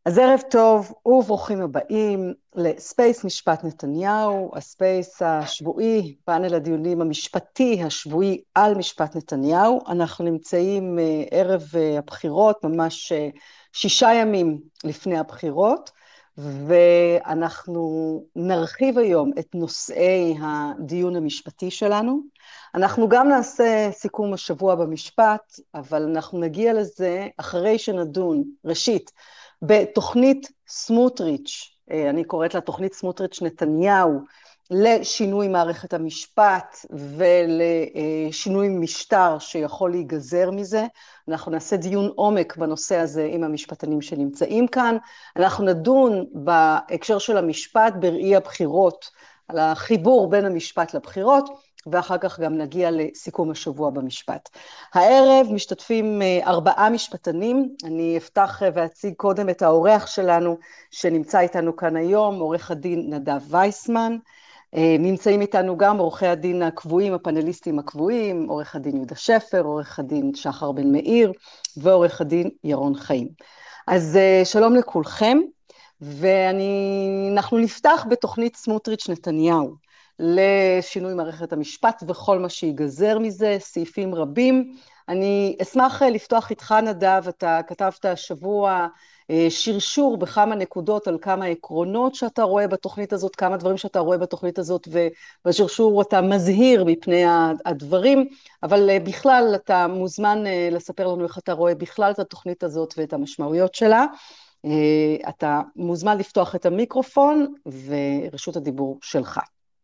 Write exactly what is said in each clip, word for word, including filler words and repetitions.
אז ערב טוב וברוכים הבאים לספייס משפט נתניהו, הספייס השבועי, פאנל הדיונים המשפטי השבועי על משפט נתניהו. אנחנו נמצאים ערב הבחירות, ממש שישה ימים לפני הבחירות, ואנחנו נרחיב היום את נושאי הדיון המשפטי שלנו. אנחנו גם נעשה סיכום השבוע במשפט, אבל אנחנו נגיע לזה אחרי שנדון, ראשית, בתוכנית סמוטריץ', אני קוראת לה תוכנית סמוטריץ' נתניהו, לשינוי מערכת המשפט ולשינוי משטר שיכול להיגזר מזה. אנחנו נעשה דיון עומק בנושא הזה עם המשפטנים שנמצאים כאן. אנחנו נדון בהקשר של המשפט בראי הבחירות, על החיבור בין המשפט לבחירות, ואחר כך גם נגיע לסיכום השבוע במשפט. הערב משתתפים ארבעה משפטנים, אני אפתח ואציג קודם את האורח שלנו שנמצא איתנו כאן היום, עורך הדין נדב וייסמן, נמצאים איתנו גם עורכי הדין הקבועים, הפאנליסטים הקבועים, עורך הדין יהודה שפר, עורך הדין שחר בן מאיר ועורך הדין ירון חיים. אז שלום לכולכם, ואנחנו נפתח בתוכנית סמוטריץ' נתניהו, לשינוי מערכת המשפט וכל מה שיגזר מזה, סעיפים רבים. אני אשמח לפתוח איתך נדב, אתה כתבת השבוע שרשור בכמה נקודות על כמה עקרונות שאתה רואה בתוכנית הזאת, כמה דברים שאתה רואה בתוכנית הזאת, ובשרשור אתה מזהיר מפני הדברים, אבל בכלל אתה מוזמן לספר לנו איך אתה רואה בכלל את התוכנית הזאת ואת המשמעויות שלה. אתה מוזמן לפתוח את המיקרופון ורשות הדיבור שלך.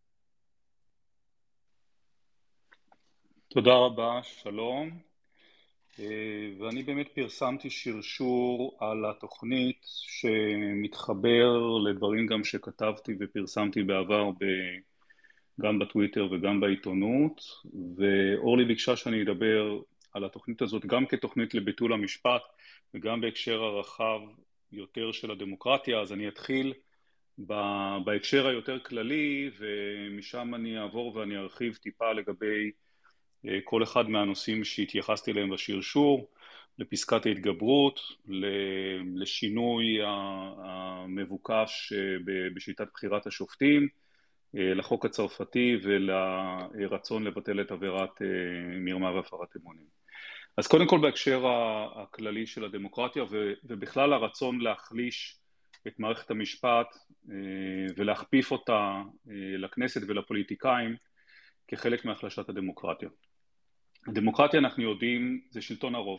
תודה רבה, שלום. ואני באמת פרסמתי שרשור על התוכנית שמתחבר לדברים גם שכתבתי ופרסמתי בעבר גם בטוויטר וגם בעיתונות, ואורלי ביקשה שאני אדבר על התוכנית הזאת גם כתוכנית לביטול המשפט וגם בהקשר הרחב יותר של הדמוקרטיה. אז אני אתחיל בהקשר היותר כללי ומשם אני אעבור ואני ארחיב טיפה לגבי כל אחד מהנושאים שהתייחסתי אליהם בשרשור, לפסקת ההתגברות, לשינוי המבוקש בשיטת בחירת השופטים, לחוק הצרפתי ולרצון לבטל את עבירת מרמה והפרת אמונים. אז קודם כל בהקשר הכללי של הדמוקרטיה ובכלל הרצון להחליש את מערכת המשפט ולהכפיף אותה לכנסת ולפוליטיקאים כחלק מהחלשת הדמוקרטיה. הדמוקרטיה, אנחנו יודעים, זה שלטון הרוב,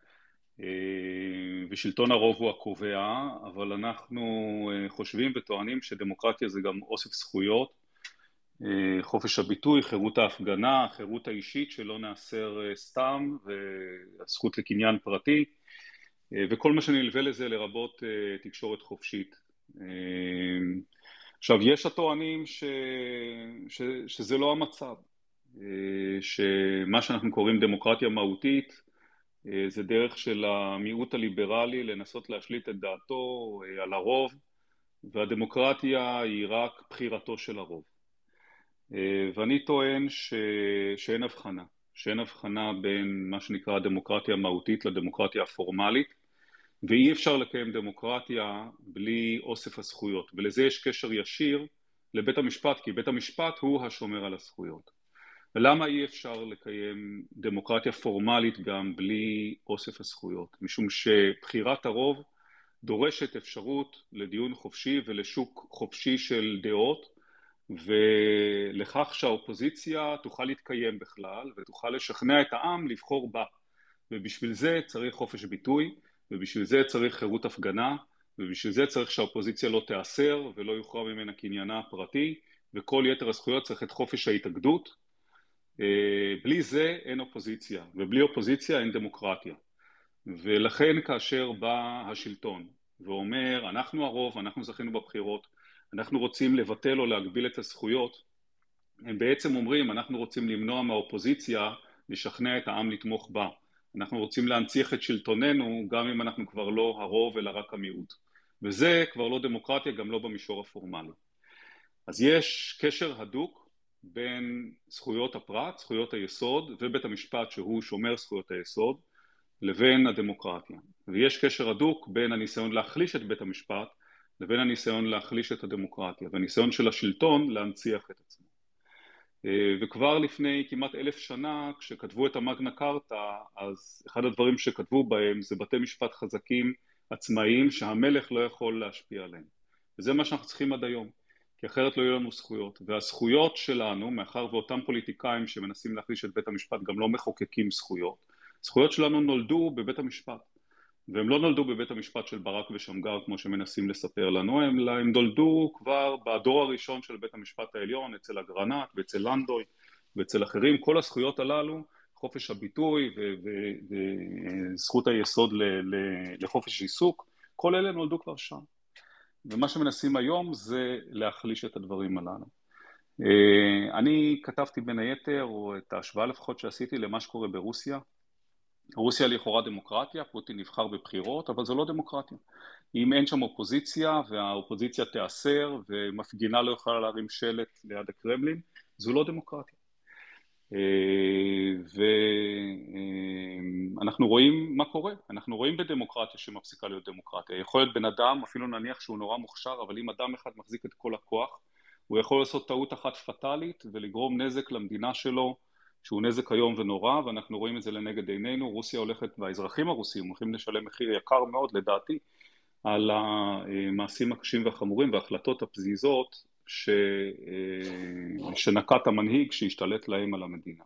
ושלטון הרוב הוא הקובע, אבל אנחנו חושבים וטוענים שדמוקרטיה זה גם אוסף זכויות, חופש הביטוי, חירות ההפגנה, חירות האישית שלא נאסר סתם, והזכות לקניין פרטי, וכל מה שנלווה לזה לרבות תקשורת חופשית. עכשיו, יש הטוענים ש... ש... שזה לא המצב. שמה שאנחנו קוראים דמוקרטיה מהותית זה דרך של המיעוט הליברלי לנסות להשליט את דעתו על הרוב, והדמוקרטיה היא רק בחירתו של הרוב. ואני טוען ש... שאין הבחנה, שאין הבחנה בין מה שנקרא דמוקרטיה מהותית לדמוקרטיה הפורמלית, ואי אפשר לקיים דמוקרטיה בלי אוסף הזכויות, ולזה יש קשר ישיר לבית המשפט, כי בית המשפט הוא השומר על הזכויות. ולמה אי אפשר לקיים דמוקרטיה פורמלית גם בלי אוסף הזכויות? משום שבחירת הרוב דורשת אפשרות לדיון חופשי ולשוק חופשי של דעות, ולכך שהאופוזיציה תוכל להתקיים בכלל ותוכל לשכנע את העם לבחור בה. ובשביל זה צריך חופש ביטוי, ובשביל זה צריך חירות הפגנה, ובשביל זה צריך שהאופוזיציה לא תאסר ולא יוכרע ממנה קניינה הפרטי, וכל יתר הזכויות צריך את חופש ההתאגדות. בלי זה אין אופוזיציה, ובלי אופוזיציה אין דמוקרטיה. ולכן כאשר בא השלטון ואומר, אנחנו הרוב, אנחנו זכינו בבחירות, אנחנו רוצים לבטל או להגביל את הזכויות, הם בעצם אומרים, אנחנו רוצים למנוע מהאופוזיציה לשכנע את העם לתמוך בה. אנחנו רוצים להנציח את שלטוננו, גם אם אנחנו כבר לא הרוב אלא רק המיעוט. וזה כבר לא דמוקרטיה, גם לא במישור הפורמלי. אז יש קשר הדוק בין זכויות הפרט, זכויות היסוד, ובית המשפט שהוא שומר זכויות היסוד, לבין הדמוקרטיה. ויש קשר הדוק בין הניסיון להחליש את בית המשפט לבין הניסיון להחליש את הדמוקרטיה, והניסיון של השלטון להנציח את עצמו. וכבר לפני כמעט אלף שנה, כשכתבו את המגנה קארטה, אז אחד הדברים שכתבו בהם זה בתי משפט חזקים עצמאיים שהמלך לא יכול להשפיע עליהם. וזה מה שאנחנו צריכים עד היום, כי אחרת לא יהיו לנו זכויות. והזכויות שלנו, מאחר ואותם פוליטיקאים שמנסים להחליש את בית המשפט גם לא מחוקקים זכויות, זכויות שלנו נולדו בבית המשפט. והם לא נולדו בבית המשפט של ברק ושמגר כמו שמנסים לספר לנו, הם, הם נולדו כבר בדור הראשון של בית המשפט העליון, אצל אגרנט ואצל לנדוי ואצל אחרים. כל הזכויות הללו, חופש הביטוי וזכות היסוד ל, ל, לחופש עיסוק, כל אלה נולדו כבר שם. ומה שמנסים היום זה להחליש את הדברים הללו. אני כתבתי בין היתר, או את ההשוואה לפחות שעשיתי למה שקורה ברוסיה. רוסיה לכאורה דמוקרטיה, פוטין נבחר בבחירות, אבל זו לא דמוקרטיה. אם אין שם אופוזיציה והאופוזיציה תיאסר ומפגינה לא יכולה להרים שלט ליד הקרמלין, זו לא דמוקרטיה. ואנחנו רואים מה קורה, אנחנו רואים בדמוקרטיה שמפסיקה להיות דמוקרטיה. יכול להיות בן אדם, אפילו נניח שהוא נורא מוכשר, אבל אם אדם אחד מחזיק את כל הכוח, הוא יכול לעשות טעות אחת פטלית ולגרום נזק למדינה שלו, שהוא נזק היום ונורא, ואנחנו רואים את זה לנגד עינינו. רוסיה הולכת, והאזרחים הרוסים הולכים לשלם מחיר יקר מאוד לדעתי, על המעשים הקשים והחמורים וההחלטות הפזיזות ש... שנקט המנהיג שהשתלט להם על המדינה.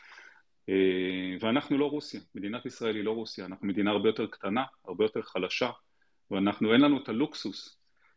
ואנחנו לא רוסיה, מדינת ישראל היא לא רוסיה, אנחנו מדינה הרבה יותר קטנה, הרבה יותר חלשה, ואנחנו אין לנו את הלוקסוס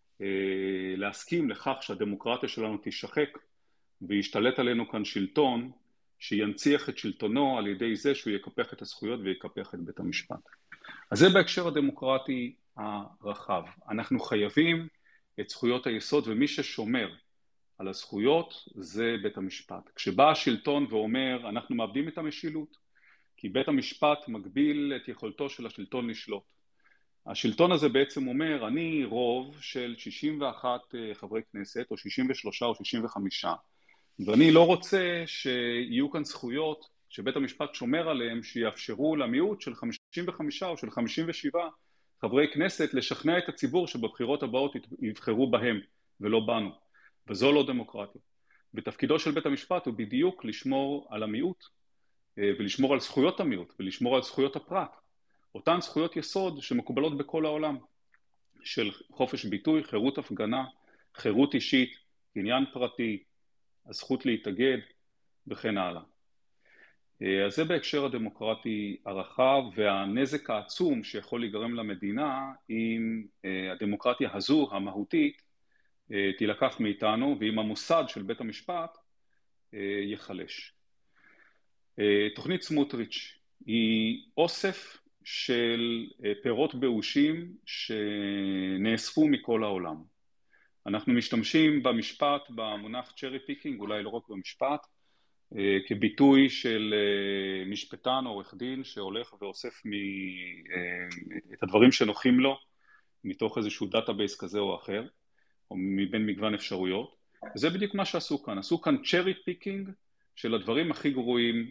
להסכים לכך שהדמוקרטיה שלנו תשחק, וישתלט עלינו כאן שלטון, שינציח את שלטונו על ידי זה שהוא יקפח את הזכויות ויקפח את בית המשפט. אז זה בהקשר הדמוקרטי הרחב. אנחנו חייבים את זכויות היסוד, ומי ששומר על הזכויות זה בית המשפט. כשבא השלטון ואומר, אנחנו מאבדים את המשילות, כי בית המשפט מגביל את יכולתו של השלטון לשלוט. השלטון הזה בעצם אומר, אני רוב של שישים ואחד חברי כנסת, או שישים ושלושה או שישים וחמש, ואני לא רוצה שיהיו כאן זכויות שבית המשפט שומר עליהם, שיאפשרו למיעוט של חמישים וחמישה או של חמישים ושבעה חברי כנסת לשכנע את הציבור שבבחירות הבאות יבחרו בהם ולא בנו. וזו לא דמוקרטיה. ותפקידו של בית המשפט הוא בדיוק לשמור על המיעוט, ולשמור על זכויות המיעוט, ולשמור על זכויות הפרט. אותן זכויות יסוד שמקובלות בכל העולם, של חופש ביטוי, חירות הפגנה, חירות אישית, עניין פרטי, הזכות להתאגד וכן הלאה. אז זה בהקשר הדמוקרטי הרחב, והנזק העצום שיכול להיגרם למדינה אם הדמוקרטיה הזו המהותית תילקח מאיתנו, ואם המוסד של בית המשפט יחלש. תוכנית סמוטריץ' היא אוסף של פירות באושים שנאספו מכל העולם. אנחנו משתמשים במשפט במונח צ'רי פיקינג, אולי לא רק במשפט, כביטוי של משפטן או עורך דין שהולך ואוסף את הדברים שנוחים לו מתוך איזשהו דאטאבייס כזה או אחר, או מבין מגוון אפשרויות. וזה בדיוק מה שעשו כאן. עשו כאן צ'רי פיקינג של הדברים הכי גרועים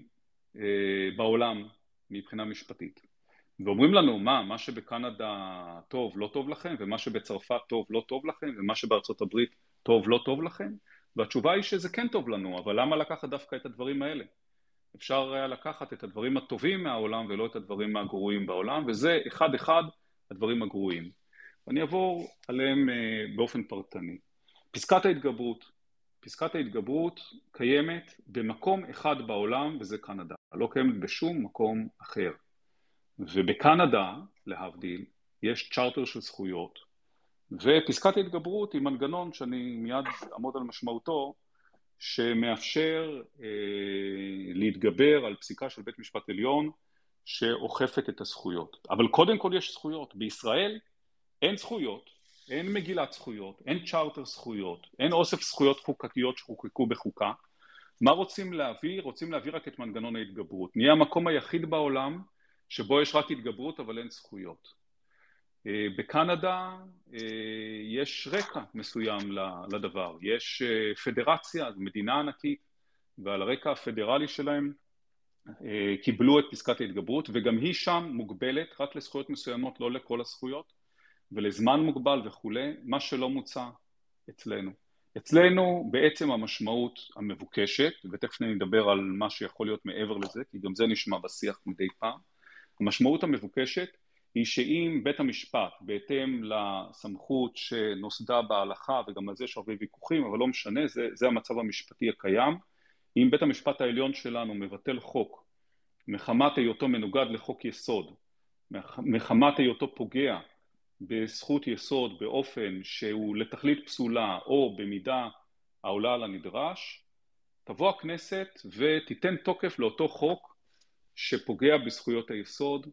בעולם מבחינה משפטית. ואומרים לנו, מה, מה שבקנדה טוב לא טוב לכם, ומה שבצרפת טוב לא טוב לכם, ומה שבארצות הברית טוב לא טוב לכם? והתשובה היא שזה כן טוב לנו, אבל למה לקחת דווקא את הדברים האלה? אפשר היה לקחת את הדברים הטובים מהעולם ולא את הדברים הגרועים בעולם, וזה אחד אחד הדברים הגרועים. ואני אעבור עליהם באופן פרטני. פסקת ההתגברות. פסקת ההתגברות קיימת במקום אחד בעולם, וזה קנדה. לא קיימת בשום מקום אחר. ובקנדה, להבדיל, יש צ'ארטר של זכויות, ופסקת ההתגברות היא מנגנון שאני מיד אעמוד על משמעותו, שמאפשר אה, להתגבר על פסיקה של בית משפט עליון שאוכפת את הזכויות. אבל קודם כל יש זכויות. בישראל אין זכויות, אין מגילת זכויות, אין צ'ארטר זכויות, אין אוסף זכויות חוקתיות שחוקקו בחוקה. מה רוצים להביא? רוצים להביא רק את מנגנון ההתגברות. נהיה המקום היחיד בעולם שבו יש רק התגברות אבל אין זכויות. בקנדה יש רקע מסוים לדבר, יש פדרציה, מדינה ענקית, ועל הרקע הפדרלי שלהם קיבלו את פסקת ההתגברות, וגם היא שם מוגבלת רק לזכויות מסוימות, לא לכל הזכויות, ולזמן מוגבל וכולי, מה שלא מוצע אצלנו. אצלנו בעצם המשמעות המבוקשת, ותכף נדבר על מה שיכול להיות מעבר לזה, כי גם זה נשמע בשיח מדי פעם, המשמעות המבוקשת היא שאם בית המשפט, בהתאם לסמכות שנוסדה בהלכה, וגם על זה יש הרבה ויכוחים, אבל לא משנה, זה, זה המצב המשפטי הקיים, אם בית המשפט העליון שלנו מבטל חוק, מחמת היותו מנוגד לחוק יסוד, מחמת היותו פוגע בזכות יסוד באופן שהוא לתכלית פסולה או במידה העולה על הנדרש, תבוא הכנסת ותיתן תוקף לאותו חוק שפוגע בזכויות היסוד,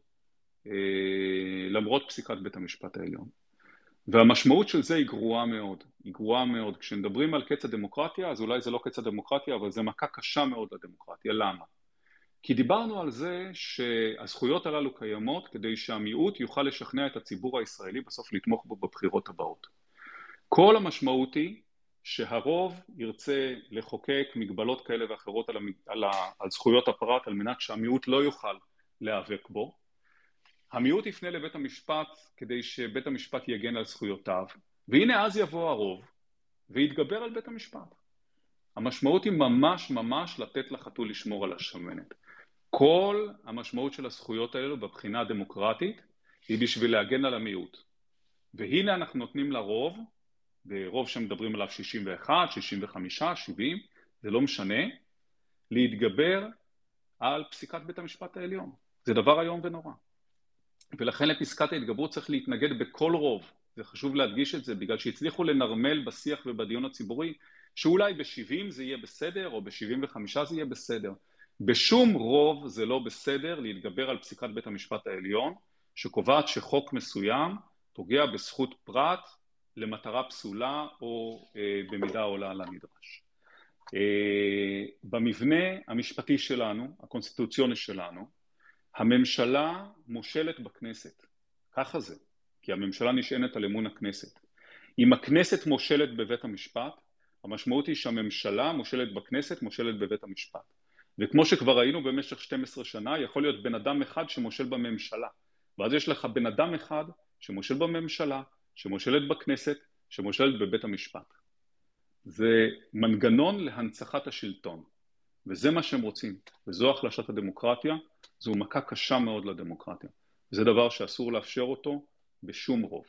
למרות פסיקת בית המשפט העליון. והמשמעות של זה היא גרועה מאוד, היא גרועה מאוד. כשנדברים על קץ הדמוקרטיה, אז אולי זה לא קץ הדמוקרטיה, אבל זה מכה קשה מאוד לדמוקרטיה. למה? כי דיברנו על זה שהזכויות הללו קיימות כדי שהמיעוט יוכל לשכנע את הציבור הישראלי בסוף לתמוך בו בבחירות הבאות. כל המשמעות היא שהרוב ירצה לחוקק מגבלות כאלה ואחרות על, המג... על, ה... על זכויות הפרט על מנת שהמיעוט לא יוכל להיאבק בו. המיעוט יפנה לבית המשפט כדי שבית המשפט יגן על זכויותיו, והנה אז יבוא הרוב ויתגבר על בית המשפט. המשמעות היא ממש ממש לתת לחתול לשמור על השמנת. כל המשמעות של הזכויות האלו בבחינה הדמוקרטית היא בשביל להגן על המיעוט. והנה אנחנו נותנים לרוב, ברוב שמדברים עליו שישים ואחת, שישים וחמש, שבעים, זה לא משנה, להתגבר על פסיקת בית המשפט העליון. זה דבר איום ונורא. ולכן לפסקת ההתגברות צריך להתנגד בכל רוב. זה חשוב להדגיש את זה, בגלל שהצליחו לנרמל בשיח ובדיון הציבורי, שאולי ב-שבעים זה יהיה בסדר, או ב-שבעים וחמש זה יהיה בסדר. בשום רוב זה לא בסדר להתגבר על פסיקת בית המשפט העליון, שקובעת שחוק מסוים פוגע בזכות פרט למטרה פסולה, או אה, במידה עולה על הנדרש. אה, במבנה המשפטי שלנו, הקונסטיטוציוני שלנו, הממשלה מושלת בכנסת. ככה זה, כי הממשלה נשענת על אמון הכנסת. אם הכנסת מושלת בבית המשפט, המשמעות היא שהממשלה מושלת בכנסת, מושלת בבית המשפט. וכמו שכבר ראינו במשך שתים עשרה שנה, יכול להיות בן אדם אחד שמושל בממשלה. ואז יש לך בן אדם אחד שמושל בממשלה, שמושלת בכנסת, שמושלת בבית המשפט. זה מנגנון להנצחת השלטון. וזה מה שהם רוצים. וזו החלשת הדמוקרטיה, זו מכה קשה מאוד לדמוקרטיה. זה דבר שאסור לאפשר אותו בשום רוב.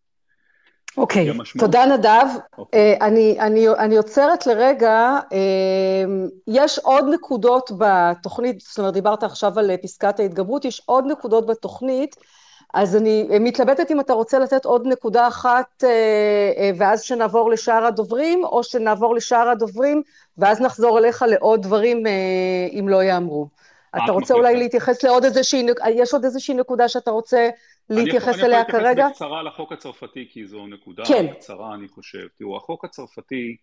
אוקיי, okay, תודה נדב. Okay. Uh, אני, אני, אני יוצרת לרגע, uh, יש עוד נקודות בתוכנית, זאת אומרת, דיברת עכשיו על פסקת ההתגברות, יש עוד נקודות בתוכנית, אז אני מתלבטת אם אתה רוצה לתת עוד נקודה אחת, uh, uh, ואז שנעבור לשאר הדוברים, או שנעבור לשאר הדוברים, ואז נחזור אליך לעוד דברים, uh, אם לא יאמרו. אתה רוצה אולי להתייחס לעוד איזושהי, יש עוד איזושהי נקודה שאתה רוצה להתייחס אליה כרגע? אני יכול להתייחס בקצרה לחוק הצרפתי, כי זו נקודה כן. קצרה, אני חושב. תראו, החוק הצרפתי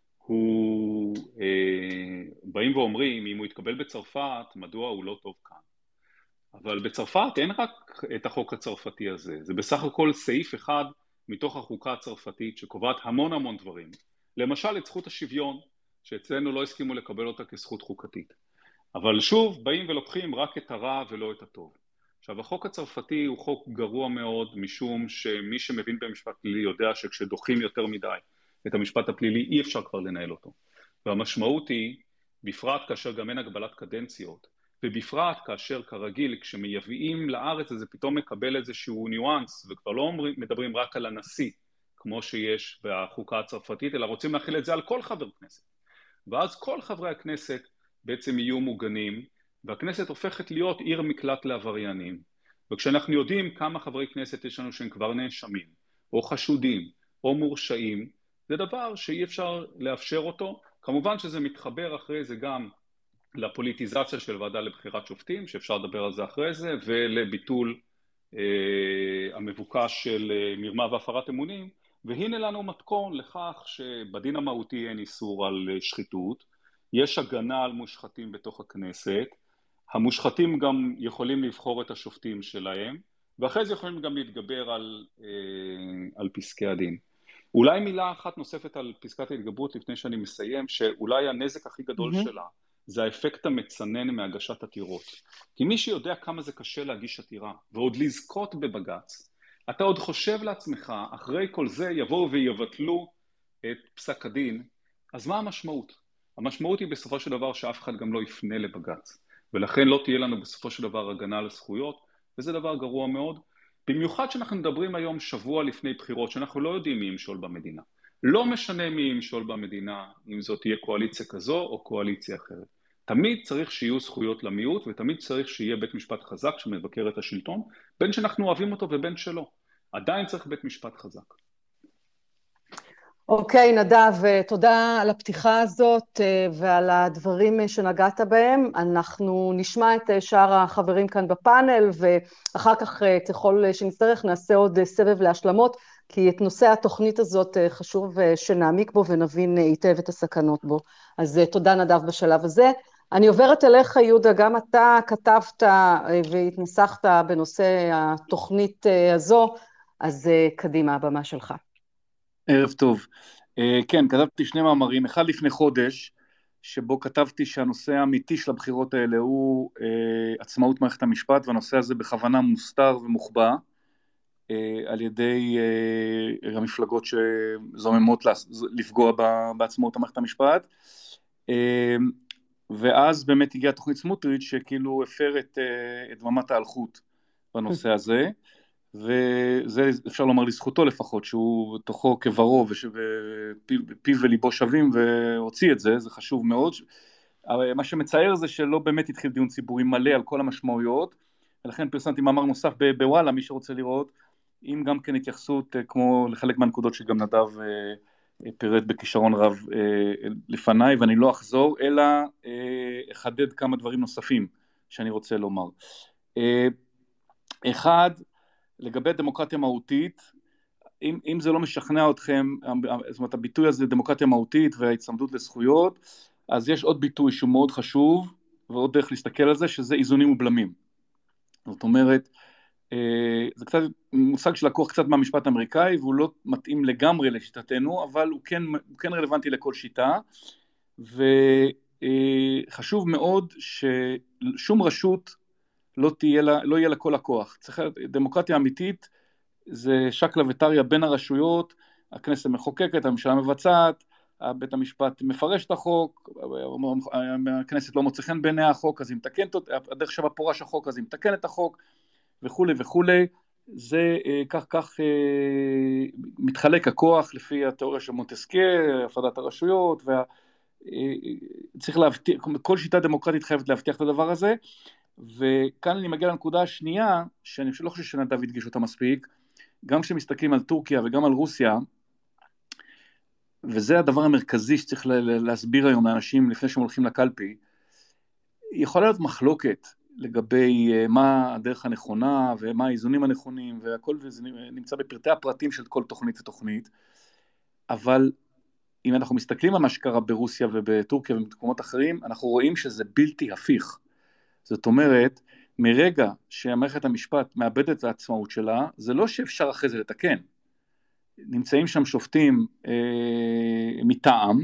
הוא, אה, באים ואומרים, אם הוא יתקבל בצרפת, מדוע הוא לא טוב כאן. אבל בצרפת אין רק את החוק הצרפתי הזה. זה בסך הכל סעיף אחד מתוך החוקה הצרפתית, שקובעת המון המון דברים. למשל, את זכות השוויון, שאצלנו לא הסכימו לקבל אותה כזכות חוקתית. אבל שוב, באים ולוקחים רק את הרע ולא את הטוב. עכשיו, החוק הצרפתי הוא חוק גרוע מאוד, משום שמי שמבין במשפט פלילי יודע שכשדוחים יותר מדי את המשפט הפלילי, אי אפשר כבר לנהל אותו. והמשמעות היא, בפרט כאשר גם אין הגבלת קדנציות, ובפרט כאשר כרגיל, כשמייבאים לארץ, זה פתאום מקבל איזשהו ניואנס, וכבר לא מדברים רק על הנשיא, כמו שיש בחוקה הצרפתית, אלא רוצים להכיל את זה על כל חבר כנסת. ואז כל חברי הכנסת בעצם יהיו מוגנים, והכנסת הופכת להיות עיר מקלט לעבריינים. וכשאנחנו יודעים כמה חברי כנסת יש לנו שהם כבר נאשמים, או חשודים, או מורשעים, זה דבר שאי אפשר לאפשר אותו. כמובן שזה מתחבר אחרי זה גם לפוליטיזציה של ועדה לבחירת שופטים, שאפשר לדבר על זה אחרי זה, ולביטול אה, המבוקש של אה, מרמה והפרת אמונים, והנה לנו מתכון לכך שבדין המהותי אין איסור על אה, שחיתות, יש הגנה על מושחתים בתוך הכנסת, המושחתים גם יכולים לבחור את השופטים שלהם, ואחרי זה יכולים גם להתגבר על, אה, על פסקי הדין. אולי מילה אחת נוספת על פסקת ההתגברות לפני שאני מסיים, שאולי הנזק הכי גדול mm-hmm. שלה, זה האפקט המצנן מהגשת עתירות. כי מי שיודע כמה זה קשה להגיש עתירה, ועוד לזכות בבג"ץ, אתה עוד חושב לעצמך, אחרי כל זה יבואו ויבטלו את פסק הדין, אז מה המשמעות? המשמעות היא בסופו של דבר שאף אחד גם לא יפנה לבג"ץ, ולכן לא תהיה לנו בסופו של דבר הגנה על הזכויות, וזה דבר גרוע מאוד, במיוחד שאנחנו מדברים היום שבוע לפני בחירות, שאנחנו לא יודעים מי ימשול במדינה. לא משנה מי ימשול במדינה, אם זאת תהיה קואליציה כזו או קואליציה אחרת. תמיד צריך שיהיו זכויות למיעוט, ותמיד צריך שיהיה בית משפט חזק שמבקר את השלטון, בין שאנחנו אוהבים אותו ובין שלא. עדיין צריך בית משפט חזק. אוקיי, נדב, תודה על הפתיחה הזאת ועל הדברים שנגעת בהם. אנחנו נשמע את שאר החברים כאן בפאנל, ואחר כך ככל שנצטרך נעשה עוד סבב להשלמות, כי את נושא התוכנית הזאת חשוב שנעמיק בו ונבין היטב את הסכנות בו. אז תודה נדב בשלב הזה. אני עוברת אליך, יהודה, גם אתה כתבת והתנסחת בנושא התוכנית הזו, אז קדימה, הבמה שלך. ערב טוב. כן, כתבתי שני מאמרים, אחד לפני חודש, שבו כתבתי שהנושא האמיתי של הבחירות האלה הוא עצמאות מערכת המשפט, והנושא הזה בכוונה מוסתר ומוחבא, על ידי המפלגות שזוממות לפגוע בעצמאות מערכת המשפט, ואז באמת הגיעה תוכנית סמוטריץ' שכאילו הפר את דממת האלחוט בנושא הזה, וזה אפשר לומר לזכותו לפחות, שהוא תוכו כברו ופיו וליבו שווים והוציא את זה, זה חשוב מאוד. מה שמצער זה שלא באמת התחיל דיון ציבורי מלא על כל המשמעויות, ולכן פרסמתי מאמר נוסף בוואלה, מי שרוצה לראות, עם גם כן התייחסות כמו לחלק מהנקודות שגם נדב פירט בכישרון רב לפניי, ואני לא אחזור, אלא אחדד כמה דברים נוספים שאני רוצה לומר. אחד, לגבי דמוקרטיה מהותית, אם, אם זה לא משכנע אתכם, זאת אומרת, הביטוי הזה, דמוקרטיה מהותית וההצמדות לזכויות, אז יש עוד ביטוי שהוא מאוד חשוב, ועוד דרך להסתכל על זה, שזה איזונים ובלמים. זאת אומרת, זה קצת מושג שלקוח קצת מהמשפט האמריקאי, והוא לא מתאים לגמרי לשיטתנו, אבל הוא כן, הוא כן רלוונטי לכל שיטה, וחשוב מאוד ששום רשות לא תהיה לה, לא יהיה לה כל הכוח. צריך, דמוקרטיה אמיתית זה שקלא וטריא בין הרשויות, הכנסת מחוקקת, הממשלה מבצעת, בית המשפט מפרש את החוק, הכנסת לא מוצא חן בעיני החוק, אז היא מתקנת, הדרך שבה פורש החוק, אז היא מתקנת את החוק, וכו' וכו'. זה כך כך מתחלק הכוח לפי התיאוריה של מונטסקייה, הפרדת הרשויות, וצריך להבטיח, כל שיטה דמוקרטית חייבת להבטיח את הדבר הזה, וכאן אני מגיע לנקודה השנייה, שאני לא חושב שנדב הדגיש אותה מספיק, גם כשמסתכלים על טורקיה וגם על רוסיה, וזה הדבר המרכזי שצריך להסביר היום לאנשים לפני שהם הולכים לקלפי, יכולה להיות מחלוקת לגבי מה הדרך הנכונה, ומה האיזונים הנכונים, והכל זה נמצא בפרטי הפרטים של כל תוכנית ותוכנית, אבל אם אנחנו מסתכלים על מה שקרה ברוסיה ובטורקיה ובמקומות אחרים, אנחנו רואים שזה בלתי הפיך. זאת אומרת, מרגע שהמערכת המשפט מאבדת את העצמאות שלה, זה לא שאפשר אחרי זה לתקן. נמצאים שם שופטים אה, מטעם,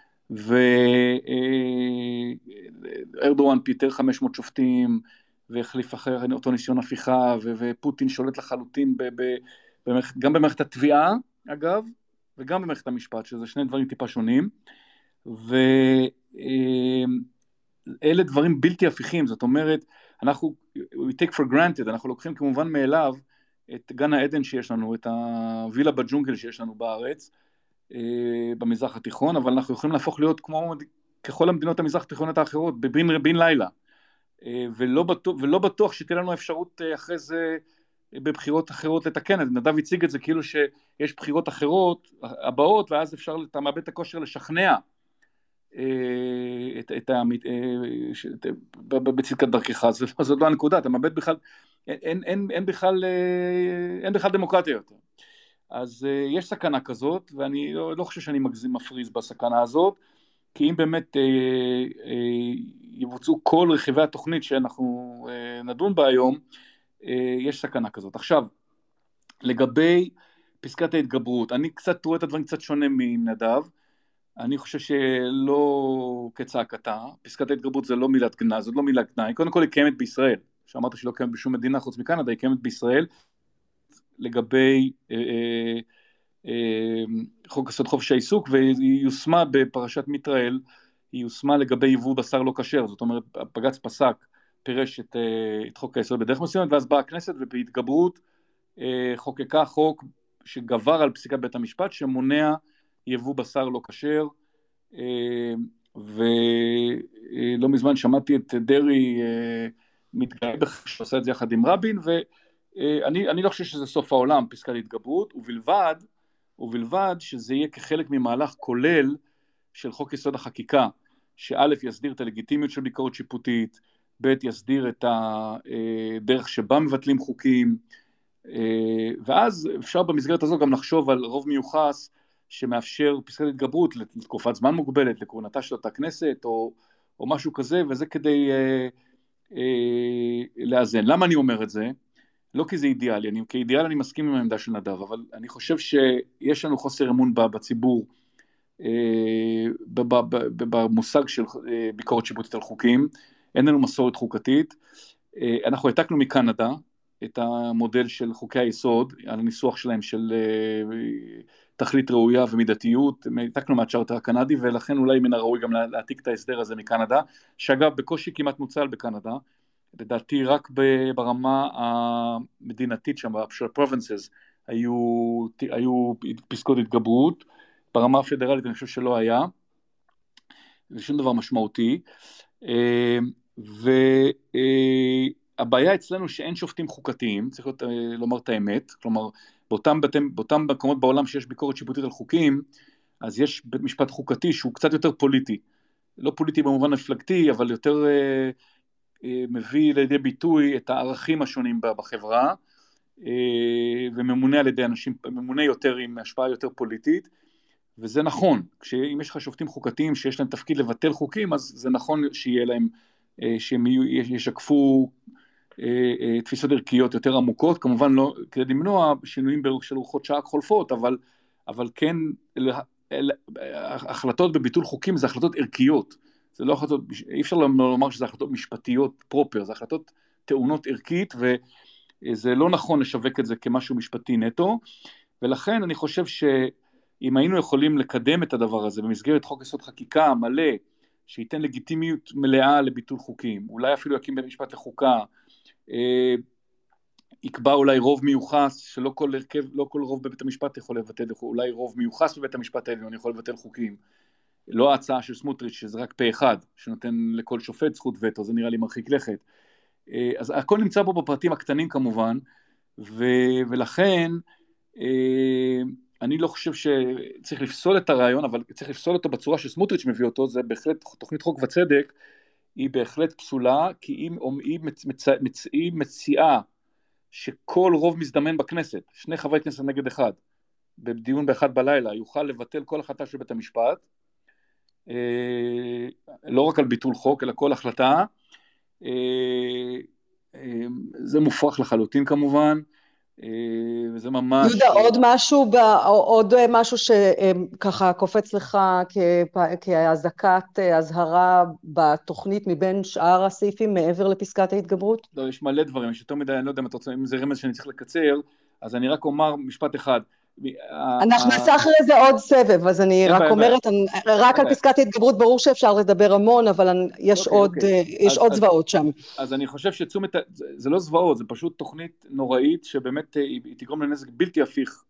וארדואן אה, פיטר חמש מאות שופטים, והחליף אחר אותו ניסיון הפיכה, ו- ופוטין שולט לחלוטין, ב- ב- במערכת, גם במערכת התביעה, אגב, וגם במערכת המשפט, שזה שני דברים טיפה שונים, ו... אה, אלה דברים בלתי הפיכים, זאת אומרת, אנחנו, we take for granted, אנחנו לוקחים כמובן מאליו את גן העדן שיש לנו, את הווילה בג'ונגל שיש לנו בארץ, במזרח התיכון, אבל אנחנו יכולים להפוך להיות כמו ככל המדינות המזרח התיכוניות האחרות, בבין בין לילה, ולא בטוח, ולא בטוח שתהיה לנו אפשרות אחרי זה בבחירות אחרות לתקן. נדב הציג את זה כאילו שיש בחירות אחרות הבאות, ואז אפשר, אתה מאבד את הכושר לשכנע את, את בצדקת דרכך, זאת לא הנקודה, אתה מאבד בכלל, אין, אין, אין בכלל, אין בכלל דמוקרטיה יותר. אז יש סכנה כזאת, ואני לא, לא חושב שאני מגזים מפריז בסכנה הזאת, כי אם באמת יבוצעו כל רכיבי התוכנית שאנחנו נדון בה היום, יש סכנה כזאת. עכשיו, לגבי פסקת ההתגברות, אני קצת רואה את הדברים קצת שונה מנדב, אני חושב שלא כצעקתה, פסקת ההתגברות זה לא מילת גנאי, זאת לא מילת גנאי, קודם כל היא קיימת בישראל, שאמרת שהיא לא קיימת בשום מדינה חוץ מקנדה, היא קיימת בישראל, לגבי אה, אה, חוק יסוד חופש העיסוק, והיא יושמה בפרשת מיטראל, היא יושמה לגבי יבוא בשר לא כשר, זאת אומרת, בג"ץ פסק, פירש את, את חוק היסוד בדרך מסוימת, ואז באה הכנסת ובהתגברות חוקקה חוק שגבר על פסיקת בית המשפט, שמונע יבוא בשר לא כשר, ולא מזמן שמעתי את דרי מתגאה בכך שעושה את זה יחד עם רבין, ואני אני לא חושב שזה סוף העולם, פסקת התגברות, ובלבד, ובלבד שזה יהיה כחלק ממהלך כולל של חוק יסוד החקיקה, שא' יסדיר את הלגיטימיות של ביקורת שיפוטית, ב' יסדיר את הדרך שבה מבטלים חוקים, ואז אפשר במסגרת הזו גם לחשוב על רוב מיוחס שמאפשר פסקת התגברות לתקופת זמן מוגבלת, לכהונתה של אותה כנסת או, או משהו כזה, וזה כדי אה, אה, לאזן. למה אני אומר את זה? לא כי זה אידיאלי, אני, כאידיאל אני מסכים עם העמדה של נדב, אבל אני חושב שיש לנו חוסר אמון בציבור, במושג של ביקורת שיפוטית על חוקים, אין לנו מסורת חוקתית, אנחנו העתקנו מקנדה את המודל של חוקי היסוד, על הניסוח שלהם של תכלית ראויה ומידתיות, העתקנו מהצ'ארטר הקנדי, ולכן אולי מן הראוי גם להעתיק את ההסדר הזה מקנדה, שאגב בקושי כמעט נוצל בקנדה, לדעתי רק ברמה המדינתית שם, של הפרובינסס, היו, היו פסקות התגברות, ברמה הפדרלית אני חושב שלא היה, ושום דבר משמעותי, והבעיה אצלנו שאין שופטים חוקתיים, צריך לומר את האמת, כלומר, באותם, באותם מקומות בעולם שיש ביקורת שיפוטית על חוקים, אז יש בית משפט חוקתי שהוא קצת יותר פוליטי, לא פוליטי במובן מפלגתי, אבל יותר מביא לידי ביטוי את הערכים השונים בחברה, וממונה על ידי אנשים, ממונה יותר עם השפעה יותר פוליטית, וזה נכון, אם יש לך שופטים חוקתיים שיש להם תפקיד לבטל חוקים, אז זה נכון שיהיה להם, שהם ישקפו תפיסות ערכיות יותר עמוקות, כמובן לא כדי למנוע שינויים של רוחות שעה חולפות, אבל, אבל כן, החלטות בביטול חוקים זה החלטות ערכיות, זה לא החלטות, אי אפשר לומר שזה החלטות משפטיות פרופר, זה החלטות טעונות ערכית, וזה לא נכון לשווק את זה כמשהו משפטי נטו, ולכן אני חושב ש אם היינו יכולים לקדם את הדבר הזה במסגרת חוק יסוד חקיקה מלא, שייתן לגיטימיות מלאה לביטול חוקים, אולי אפילו יקים בית משפט לחוקה, אה, יקבע אולי רוב מיוחס, שלא כל הרכב, לא כל רוב בבית המשפט יכול לבטל, אולי רוב מיוחס בבית המשפט העליון יכול לבטל חוקים, לא ההצעה של סמוטריץ' שזה רק פה אחד, שנותן לכל שופט זכות וטו, זה נראה לי מרחיק לכת, אה, אז הכל נמצא פה בפרטים הקטנים כמובן, ו, ולכן, אה, אני לא חושב שצריך לפסול את הרעיון, אבל צריך לפסול אותו בצורה שסמוטריץ' מביא אותו, זה בהחלט, תוכנית חוק וצדק, היא בהחלט פסולה, כי היא, היא, מצ, מצ, היא מציעה שכל רוב מזדמן בכנסת, שני חברי כנסת נגד אחד, בדיון באחד בלילה, יוכל לבטל כל החלטה של בית המשפט, לא רק על ביטול חוק, אלא כל החלטה, זה מופרך לחלוטין כמובן, וזה ממש... יהודה, עוד משהו, עוד משהו שככה קופץ לך כהזעקת הזהרה בתוכנית מבין שאר הסעיפים מעבר לפסקת ההתגברות? לא, יש מלא דברים, יש יותר מדי, אני לא יודע אם זה רמז שאני צריך לקצר, אז אני רק אומר משפט אחד. אנחנו נעשה אחרי זה עוד סבב, אז אני רק אומרת, רק על פסקת ההתגברות ברור שאפשר לדבר המון, אבל יש עוד זוועות שם. אז אני חושב שתשומת, זה לא זוועות, זה פשוט תוכנית נוראית, שבאמת היא תגרום לנזק בלתי הפיך,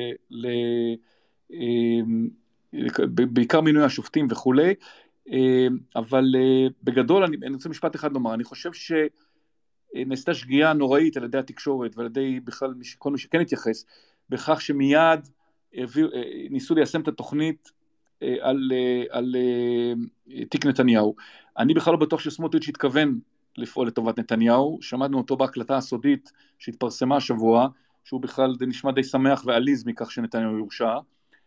בעיקר מינוי השופטים וכולי, אבל בגדול, אני רוצה משפט אחד לומר, אני חושב שנעשתה שגיאה נוראית על ידי התקשורת, ועל ידי בכלל כל מי שכן התייחס, בכך שמיד ניסו ליישם את התוכנית על, על תיק נתניהו. אני בכלל לא בטוח שסמוטריץ' התכוון לפעול לטובת נתניהו, שמענו אותו בהקלטה הסודית שהתפרסמה השבוע, שהוא בכלל נשמע די שמח ועליז מכך שנתניהו יורשע,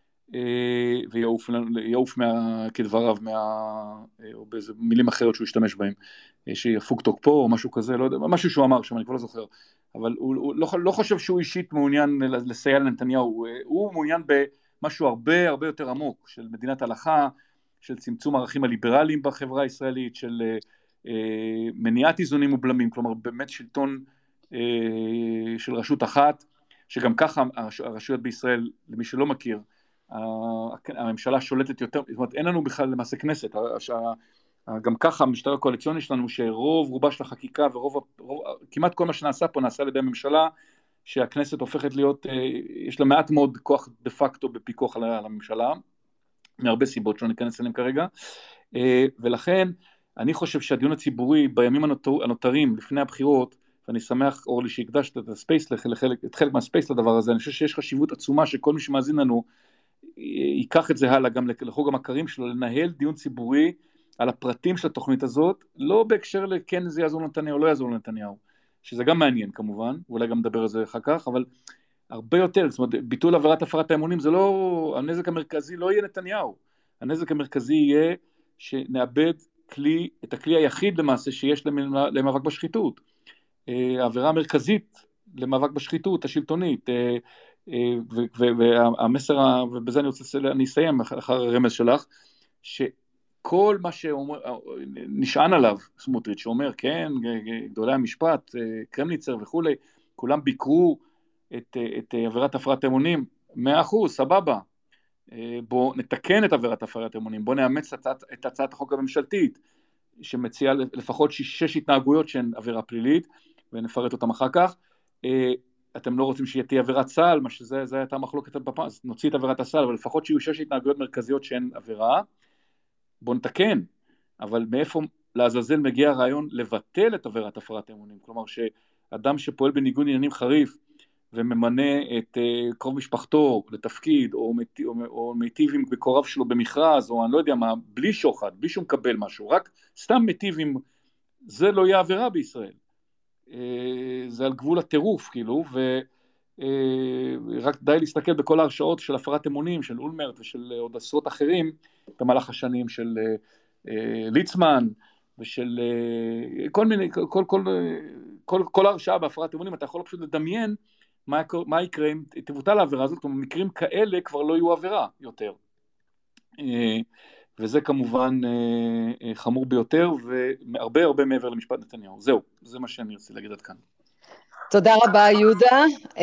ויעוף מה, כדבריו, מה, או באיזה מילים אחרות שהוא השתמש בהם, שיפוג תוקפו או משהו כזה, לא יודע, משהו שהוא אמר שם, אני כבר לא זוכר, אבל הוא, הוא לא, לא חושב שהוא אישית מעוניין לסייע לנתניהו, הוא, הוא מעוניין משהו הרבה הרבה יותר עמוק, של מדינת הלכה, של צמצום הערכים הליברליים בחברה הישראלית, של אה, מניעת איזונים ובלמים, כלומר באמת שלטון אה, של רשות אחת, שגם ככה הרשויות בישראל, למי שלא מכיר, הממשלה שולטת יותר, זאת אומרת אין לנו בכלל למעשה כנסת, גם ככה המשטר הקואליציוני שלנו שרוב רובה של החקיקה ורוב, רוב, כמעט כל מה שנעשה פה נעשה על ידי הממשלה, שהכנסת הופכת להיות, יש לה מעט מאוד כוח דה פקטו בפיקוח על הממשלה, מהרבה סיבות שלא ניכנס אליהם כרגע, ולכן אני חושב שהדיון הציבורי בימים הנותרים לפני הבחירות, ואני שמח אורלי שהקדשת את הספייס, לחלק, את חלק מהספייס לדבר הזה, אני חושב שיש חשיבות עצומה שכל מי שמאזין לנו, ייקח את זה הלאה גם לחוג המכרים שלו, לנהל דיון ציבורי על הפרטים של התוכנית הזאת, לא בהקשר לכן זה יעזור לנתניהו או לא יעזור לנתניהו, שזה גם מעניין כמובן, ואולי גם נדבר על זה אחר כך, אבל הרבה יותר, זאת אומרת, ביטול עבירת הפרת האמונים, זה לא, הנזק המרכזי לא יהיה נתניהו, הנזק המרכזי יהיה שנאבד כלי, את הכלי היחיד למעשה שיש למאבק בשחיתות, העבירה המרכזית למאבק בשחיתות השלטונית, והמסר, ובזה אני רוצה, אני אסיים אחר הרמז שלך, שכל מה שנשען עליו סמוטריץ' שאומר, כן, גדולי המשפט, קרמניצר וכולי, כולם ביקרו את, את עבירת הפרת אמונים, מאה אחוז, סבבה, בוא נתקן את עבירת הפרת אמונים, בוא נאמץ את הצעת החוק הממשלתית, שמציעה לפחות שש התנהגויות שהן עבירה פלילית, ונפרט אותם אחר כך, אתם לא רוצים שתהיה עבירת סל, מה שזה, זה הייתה מחלוקת בפעם, אז נוציא את עבירת הסל, אבל לפחות שיהיו שש התנהגויות מרכזיות שהן עבירה, בוא נתקן, אבל מאיפה לעזאזל מגיע הרעיון לבטל את עבירת הפרת אמונים, כלומר שאדם שפועל בניגוד עניינים חריף, וממנה את uh, קרוב משפחתו לתפקיד, או, או, או מיטיב עם בקורב שלו במכרז, או אני לא יודע מה, בלי שוחד, בלי שהוא מקבל משהו, רק סתם מיטיב עם, זה לא יהיה עבירה בישראל. Uh, זה על גבול הטירוף, כאילו, ורק uh, די להסתכל בכל ההרשאות של הפרת אמונים, של אולמרט ושל uh, עוד עשרות אחרים, במהלך השנים של uh, uh, ליצמן, ושל uh, כל מיני, כל, כל, כל, כל, כל ההרשאה בהפרת אמונים, אתה יכול פשוט לדמיין, מה, מה יקרה אם תבוטל העבירה הזאת, כלומר מקרים כאלה כבר לא יהיו עבירה יותר. וזה כמובן חמור ביותר, והרבה הרבה מעבר למשפט נתניהו. זהו, זה מה שאני רוצה להגיד עד כאן. תודה רבה יהודה.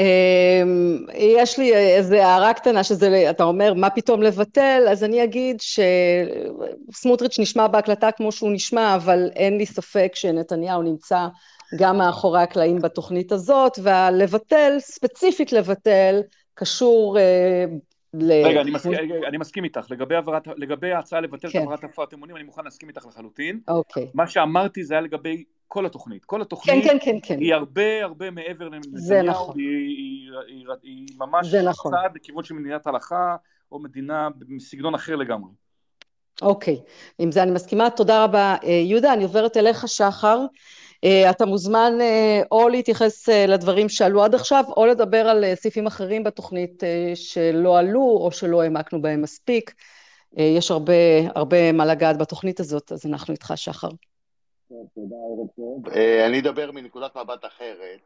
יש לי איזו הערה קטנה שזה, אתה אומר מה פתאום לבטל, אז אני אגיד שסמוטריץ' נשמע בהקלטה כמו שהוא נשמע, אבל אין לי ספק שנתניהו נמצא גם מאחורי הקלעים בתוכנית הזאת, והלבטל, ספציפית לבטל, קשור ל... רגע, אני מסכים, אני מסכים איתך, לגבי, עברת, לגבי ההצעה לבטל כן. את עברת הפרת אמונים, אני מוכן להסכים איתך לחלוטין. אוקיי. מה שאמרתי זה היה לגבי כל התוכנית. כל התוכנית כן, כן, כן, כן. היא הרבה הרבה מעבר לנתניהו, זה נכון. היא, היא, היא, היא ממש נכון. צעד בכיוון של מדינת הלכה, או מדינה בסגנון אחר לגמרי. אוקיי, עם זה אני מסכימה. תודה רבה יהודה, אני עוברת אליך שחר. אתה מוזמן או להתייחס לדברים שעלו עד עכשיו, או לדבר על סעיפים אחרים בתוכנית שלא עלו, או שלא העמקנו בהם מספיק. יש הרבה, הרבה מה לגעת בתוכנית הזאת, אז אנחנו איתך שחר. תודה, ערב טוב. אני אדבר מנקודת מבט אחרת.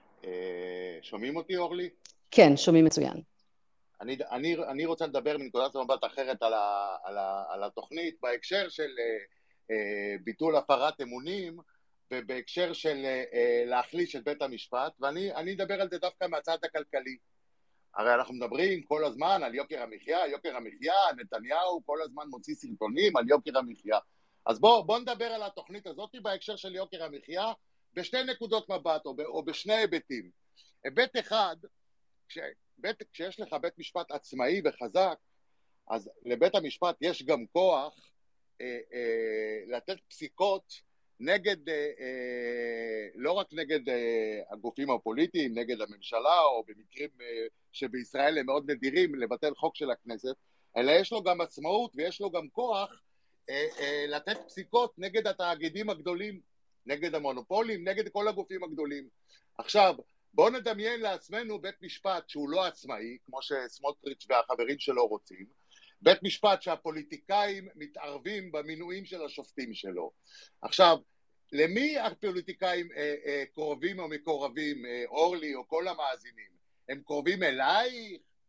שומעים אותי, אורלי? כן, שומעים מצוין. אני, אני, אני רוצה לדבר מנקודת מבט אחרת על, ה, על, ה, על התוכנית, בהקשר של ביטול הפרת אמונים, ובהקשר של להחליש את בית המשפט, ואני אני אדבר על זה דווקא מהצד הכלכלי. הרי אנחנו מדברים כל הזמן על יוקר המחיה, יוקר המחיה, נתניהו כל הזמן מוציא סרטונים על יוקר המחיה. אז בוא, בוא נדבר על התוכנית הזאת בהקשר של יוקר המחיה, בשתי נקודות מבט או, ב, או בשני היבטים. היבט אחד, כש, בית, כשיש לך בית משפט עצמאי וחזק, אז לבית המשפט יש גם כוח אה, אה, לתת פסיקות, נגד, אה, אה, לא רק נגד אה, הגופים הפוליטיים, נגד הממשלה, או במקרים אה, שבישראל הם מאוד נדירים לבטל חוק של הכנסת, אלא יש לו גם עצמאות ויש לו גם כוח אה, אה, לתת פסיקות נגד התאגידים הגדולים, נגד המונופולים, נגד כל הגופים הגדולים. עכשיו, בואו נדמיין לעצמנו בית משפט שהוא לא עצמאי, כמו שסמוטריץ' והחברים שלו רוצים, בית משפט שהפוליטיקאים מתערבים במינויים של השופטים שלו. עכשיו, למי הפוליטיקאים אה, אה, קרובים או מקורבים, אה, אורלי או כל המאזינים? הם קרובים אלייך?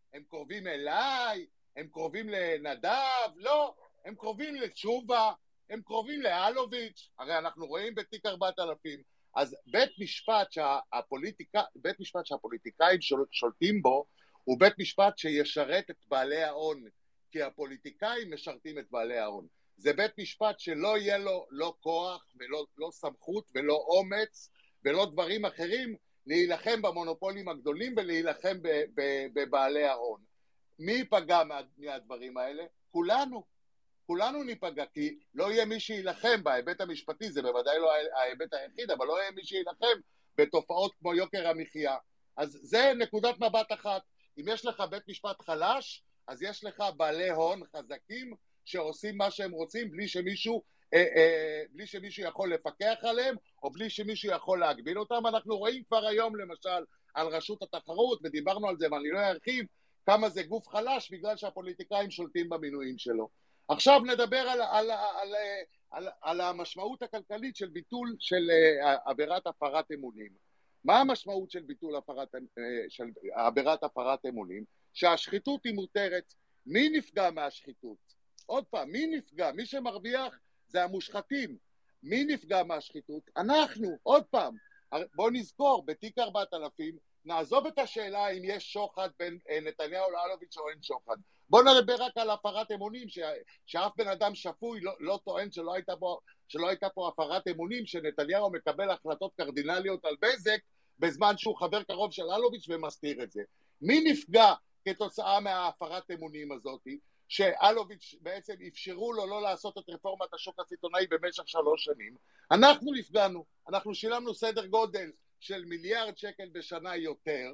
הם קרובים אליי, הם קרובים לנדב, לא, הם קרובים לתשובה, הם קרובים לאלוביץ', הרי אנחנו רואים בתיק ארבעת אלפים, אז בית משפט, שהפוליטיקה, בית משפט שהפוליטיקאים שולטים בו, הוא בית משפט שישרת את בעלי ההון, כי הפוליטיקאים משרתים את בעלי ההון. זה בית משפט שלא יהיה לו לא כוח ולא לא סמכות ולא אומץ ולא דברים אחרים להילחם במונופולים הגדולים ולהילחם בבעלי ההון. מי ייפגע מה, מהדברים האלה? כולנו. כולנו ניפגע, כי לא יהיה מי שילחם בהיבט המשפטי, זה בוודאי לא ההיבט היחיד, אבל לא יהיה מי שילחם בתופעות כמו יוקר המחיה. אז זה נקודת מבט אחת. אם יש לך בית משפט חלש, אז יש לך בעלי הון חזקים שעושים מה שהם רוצים בלי שמישהו, אה, אה, בלי שמישהו יכול לפקח עליהם, או בלי שמישהו יכול להגביל אותם. אנחנו רואים כבר היום למשל על רשות התחרות, ודיברנו על זה ואני לא ארחיב, כמה זה גוף חלש בגלל שהפוליטיקאים שולטים במינויים שלו. עכשיו נדבר על, על, על, על, על המשמעות הכלכלית של ביטול של עבירת הפרת אמונים. מה המשמעות של ביטול הפרת, של עבירת הפרת אמונים? שהשחיתות היא מותרת. מי נפגע מהשחיתות? עוד פעם, מי נפגע? מי שמרוויח זה המושחתים. מי נפגע מהשחיתות? אנחנו. עוד פעם, בוא נזכור, בתיק ארבעת אלפים, נעזוב את השאלה אם יש שוחד בין נתניהו לאלוביץ' או אין שוחד. בוא נדבר רק על הפרת אמונים, ש... שאף בן אדם שפוי לא, לא טוען שלא הייתה, פה, שלא הייתה פה הפרת אמונים, שנתניהו מקבל החלטות קרדינליות על בזק, בזמן שהוא חבר קרוב של אלוביץ' ומסתיר את זה. מי נפגע כתוצאה מההפרת אמונים הזאת, שאלוביץ' בעצם אפשרו לו לא לעשות את רפורמת השוק הסיטונאי במשך שלוש שנים? אנחנו נפגענו, אנחנו שילמנו סדר גודל של מיליארד שקל בשנה יותר,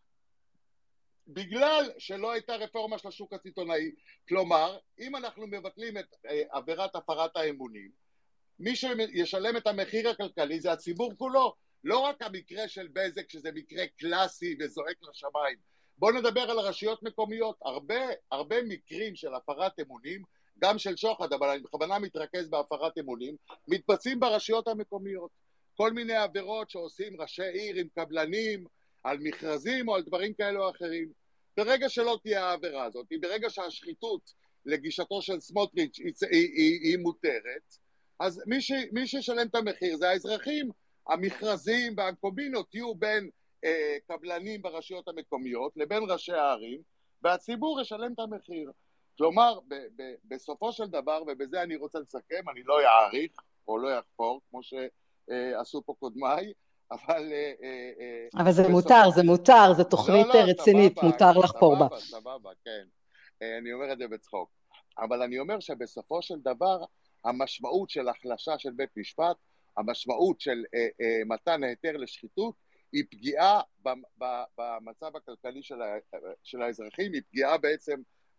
בגלל שלא הייתה רפורמה של השוק הסיטונאי. כלומר, אם אנחנו מבטלים את אה, עבירת הפרת האמונים, מי שישלם את המחיר הכלכלי זה הציבור כולו, לא רק המקרה של בזק שזה מקרה קלאסי וזועק לשמיים. בואו נדבר על הרשויות מקומיות, הרבה, הרבה מקרים של הפרת אמונים, גם של שוחד, אבל אני בכוונה מתרכז בהפרת אמונים, מתבצעים ברשויות המקומיות. כל מיני עבירות שעושים ראשי עיר עם קבלנים, על מכרזים או על דברים כאלה או אחרים. ברגע שלא תהיה העבירה הזאת, ברגע שהשחיתות לגישתו של סמוטריץ' היא, היא, היא, היא מותרת, אז מי, ש, מי ששלם את המחיר זה האזרחים. המכרזים והקומבינות יהיו בין אה, קבלנים ברשויות המקומיות לבין ראשי הערים, והציבור ישלם את המחיר. כלומר, ב, ב, בסופו של דבר, ובזה אני רוצה לסכם, אני לא יעריך או לא יחפור, כמו שעשו פה קודמיי, אבל... אבל זה מותר, זה מותר, זה תוכנית רצינית, מותר לחפור בה. סבבה, סבבה, כן. אני אומר את זה בצחוק. אבל אני אומר שבסופו של דבר, המשמעות של החלשה של בית משפט, המשמעות של מתן היתר לשחיתות, היא פגיעה במצב הכלכלי של האזרחים, היא פגיעה בעצם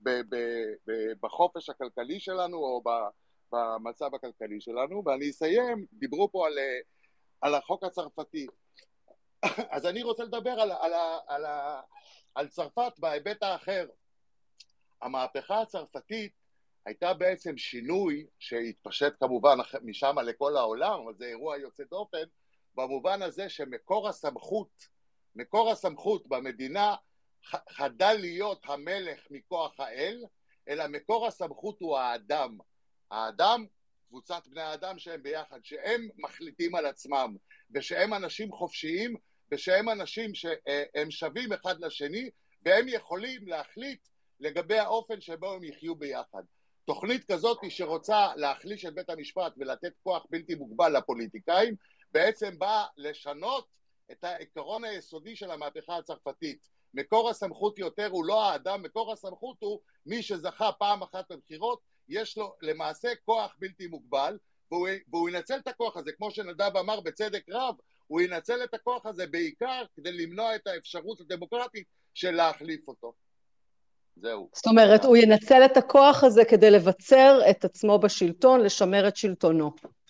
בחופש הכלכלי שלנו, או במצב הכלכלי שלנו. ואני אסיים, דיברו פה על... על החוק הצרפתי. אז אני רוצה לדבר על, על, על, על צרפת בהיבט האחר. המהפכה הצרפתית הייתה בעצם שינוי שהתפשט כמובן משם לכל העולם, אבל זה אירוע יוצא דופן, במובן הזה שמקור הסמכות, מקור הסמכות במדינה חדל להיות המלך מכוח האל, אלא מקור הסמכות הוא האדם. האדם, קבוצת בני האדם שהם ביחד, שהם מחליטים על עצמם, ושהם אנשים חופשיים, ושהם אנשים שהם שווים אחד לשני, והם יכולים להחליט לגבי האופן שבו הם יחיו ביחד. תוכנית כזאת שרוצה להחליש את בית המשפט ולתת כוח בלתי מוגבל לפוליטיקאים, בעצם באה לשנות את העיקרון היסודי של המהפכה הצרפתית. מקור הסמכות יותר הוא לא האדם, מקור הסמכות הוא מי שזכה פעם אחת בבחירות, יש לו למעשה כוח בלתי מוגבל, והוא, והוא ינצל את הכוח הזה, כמו שנדב אמר בצדק רב, הוא ינצל את הכוח הזה בעיקר כדי למנוע את האפשרות הדמוקרטית של להחליף אותו. זהו. זאת אומרת, הוא ינצל את הכוח הזה כדי לבצר את עצמו בשלטון, לשמר את שלטונו.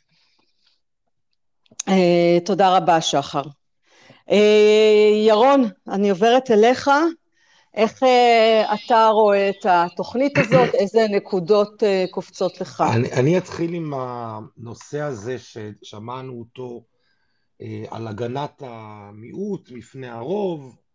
תודה רבה, שחר. ירון, אני עוברת אליך. איך אתה רואה את התוכנית הזאת? איזה נקודות קופצות לך? אני, אני אתחיל עם הנושא הזה ששמענו אותו על הגנת המיעוט מפני הרוב,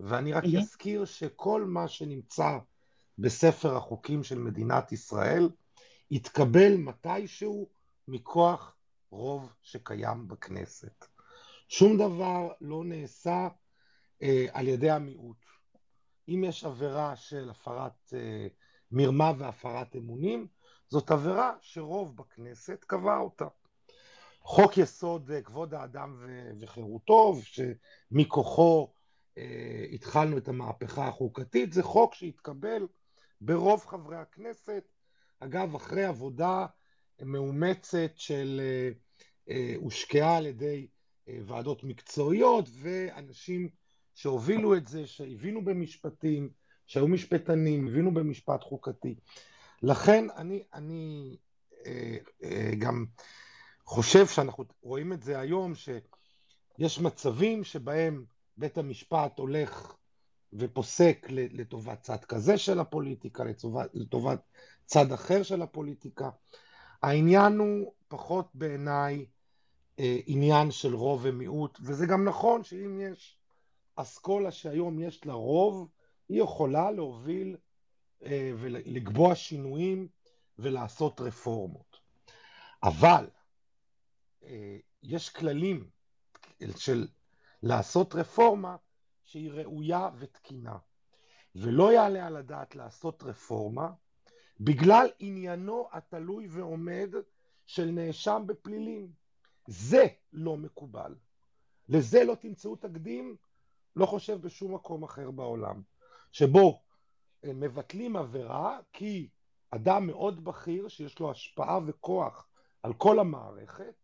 ואני רק Mhm. אזכיר שכל מה שנמצא בספר החוקים של מדינת ישראל יתקבל מתישהו מכוח רוב שקיים בכנסת. שום דבר לא נעשה אה, על ידי המיעוט. אם יש עבירה של הפרת אה, מרמה והפרת אמונים, זאת עבירה שרוב בכנסת קבע אותה. חוק יסוד אה, כבוד האדם ו- וחירותו, שמכוחו אה, התחלנו את המהפכה החוקתית, זה חוק שהתקבל ברוב חברי הכנסת, אגב אחרי עבודה מאומצת של אה, אה, הושקעה על ידי אה, ועדות מקצועיות ואנשים שהובילו את זה, שהבינו במשפטים, שהיו משפטנים, הבינו במשפט חוקתי. לכן אני, אני אה, אה, גם חושב שאנחנו רואים את זה היום, שיש מצבים שבהם בית המשפט הולך ופוסק לטובת צד כזה של הפוליטיקה, לטובת, לטובת צד אחר של הפוליטיקה. העניין הוא פחות בעיניי אה, עניין של רוב ומיעוט, וזה גם נכון שאם יש אסכולה שהיום יש לה רוב, היא יכולה להוביל אה, ולקבוע שינויים ולעשות רפורמות. אבל אה, יש כללים של לעשות רפורמה שהיא ראויה ותקינה, ולא יעלה על הדעת לעשות רפורמה בגלל עניינו התלוי ועומד של נאשם בפלילים. זה לא מקובל. לזה לא תמצאו תקדים, לא חושב בשום מקום אחר בעולם, שבו מבטלים עבירה כי אדם מאוד בכיר שיש לו השפעה וכוח על כל המערכת,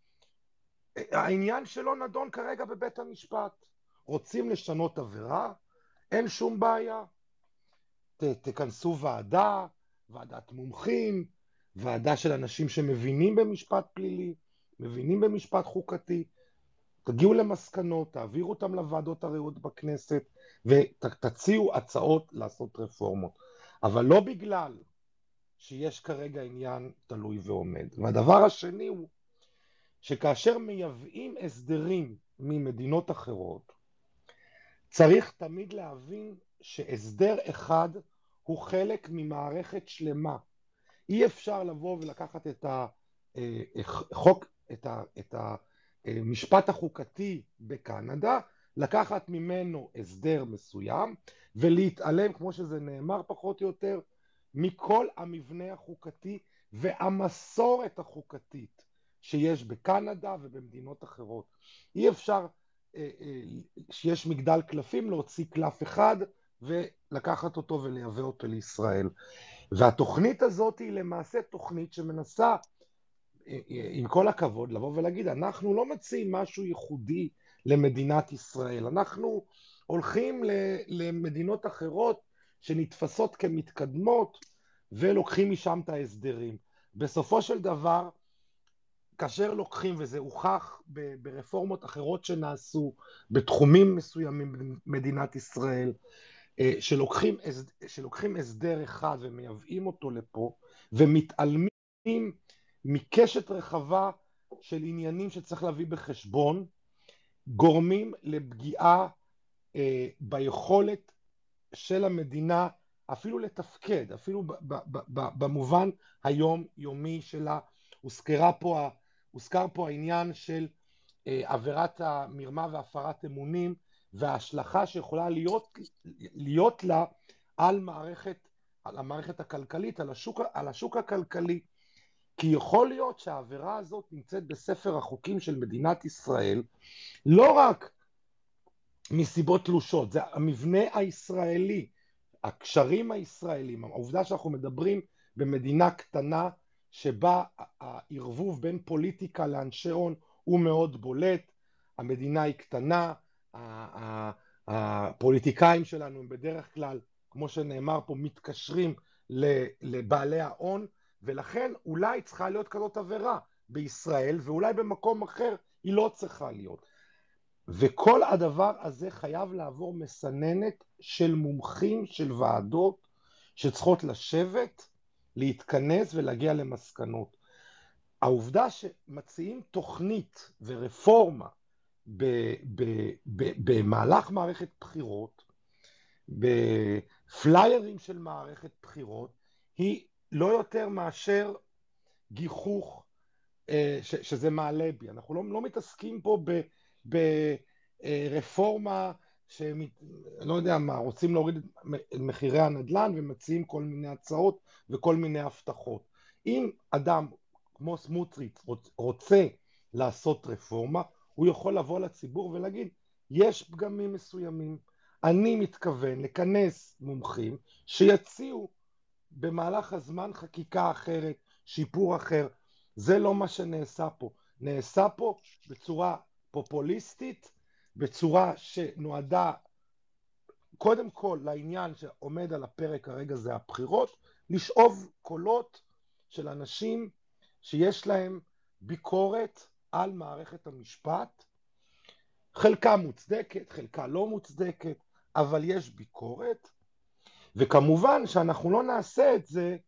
העניין שלו נדון כרגע בבית המשפט. רוצים לשנות עבירה, אין שום בעיה. ת, תכנסו ועדה, ועדת מומחים, ועדה של אנשים שמבינים במשפט פלילי, מבינים במשפט חוקתי, תגיעו למסקנות, תעבירו אותם לוועדות הראויות בכנסת, ותציעו הצעות לעשות רפורמות. אבל לא בגלל שיש כרגע עניין תלוי ועומד. והדבר השני הוא, שכאשר מייבאים הסדרים ממדינות אחרות, צריך תמיד להבין שהסדר אחד הוא חלק ממערכת שלמה. אי אפשר לבוא ולקחת את החוק, את ה, את המשפט החוקתי בקנדה, לקחת ממנו הסדר מסוים ולהתעלם, כמו שזה נאמר פחות או יותר, מכל המבנה החוקתי והמסורת החוקתית שיש בקנדה ובמדינות אחרות. אי אפשר שיש מגדל קלפים להוציא קלף אחד ולקחת אותו ולייבא אותו לישראל. והתוכנית הזאת היא למעשה תוכנית שמנסה, עם כל הכבוד, לבוא ולהגיד, אנחנו לא מציעים משהו ייחודי למדינת ישראל, אנחנו הולכים למדינות אחרות שנתפסות כמתקדמות ולוקחים משם את ההסדרים. בסופו של דבר, כאשר לוקחים, וזה הוכח ברפורמות אחרות שנעשו בתחומים מסוימים במדינת ישראל, שלוקחים, שלוקחים הסדר אחד ומייבאים אותו לפה, ומתעלמים מקשת רחבה של עניינים שצריך להביא בחשבון, גורמים לפגיעה אה, ביכולת של המדינה אפילו לתפקד, אפילו ב- ב- ב- במובן היום יומי שלה. הוזכרה פה, הוזכר פה העניין של אה, עבירת המרמה והפרת אמונים, וההשלכה שיכולה להיות, להיות לה על מערכת, על המערכת הכלכלית, על השוק, על השוק הכלכלי. כי יכול להיות שהעבירה הזאת נמצאת בספר החוקים של מדינת ישראל, לא רק מסיבות תלושות, זה המבנה הישראלי, הקשרים הישראלים, העובדה שאנחנו מדברים במדינה קטנה, שבה הערבוב בין פוליטיקה לאנשי הון הוא מאוד בולט, המדינה היא קטנה, הפוליטיקאים שלנו הם בדרך כלל, כמו שנאמר פה, מתקשרים לבעלי ההון, ולכן אולי צריכה להיות כזאת עבירה בישראל, ואולי במקום אחר היא לא צריכה להיות. וכל הדבר הזה חייב לעבור מסננת של מומחים, של ועדות, שצריכות לשבת, להתכנס ולהגיע למסקנות. העובדה שמציעים תוכנית ורפורמה במהלך מערכת בחירות, בפליירים של מערכת בחירות, היא לא יותר מאשר גיחוך ש, שזה מעלה בי. אנחנו לא, לא מתעסקים פה ברפורמה שלא יודע מה, רוצים להוריד את מחירי הנדל"ן ומציעים כל מיני הצעות וכל מיני הבטחות. אם אדם כמו סמוטריץ' רוצה לעשות רפורמה, הוא יכול לבוא לציבור ולהגיד, יש פגמים מסוימים, אני מתכוון לכנס מומחים שיציעו במהלך הזמן חקיקה אחרת, שיפור אחר. זה לא מה שנעשה פה. נעשה פה בצורה פופוליסטית, בצורה שנועדה קודם כל לעניין שעומד על הפרק כרגע זה הבחירות, לשאוב קולות של אנשים שיש להם ביקורת על מערכת המשפט, חלקה מוצדקת, חלקה לא מוצדקת, אבל יש ביקורת, וכמובן שאנחנו לא נעשה את זה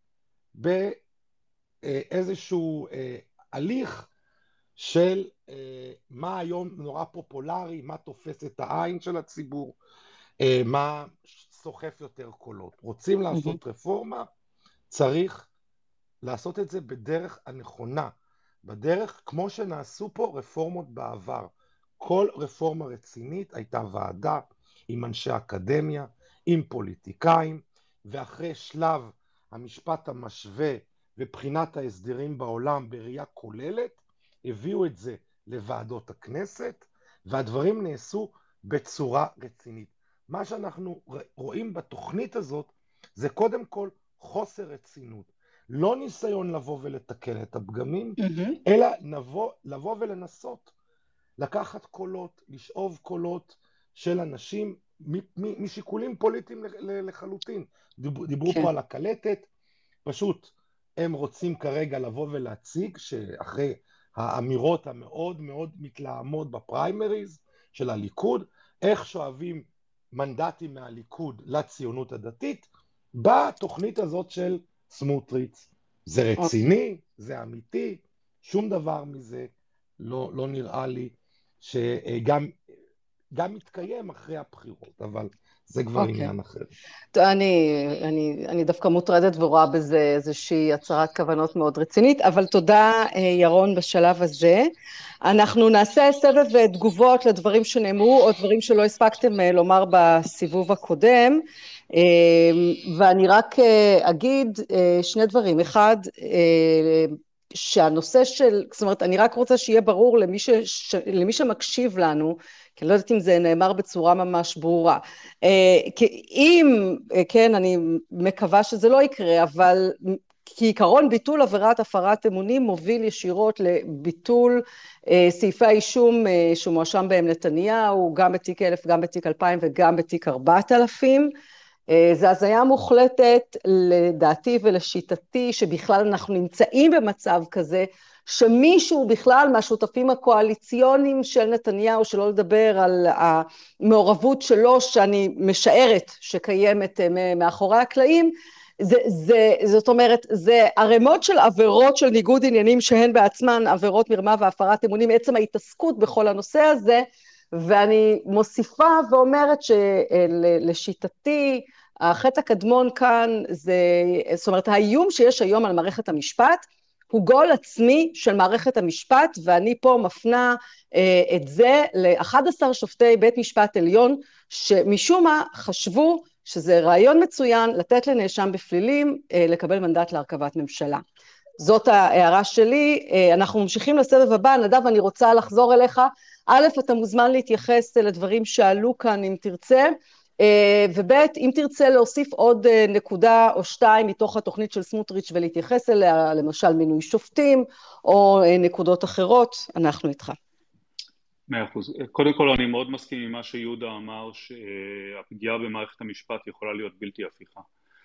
באיזשהו הליך של מה היום נורא פופולרי, מה תופס את העין של הציבור, מה סוחף יותר קולות. רוצים לעשות רפורמה, צריך לעשות את זה בדרך הנכונה, בדרך כמו שנעשו פה רפורמות בעבר. כל רפורמה רצינית הייתה ועדה עם אנשי אקדמיה, עם פוליטיקאים, ואחרי שלב המשפט המשווה ובחינת ההסדרים בעולם בראייה כוללת, הביאו את זה לוועדות הכנסת, והדברים נעשו בצורה רצינית. מה שאנחנו רואים בתוכנית הזאת, זה קודם כל חוסר רצינות. לא ניסיון לבוא ולתקן את הפגמים, mm-hmm. אלא לבוא, לבוא ולנסות לקחת קולות, לשאוב קולות של אנשים משיקולים פוליטיים לחלוטין. דיברו כן. פה על הקלטת, פשוט הם רוצים כרגע לבוא ולהציג שאחרי האמירות המאוד מאוד מתלהמות בפריימריז של הליכוד, איך שואבים מנדטים מהליכוד לציונות הדתית, בתוכנית הזאת של סמוטריץ'. זה רציני, זה אמיתי, שום דבר מזה לא, לא נראה לי שגם גם מתקיים אחרי הבחירות, אבל זה כבר okay. עניין אחר. אני, אני, אני דווקא מוטרדת ורואה בזה איזושהי הצהרת כוונות מאוד רצינית, אבל תודה ירון בשלב הזה. אנחנו נעשה סבב תגובות לדברים שנאמרו, או דברים שלא הספקתם לומר בסיבוב הקודם, ואני רק אגיד שני דברים. אחד, שהנושא של, זאת אומרת, אני רק רוצה שיהיה ברור למי, ש, למי שמקשיב לנו, כי אני לא יודעת אם זה נאמר בצורה ממש ברורה. כי אם, כן, אני מקווה שזה לא יקרה, אבל כעיקרון ביטול עבירת הפרת אמונים מוביל ישירות לביטול סעיפי האישום שמואשם בהם נתניהו, גם בתיק אלף, גם בתיק אלפיים וגם בתיק ארבעת אלפים. זה הזיה מוחלטת לדעתי ולשיטתי שבכלל אנחנו נמצאים במצב כזה שמישהו בכלל מהשותפים הקואליציוניים של נתניהו, שלא לדבר על המעורבות שלו שאני משערת שקיימת מאחורי הקלעים, זה, זה, זאת אומרת, זה ערימות של עבירות של ניגוד עניינים שהן בעצמן עבירות מרמה והפרת אמונים, עצם ההתעסקות בכל הנושא הזה, ואני מוסיפה ואומרת שלשיטתי, החטא הקדמון כאן זה, זאת אומרת, האיום שיש היום על מערכת המשפט, הוא גול עצמי של מערכת המשפט, ואני פה מפנה אה, את זה ל-אחד עשר שופטי בית משפט עליון, שמשום מה חשבו שזה רעיון מצוין לתת לנאשם בפלילים אה, לקבל מנדט להרכבת ממשלה. זאת ההערה שלי, אה, אנחנו ממשיכים לסבב הבא. נדב, אני רוצה לחזור אליך. א', אתה מוזמן להתייחס לדברים שעלו כאן אם תרצה, וב' אם תרצה להוסיף עוד נקודה או שתיים מתוך התוכנית של סמוטריץ' ולהתייחס אליה, למשל מינוי שופטים או נקודות אחרות, אנחנו איתך. מאה אחוז. קודם כל אני מאוד מסכים עם מה שיהודה אמר, שהפגיעה במערכת המשפט יכולה להיות בלתי הפיכה.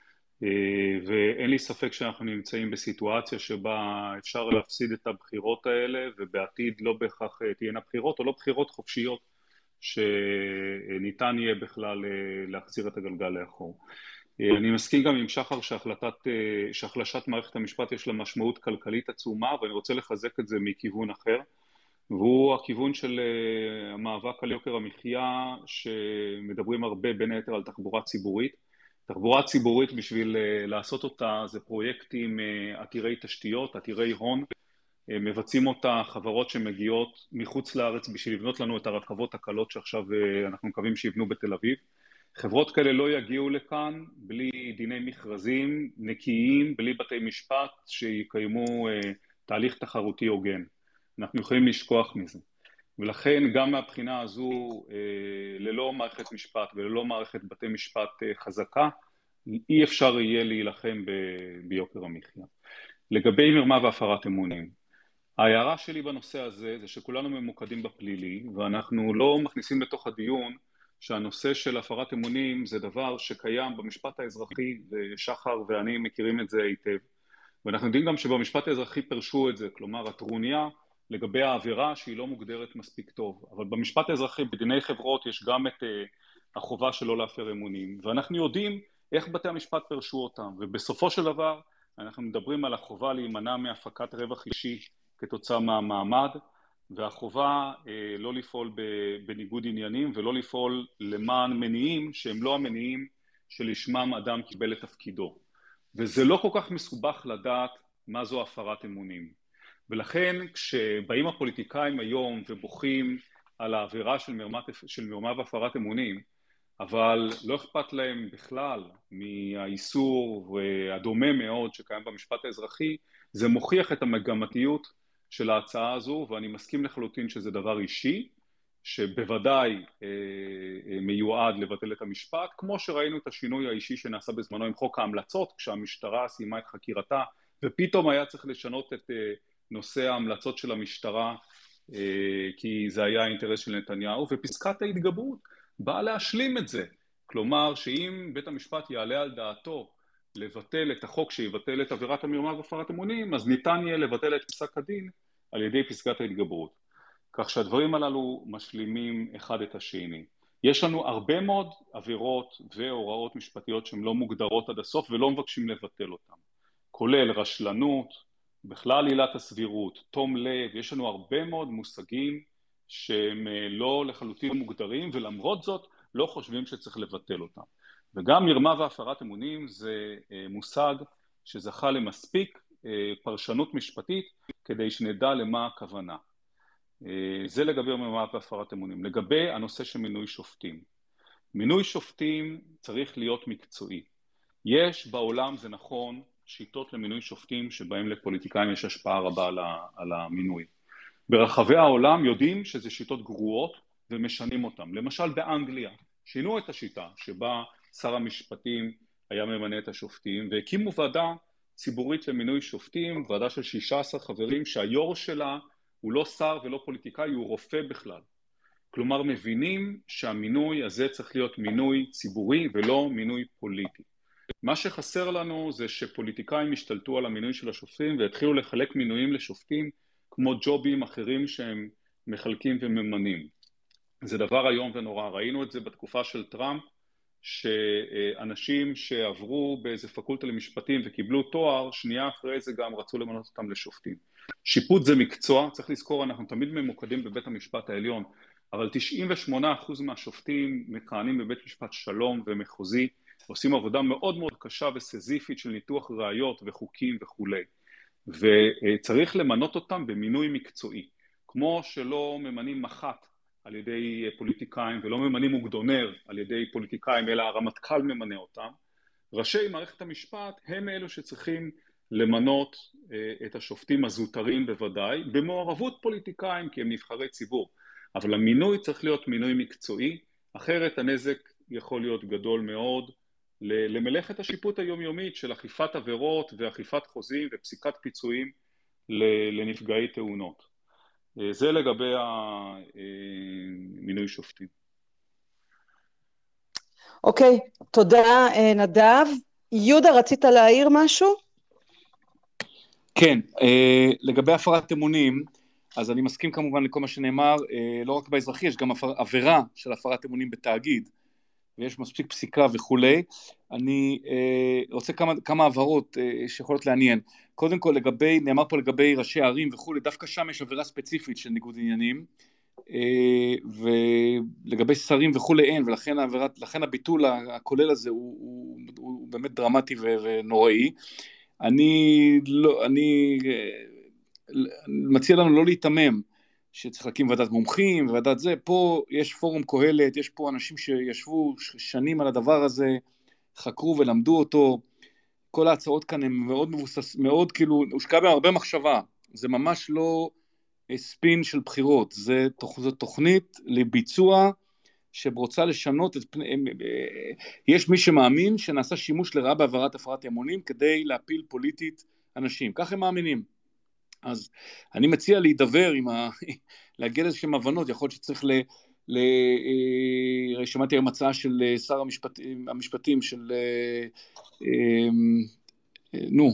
ואין לי ספק שאנחנו נמצאים בסיטואציה שבה אפשר להפסיד את הבחירות האלה, ובעתיד לא בהכרח תהיינה בחירות או לא בחירות חופשיות, שניתן יהיה בכלל להחזיר את הגלגל לאחור. אני מסכים גם עם שחר שהחלטת, שהחלשת מערכת המשפט יש לה משמעות כלכלית עצומה, ואני רוצה לחזק את זה מכיוון אחר. והוא הכיוון של המאבק על יוקר המחיה, שמדברים הרבה בין היתר על תחבורה ציבורית. תחבורה ציבורית בשביל לעשות אותה זה פרויקטים עתירי תשתיות, עתירי הון, מבצעים אותה חברות שמגיעות מחוץ לארץ בשביל לבנות לנו את הרכבות הקלות שעכשיו אנחנו מקווים שיבנו בתל אביב. חברות כאלה לא יגיעו לכאן בלי דיני מכרזים נקיים, בלי בתי משפט שיקיימו תהליך תחרותי הוגן. אנחנו יכולים לשכוח מזה. ולכן גם מהבחינה הזו, ללא מערכת משפט וללא מערכת בתי משפט חזקה, אי אפשר יהיה להילחם ביוקר המחיה. לגבי מרמה והפרת אמונים, ההערה שלי בנושא הזה זה שכולנו ממוקדים בפלילי, ואנחנו לא מכניסים לתוך הדיון שהנושא של הפרת אמונים זה דבר שקיים במשפט האזרחי, ושחר ואני מכירים את זה היטב. ואנחנו יודעים גם שבמשפט האזרחי פרשו את זה, כלומר הטרוניה לגבי העבירה שהיא לא מוגדרת מספיק טוב. אבל במשפט האזרחי, בדיני חברות, יש גם את uh, החובה שלא להפר אמונים, ואנחנו יודעים איך בתי המשפט פרשו אותם, ובסופו של דבר אנחנו מדברים על החובה להימנע מהפקת רווח אישי כתוצאה מהמעמד, והחובה אה, לא לפעול בניגוד עניינים ולא לפעול למען מניעים שהם לא המניעים שלשמם אדם קיבל את תפקידו. וזה לא כל כך מסובך לדעת מה זו הפרת אמונים. ולכן כשבאים הפוליטיקאים היום ובוכים על העבירה של מרמה, של מרמה והפרת אמונים, אבל לא אכפת להם בכלל מהאיסור הדומה מאוד שקיים במשפט האזרחי, זה מוכיח את המגמתיות של ההצעה הזו, ואני מסכים לחלוטין שזה דבר אישי, שבוודאי אה, אה, מיועד לבטל את המשפט, כמו שראינו את השינוי האישי שנעשה בזמנו עם חוק ההמלצות, כשהמשטרה סיימה את חקירתה, ופתאום היה צריך לשנות את אה, נושא ההמלצות של המשטרה, אה, כי זה היה האינטרס של נתניהו, ופסקת ההתגברות באה להשלים את זה. כלומר, שאם בית המשפט יעלה על דעתו לבטל את החוק שיבטל את עבירת המרמה והפרת אמונים, אז ניתן יהיה לבטל את פסק הדין על ידי פסקת ההתגברות. כך שהדברים הללו משלימים אחד את השני. יש לנו הרבה מאוד עבירות והוראות משפטיות שהן לא מוגדרות עד הסוף ולא מבקשים לבטל אותן. כולל רשלנות, בכלל עילת הסבירות, תום לב, יש לנו הרבה מאוד מושגים שהם לא לחלוטין מוגדרים, ולמרות זאת לא חושבים שצריך לבטל אותם. וגם מרמה והפרת אמונים זה מושג שזכה למספיק פרשנות משפטית כדי שנדע למה הכוונה. זה לגבי מרמה והפרת אמונים. לגבי הנושא של מינוי שופטים. מינוי שופטים צריך להיות מקצועי. יש בעולם, זה נכון, שיטות למינוי שופטים שבהם לפוליטיקאים יש השפעה רבה על המינוי. ברחבי העולם יודעים שזה שיטות גרועות ומשנים אותם. למשל באנגליה שינו את השיטה שבה שר המשפטים היה ממנה את השופטים, והקימו ועדה ציבורית למינוי שופטים, ועדה של שישה עשר חברים שהיו"ר שלה הוא לא שר ולא פוליטיקאי, הוא רופא בכלל. כלומר מבינים שהמינוי הזה צריך להיות מינוי ציבורי ולא מינוי פוליטי. מה שחסר לנו זה שפוליטיקאים השתלטו על המינוי של השופטים והתחילו לחלק מינויים לשופטים כמו ג'ובים אחרים שהם מחלקים וממנים. זה דבר היום ונורא. ראינו את זה בתקופה של טראמפ, שאנשים שעברו באיזה פקולטה למשפטים וקיבלו תואר, שנייה אחרי זה גם רצו למנות אותם לשופטים. שיפוט זה מקצוע, צריך לזכור, אנחנו תמיד ממוקדים בבית המשפט העליון, אבל תשעים ושמונה אחוז מהשופטים מכהנים בבית משפט שלום ומחוזי, עושים עבודה מאוד מאוד קשה וסזיפית של ניתוח ראיות וחוקים וכו'. וצריך למנות אותם במינוי מקצועי, כמו שלא ממנים מח"ט על ידי פוליטיקאים ולא ממנים מוקדונר על ידי פוליטיקאים, אלא הרמטכ"ל ממנה אותם. ראשי מערכת המשפט הם אלו שצריכים למנות את השופטים הזוטרים בוודאי, במעורבות פוליטיקאים כי הם נבחרי ציבור, אבל המינוי צריך להיות מינוי מקצועי, אחרת הנזק יכול להיות גדול מאוד למלאכת השיפוט היומיומית של אכיפת עבירות ואכיפת חוזים ופסיקת פיצויים לנפגעי תאונות. זה לגבי המינוי שופטים. אוקיי, תודה נדב. יהודה, רצית להעיר משהו? כן, לגבי הפרת אמונים, אז אני מסכים כמובן לכל מה שנאמר, לא רק באזרחי, יש גם עבירה של הפרת אמונים בתאגיד, ויש מספיק פסיקה וכולי. אני אה, רוצה כמה, כמה עברות אה, שיכולות לעניין. קודם כל, לגבי, נאמר פה לגבי ראשי הערים וכולי, דווקא שם יש עבירה ספציפית של ניגוד עניינים, אה, ולגבי שרים וכולי אין, ולכן העבירת, לכן הביטול הכולל הזה הוא, הוא, הוא באמת דרמטי ונוראי. אני, לא, אני אה, מציע לנו לא להתאמם, שצריך להקים ועדת מומחים, ועדת זה, פה יש פורום קהלת, יש פה אנשים שישבו שנים על הדבר הזה, חקרו ולמדו אותו, כל ההצעות כאן הן מאוד מבוסס, מאוד כאילו, הושקע בהם הרבה מחשבה, זה ממש לא ספין של בחירות, זה, זו תוכנית לביצוע, שרוצה לשנות את פני, יש מי שמאמין שנעשה שימוש לרעה בעבירת הפרת אמונים, כדי להפיל פוליטית אנשים, כך הם מאמינים. אז אני מציע להידבר עם ה... להגיע לאיזשהם הבנות, יכול להיות שצריך ל... ל... שמעתי היום הצעה של שר המשפטים, המשפטים של... נו...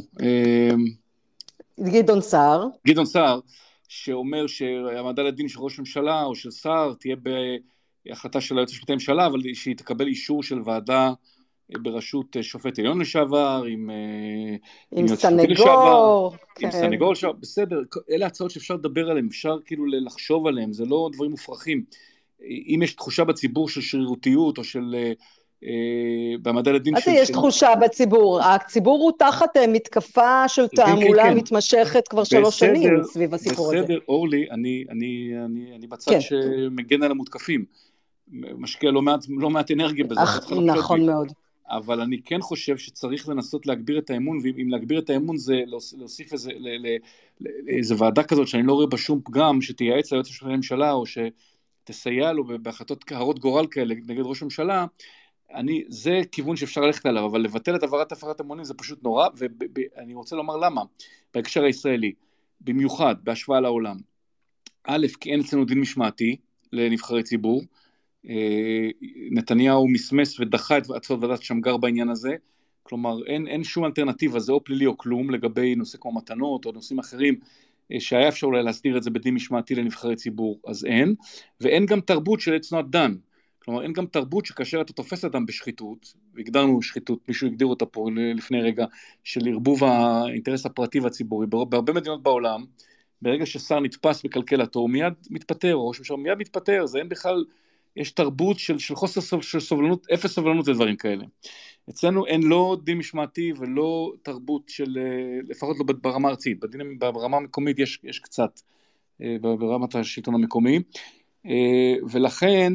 גדעון סער. גדעון סער, שאומר שהעמדה לדין של ראש ממשלה או של שר תהיה בהחלטה של היועץ המשפטי לממשלה, אבל שהיא תקבל אישור של ועדה בראשות שופט עליון לשעבר, עם, עם סנגור, כן. עם סנגור לשעבר, בסדר, אלה הצעות שאפשר לדבר עליהן, אפשר כאילו לחשוב עליהן, זה לא דברים מופרכים. אם יש תחושה בציבור של שרירותיות, או של, אה, במדע לדין של... של... יש תחושה בציבור, הציבור הוא תחת מתקפה של תעמולה כן, כן, מתמשכת כבר בסדר, שלוש שנים סביב הסיפור בסדר, הזה. בסדר, אורלי, אני, אני, אני, אני בצד כן. שמגן על המותקפים, משקיע לא מעט, לא מעט אנרגיה בזה. אח, נכון מאוד. אבל אני כן חושב שצריך לנסות להגביר את האמון, ואם להגביר את האמון זה להוסיף איזה, איזה ועדה כזאת, שאני לא רואה בשום פגם, שתייעץ ליועץ המשפטי לממשלה, או שתסייע לו בהחלטות הרות גורל כאלה נגד ראש הממשלה, אני, זה כיוון שאפשר ללכת עליו, אבל לבטל את עבירת הפרת אמונים זה פשוט נורא, ואני רוצה לומר למה, בהקשר הישראלי, במיוחד, בהשוואה לעולם. א', כי אין אצלנו דין משמעתי לנבחרי ציבור, נתניהו מסמס ודחה את הצעות ועדת שמגר בעניין הזה, כלומר אין, אין שום אלטרנטיבה, זה או פלילי או כלום, לגבי נושא כמו מתנות או נושאים אחרים, שהיה אפשר אולי להסדיר את זה בדין משמעתי לנבחרי ציבור, אז אין, ואין גם תרבות של it's not done, כלומר אין גם תרבות שכאשר אתה תופס אדם בשחיתות, והגדרנו שחיתות, מישהו הגדיר אותה פה לפני רגע, של ערבוב האינטרס הפרטי והציבורי, בהרבה מדינות בעולם, ברגע ששר נתפס בקלקלתו, הוא מיד מתפטר, או ראש ממשלה מיד מתפטר, זה אין בכלל, יש תרבות של, של חוסר של סובלנות, אפס סובלנות לדברים כאלה. אצלנו אין לא דין משמעתי ולא תרבות של, לפחות לא ברמה ארצית, בדין, ברמה המקומית יש, יש קצת, ברמת השלטון המקומי, ולכן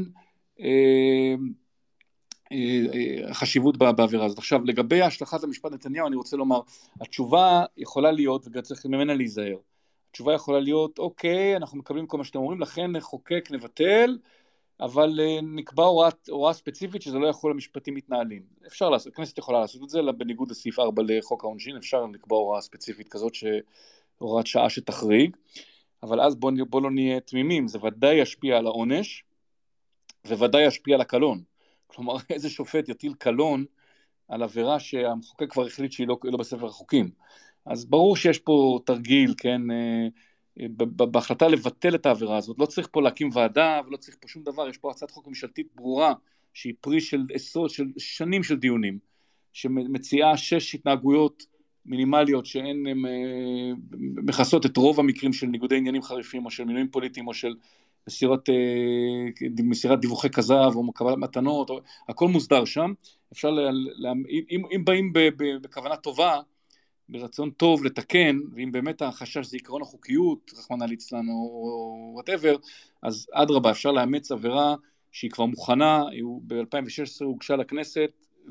החשיבות בעבירה הזאת. עכשיו, לגבי ההשלכת המשפט נתניהו, אני רוצה לומר, התשובה יכולה להיות, וצריך ממנה להיזהר, התשובה יכולה להיות, אוקיי, אנחנו מקבלים כל מה שאתם אומרים, לכן נחוקק, נבטל, אבל נקבע הוראת, הוראה ספציפית שזה לא יכול למשפטים מתנהלים. אפשר לעשות, הכנסת יכולה לעשות את זה, בניגוד לסעיף ארבע לחוק העונשין, אפשר לקבוע הוראה ספציפית כזאת, הוראת שעה שתחריג, אבל אז בוא, בוא לא נהיה תמימים, זה ודאי ישפיע על העונש, וודאי ישפיע על הקלון. כלומר, איזה שופט יטיל קלון על עבירה שהמחוקק כבר החליט שהיא לא, לא בספר החוקים. אז ברור שיש פה תרגיל, כן, בהחלטה לבטל את העבירה הזאת, לא צריך פה להקים ועדה, ולא צריך פה שום דבר, יש פה הצעת חוק ממשלתית ברורה, שהיא פרי של עשרות, של שנים של דיונים, שמציעה שש התנהגויות מינימליות, שהן מכסות את רוב המקרים של ניגודי עניינים חריפים, או של מינויים פוליטיים, או של מסירת, מסירת דיווחי כזב, או קבלת מתנות, או, הכל מוסדר שם, אפשר, לה, לה, אם, אם באים בכוונה טובה, ברצון טוב לתקן, ואם באמת החשש זה עקרון החוקיות, רחמנא ליצלן או whatever, אז עד רבה אפשר לאמץ עבירה שהיא כבר מוכנה, ב-אלפיים ושש עשרה הוגשה לכנסת,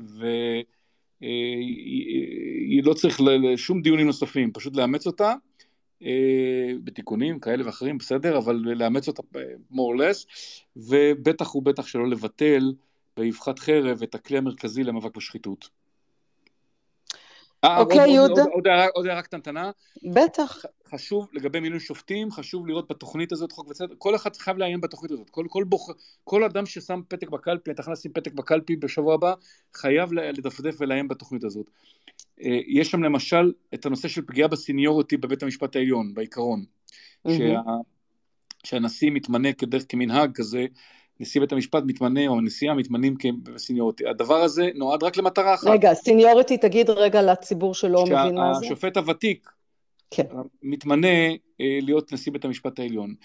והיא לא צריך לשום דיונים נוספים, פשוט לאמץ אותה, בתיקונים כאלה ואחרים, בסדר, אבל לאמץ אותה more or less, ובטח ובטח שלא לבטל באבחת חרב את הכלי המרכזי למאבק בשחיתות. אוקיי, יהודה. עוד הערה קטנטנה. בטח. חשוב, לגבי מינוי שופטים, חשוב לראות בתוכנית הזאת, חוק וצדק, כל אחד חייב לעיין בתוכנית הזאת, כל, כל, בוח, כל אדם ששם פתק בקלפי, אתה יכול לשים פתק בקלפי בשבוע הבא, חייב לדפדף ולעיין בתוכנית הזאת. יש שם למשל את הנושא של פגיעה בסניוריטי בבית המשפט העליון, בעיקרון, שה, שהנשיא מתמנה כדרך כמנהג כזה, נשיא בית המשפט מתמנה, או נשיאה מתמנים כסניוריטי. הדבר הזה נועד רק למטרה אחת. רגע, סניוריטי, תגיד רגע לציבור שלא מבין מה זה. שהשופט הוותיק כן. מתמנה להיות נשיא בית המשפט העליון.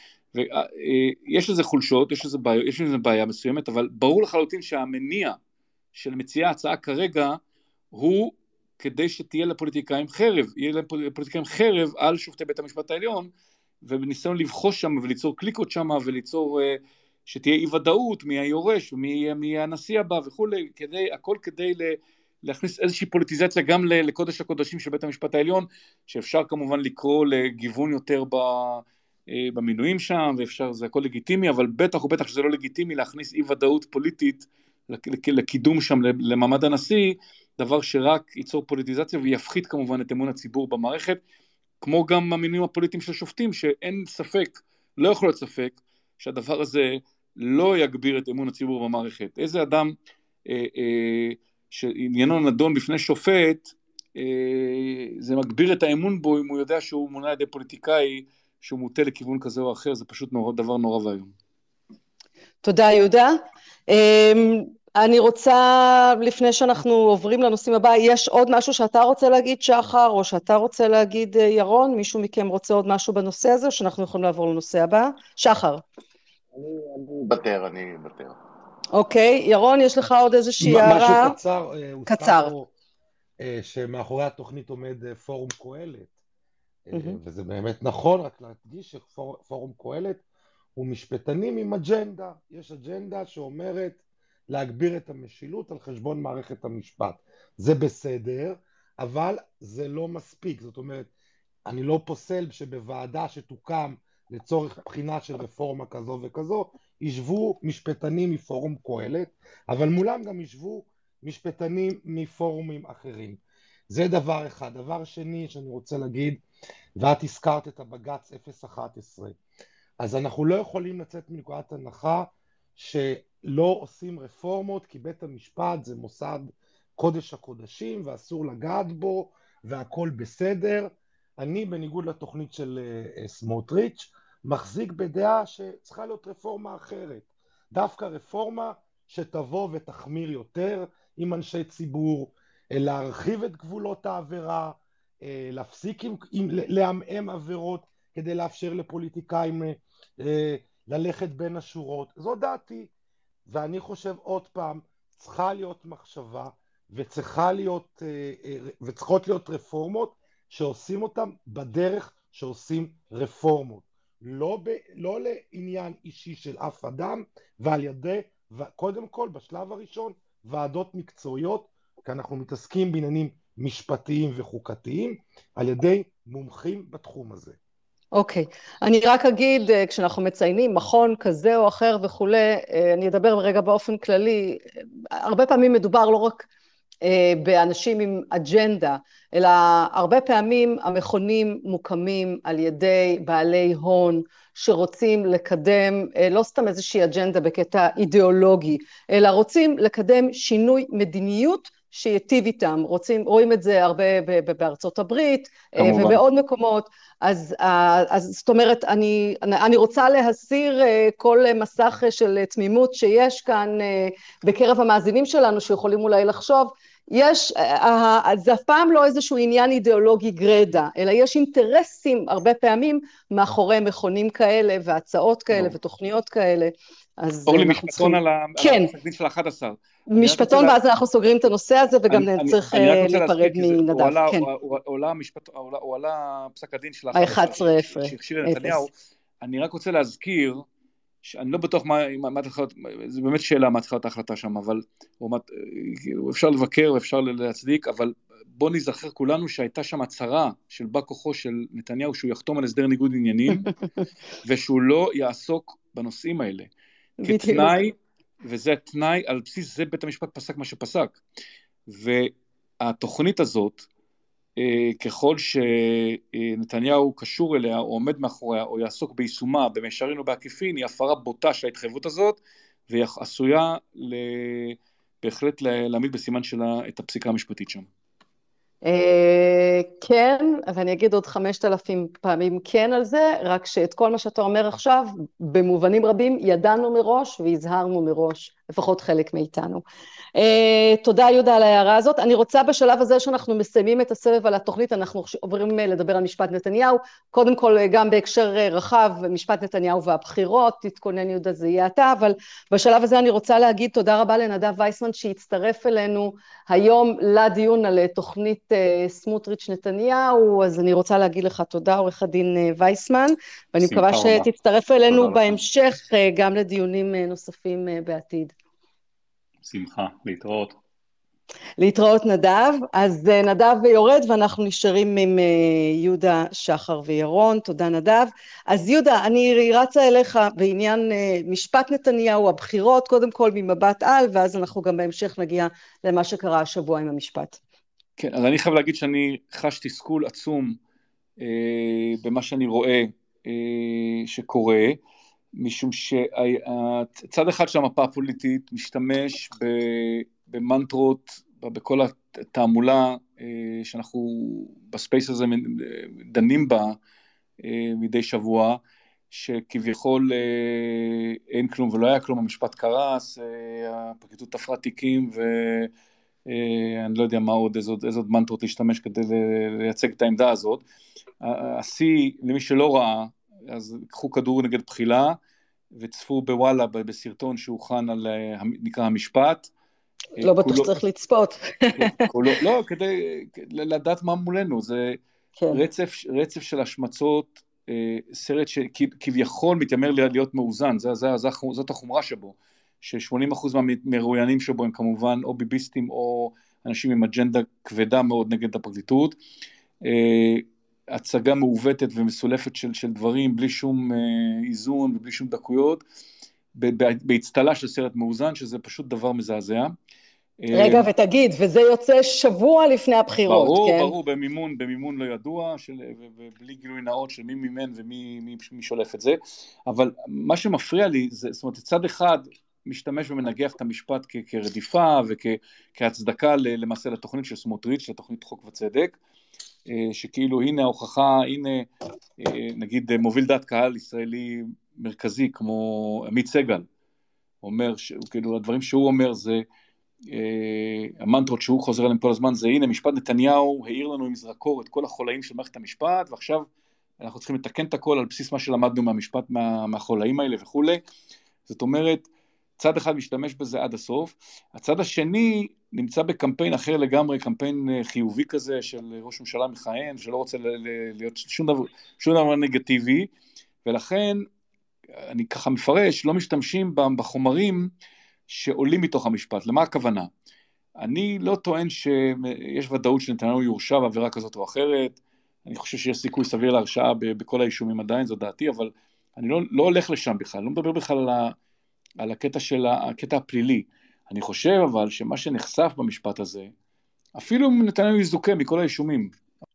ויש לזה חולשות, יש לזה בעיה, יש לזה בעיה מסוימת, אבל ברור לחלוטין שהמניע של מציעה ההצעה כרגע, הוא כדי שתהיה לפוליטיקאים חרב, יהיה לפוליטיקאים חרב על שופטי בית המשפט העליון, ובניסיון לבחוש שם וליצור קליקות שם, וליצור שתהיה אי ודאות מי היורש ומי הנשיא הבא וכו', כדי, הכל כדי להכניס איזושהי פוליטיזציה גם לקודש הקודשים של בית המשפט העליון, שאפשר כמובן לקרוא לגיוון יותר במינויים שם, ואפשר, זה הכל לגיטימי, אבל בטח ובטח שזה לא לגיטימי להכניס אי ודאות פוליטית לקידום שם למעמד הנשיא, דבר שרק ייצור פוליטיזציה ויפחית כמובן את אמון הציבור במערכת, כמו גם המינויים הפוליטיים של שופטים, שאין ספק, לא יכול להיות ספק, שהדבר הזה לא יגביר את אמון הציבור במערכת. איזה אדם אה, אה, שעניינו נדון בפני שופט, אה, זה מגביר את האמון בו, אם הוא יודע שהוא מונע על ידי פוליטיקאי, שהוא מוטה לכיוון כזה או אחר, זה פשוט נורא, דבר נורא והיום. תודה יהודה. אני רוצה, לפני שאנחנו עוברים לנושאים הבא, יש עוד משהו שאתה רוצה להגיד שחר, או שאתה רוצה להגיד ירון? מישהו מכם רוצה עוד משהו בנושא הזה, או שאנחנו יכולים לעבור לנושא הבא? שחר. אני בטר, אני בטר. אוקיי, ירון, יש לך עוד איזושהי הערה? משהו קצר, קצר. פה, שמאחורי התוכנית עומד פורום קהלת, וזה באמת נכון, רק להדגיש שפורום קהלת הוא משפטנים עם אג'נדה, יש אג'נדה שאומרת להגביר את המשילות על חשבון מערכת המשפט. זה בסדר, אבל זה לא מספיק. זאת אומרת, אני לא פוסל שבוועדה שתוקם לצורך בחינה של רפורמה כזו וכזו, ישבו משפטנים מפורום קהלת, אבל מולם גם ישבו משפטנים מפורומים אחרים. זה דבר אחד. דבר שני שאני רוצה להגיד, ואת הזכרת את הבג"ץ אפס אחת עשרה, אז אנחנו לא יכולים לצאת מנקודת הנחה שלא עושים רפורמות, כי בית המשפט זה מוסד קודש הקודשים ואסור לגעת בו והכל בסדר. אני בניגוד לתוכנית של סמוטריץ' מחזיק בדעה שצריכה להיות רפורמה אחרת, דווקא רפורמה שתבוא ותחמיר יותר עם אנשי ציבור, להרחיב את גבולות העבירה, להפסיק עם, עם, להמאם עבירות כדי לאפשר לפוליטיקאים ללכת בין השורות. זו דעתי, ואני חושב עוד פעם, צריכה להיות מחשבה וצריכה להיות, וצריכות להיות רפורמות שעושים אותם בדרך שעושים רפורמות, לא, ב, לא לעניין אישי של אף אדם, ועל ידי, קודם כל בשלב הראשון, ועדות מקצועיות, כי אנחנו מתעסקים בעניינים משפטיים וחוקתיים, על ידי מומחים בתחום הזה. אוקיי, אני רק אגיד, כשאנחנו מציינים מכון כזה או אחר וכולי, אני אדבר ברגע באופן כללי, הרבה פעמים מדובר לא רק באנשים עם אג'נדה, אלא הרבה פעמים המכונים מוקמים על ידי בעלי הון שרוצים לקדם, לא סתם איזושהי אג'נדה בקטע אידיאולוגי, אלא רוצים לקדם שינוי מדיניות שיטיב איתם, רוצים, רואים את זה הרבה בארצות הברית כמובן. ובעוד מקומות, אז, אז זאת אומרת, אני, אני רוצה להסיר כל מסך של תמימות שיש כאן בקרב המאזינים שלנו, שיכולים אולי לחשוב, יש, זה אף פעם לא איזשהו עניין אידיאולוגי גרדה, אלא יש אינטרסים הרבה פעמים מאחורי מכונים כאלה, והצעות כאלה ותוכניות כאלה. אורלי, משפטון על הפסק דין של אחד עשר. משפטון, ואז אנחנו סוגרים את הנושא הזה, וגם צריך להיפרד מנדב. הוא עלה פסק הדין של ה-אחד עשר שהכשיר לנתניהו. אני רק רוצה להזכיר, שאני לא בטוח מה צריכה להיות, זה באמת שאלה מה צריכה להיות ההחלטה שם, אבל אפשר לבקר ואפשר להצדיק, אבל בוא נזכר כולנו שהייתה שם הצהרה של בא כוחו של נתניהו, שהוא יחתום על הסדר ניגוד עניינים, ושהוא לא יעסוק בנושאים האלה. כתנאי, וזה התנאי, על בסיס זה בית המשפט פסק מה שפסק. והתוכנית הזאת, ככל שנתניהו קשור אליה, או עומד מאחוריה, או יעסוק ביישומה, במישרין או בעקיפין, היא הפרה בוטה של ההתחייבות הזאת, והיא עשויה בהחלט להעמיד בסימן שלה את הפסיקה המשפטית שם. כן, ואני אגיד עוד חמשת אלפים פעמים כן על זה, רק שאת כל מה שאתה אומר עכשיו, במובנים רבים ידענו מראש והזהרנו מראש, לפחות חלק מאיתנו. תודה יהודה על ההערה הזאת. אני רוצה בשלב הזה שאנחנו מסיימים את הסבב על התוכנית, אנחנו עוברים לדבר על משפט נתניהו, קודם כל גם בהקשר רחב, משפט נתניהו והבחירות, תתכונן יהודה זה יהיה אתה, אבל בשלב הזה אני רוצה להגיד תודה רבה לנדב וייסמן שהצטרף אלינו היום לדיון על תוכנית סמוטריץ' נתניהו, אז אני רוצה להגיד לך תודה עורך הדין וייסמן, ואני מקווה שתצטרף אלינו בהמשך גם לדיונים נוספים בעתיד. שמחה, להתראות. להתראות נדב, אז נדב יורד ואנחנו נשארים עם יהודה, שחר וירון, תודה נדב. אז יהודה, אני רצה אליך בעניין משפט נתניהו, הבחירות, קודם כל ממבט על, ואז אנחנו גם בהמשך נגיע למה שקרה השבוע עם המשפט. כן, אז אני חייב להגיד שאני חש תסכול עצום אה, במה שאני רואה אה, שקורה, משום שהצד אחד של המפה הפוליטית משתמש במנטרות, בכל התעמולה שאנחנו בספייס הזה דנים בה מדי שבוע, שכביכול אין כלום ולא היה כלום, המשפט קרס, הפרקליטות תפרה תיקים ואני לא יודע מה עוד, איזה עוד מנטרות להשתמש כדי לייצג את העמדה הזאת. השיא, למי שלא ראה, אז קחו כדור נגד בחילה, וצפו בוואלה בסרטון שהוכן על, נקרא המשפט. לא בטוח שצריך לצפות. לא, כדי לדעת מה מולנו, זה רצף של השמצות, סרט שכביכול מתיימר להיות מאוזן, זאת החומרה שבו, ש-שמונים אחוז מהמרואיינים שבו הם כמובן או ביביסטים או אנשים עם אג'נדה כבדה מאוד נגד הפרקליטות, הצגה מעוותת ומסולפת של, של דברים, בלי שום אה, איזון ובלי שום דקויות, בהצטלה של סרט מאוזן, שזה פשוט דבר מזעזע. רגע, ותגיד, וזה יוצא שבוע לפני הבחירות, ברור, כן? ברור, ברור, במימון, במימון לא ידוע, של, ובלי גילוי נאות של מי מימן ומי מי, מי שולף את זה, אבל מה שמפריע לי, זה, זאת אומרת, צד אחד משתמש ומנגח את המשפט כ, כרדיפה וכהצדקה למעשה לתוכנית של סמוטריץ', לתוכנית חוק וצדק, שכאילו הנה ההוכחה, הנה נגיד מוביל דעת קהל ישראלי מרכזי כמו עמית סגל, אומר, כאילו הדברים שהוא אומר זה, המנטרות שהוא חוזר עליהם כל הזמן זה הנה משפט נתניהו העיר לנו עם זרקור את כל החולאים של מערכת המשפט, ועכשיו אנחנו צריכים לתקן את הכל על בסיס מה שלמדנו מהמשפט, מה, מהחולאים האלה וכו'. זאת אומרת, צד אחד משתמש בזה עד הסוף, הצד השני נמצא בקמפיין אחר לגמרי, קמפיין חיובי כזה של ראש ממשלה מכהן, שלא רוצה להיות שום דבר, שום דבר נגטיבי, ולכן אני ככה מפרש, לא משתמשים בחומרים שעולים מתוך המשפט. למה הכוונה? אני לא טוען שיש ודאות שנתניהו יורשע בעבירה כזאת או אחרת, אני חושב שיש סיכוי סביר להרשעה בכל האישומים עדיין, זו דעתי, אבל אני לא, לא הולך לשם בכלל, לא מדבר בכלל על ה... על הקטע של הקטע הפלילי. אני חושב אבל שמה שנחשף במשפט הזה, אפילו אם נתניהו יזוכה מכל האישומים,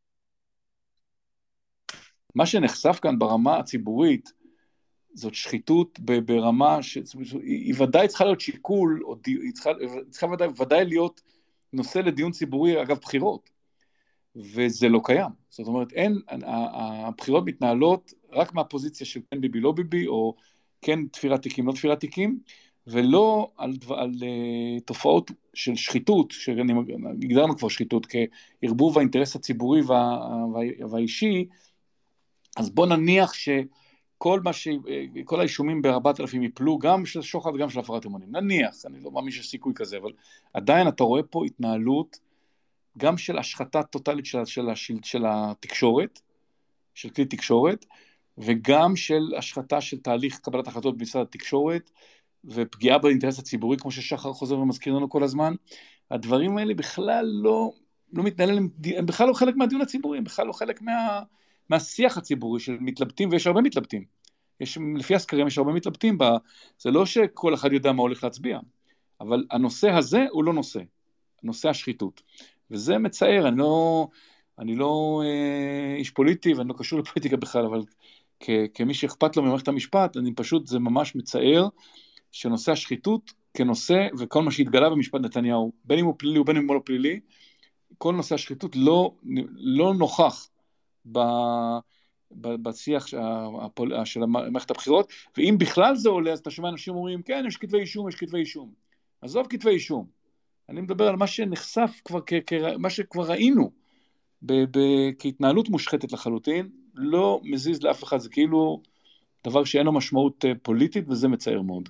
מה שנחשף כאן ברמה הציבורית, זאת שחיתות ברמה, ש... היא ודאי צריכה להיות שיקול, או די... היא צריכה, צריכה ודאי, ודאי להיות נושא לדיון ציבורי אגב בחירות, וזה לא קיים. זאת אומרת, אין, הבחירות מתנהלות רק מהפוזיציה של כן ביבי לא ביבי, או כן תפירת תיקים, לא תפירת תיקים, ולא על, על uh, תופעות של שחיתות, שהגדרנו כבר שחיתות, כערבוב האינטרס הציבורי וה, וה, והאישי, אז בוא נניח שכל מה ש, כל האישומים בארבעת אלפים יפלו, גם של שוחד וגם של הפרת אמונים, נניח, אני לא מאמין שיש סיכוי כזה, אבל עדיין אתה רואה פה התנהלות, גם של השחתה טוטלית של, של, של, של התקשורת, של כלי תקשורת, וגם של השחתה של תהליך קבלת החלטות במשרד התקשורת, ופגיעה באינטרס הציבורי, כמו ששחר חוזר ומזכיר לנו כל הזמן. הדברים האלה בכלל לא, לא מתנהלים, הם בכלל לא חלק מהדיון הציבורי, הם בכלל לא חלק מה, מהשיח הציבורי של מתלבטים, ויש הרבה מתלבטים. יש, לפי הסקרים יש הרבה מתלבטים, בה, זה לא שכל אחד יודע מה הולך להצביע, אבל הנושא הזה הוא לא נושא, נושא השחיתות. וזה מצער, אני לא, אני לא אה, איש פוליטי, ואני לא קשור לפוליטיקה בכלל, אבל כ, כמי שאכפת לו ממערכת המשפט, אני פשוט, זה ממש מצער, שנושא השחיתות כנושא, וכל מה שהתגלה במשפט נתניהו, בין אם הוא פלילי ובין אם הוא לא פלילי, כל נושא השחיתות לא, לא נוכח ב, ב, בשיח של, של מערכת הבחירות, ואם בכלל זה עולה, אז אתה שומע אנשים אומרים, כן, יש כתבי אישום, יש כתבי אישום. עזוב כתבי אישום. אני מדבר על מה שנחשף כבר, כ, כ, מה שכבר ראינו, ב, ב, כהתנהלות מושחתת לחלוטין, לא מזיז לאף אחד, זה כאילו דבר שאין לו משמעות פוליטית, וזה מצער מאוד.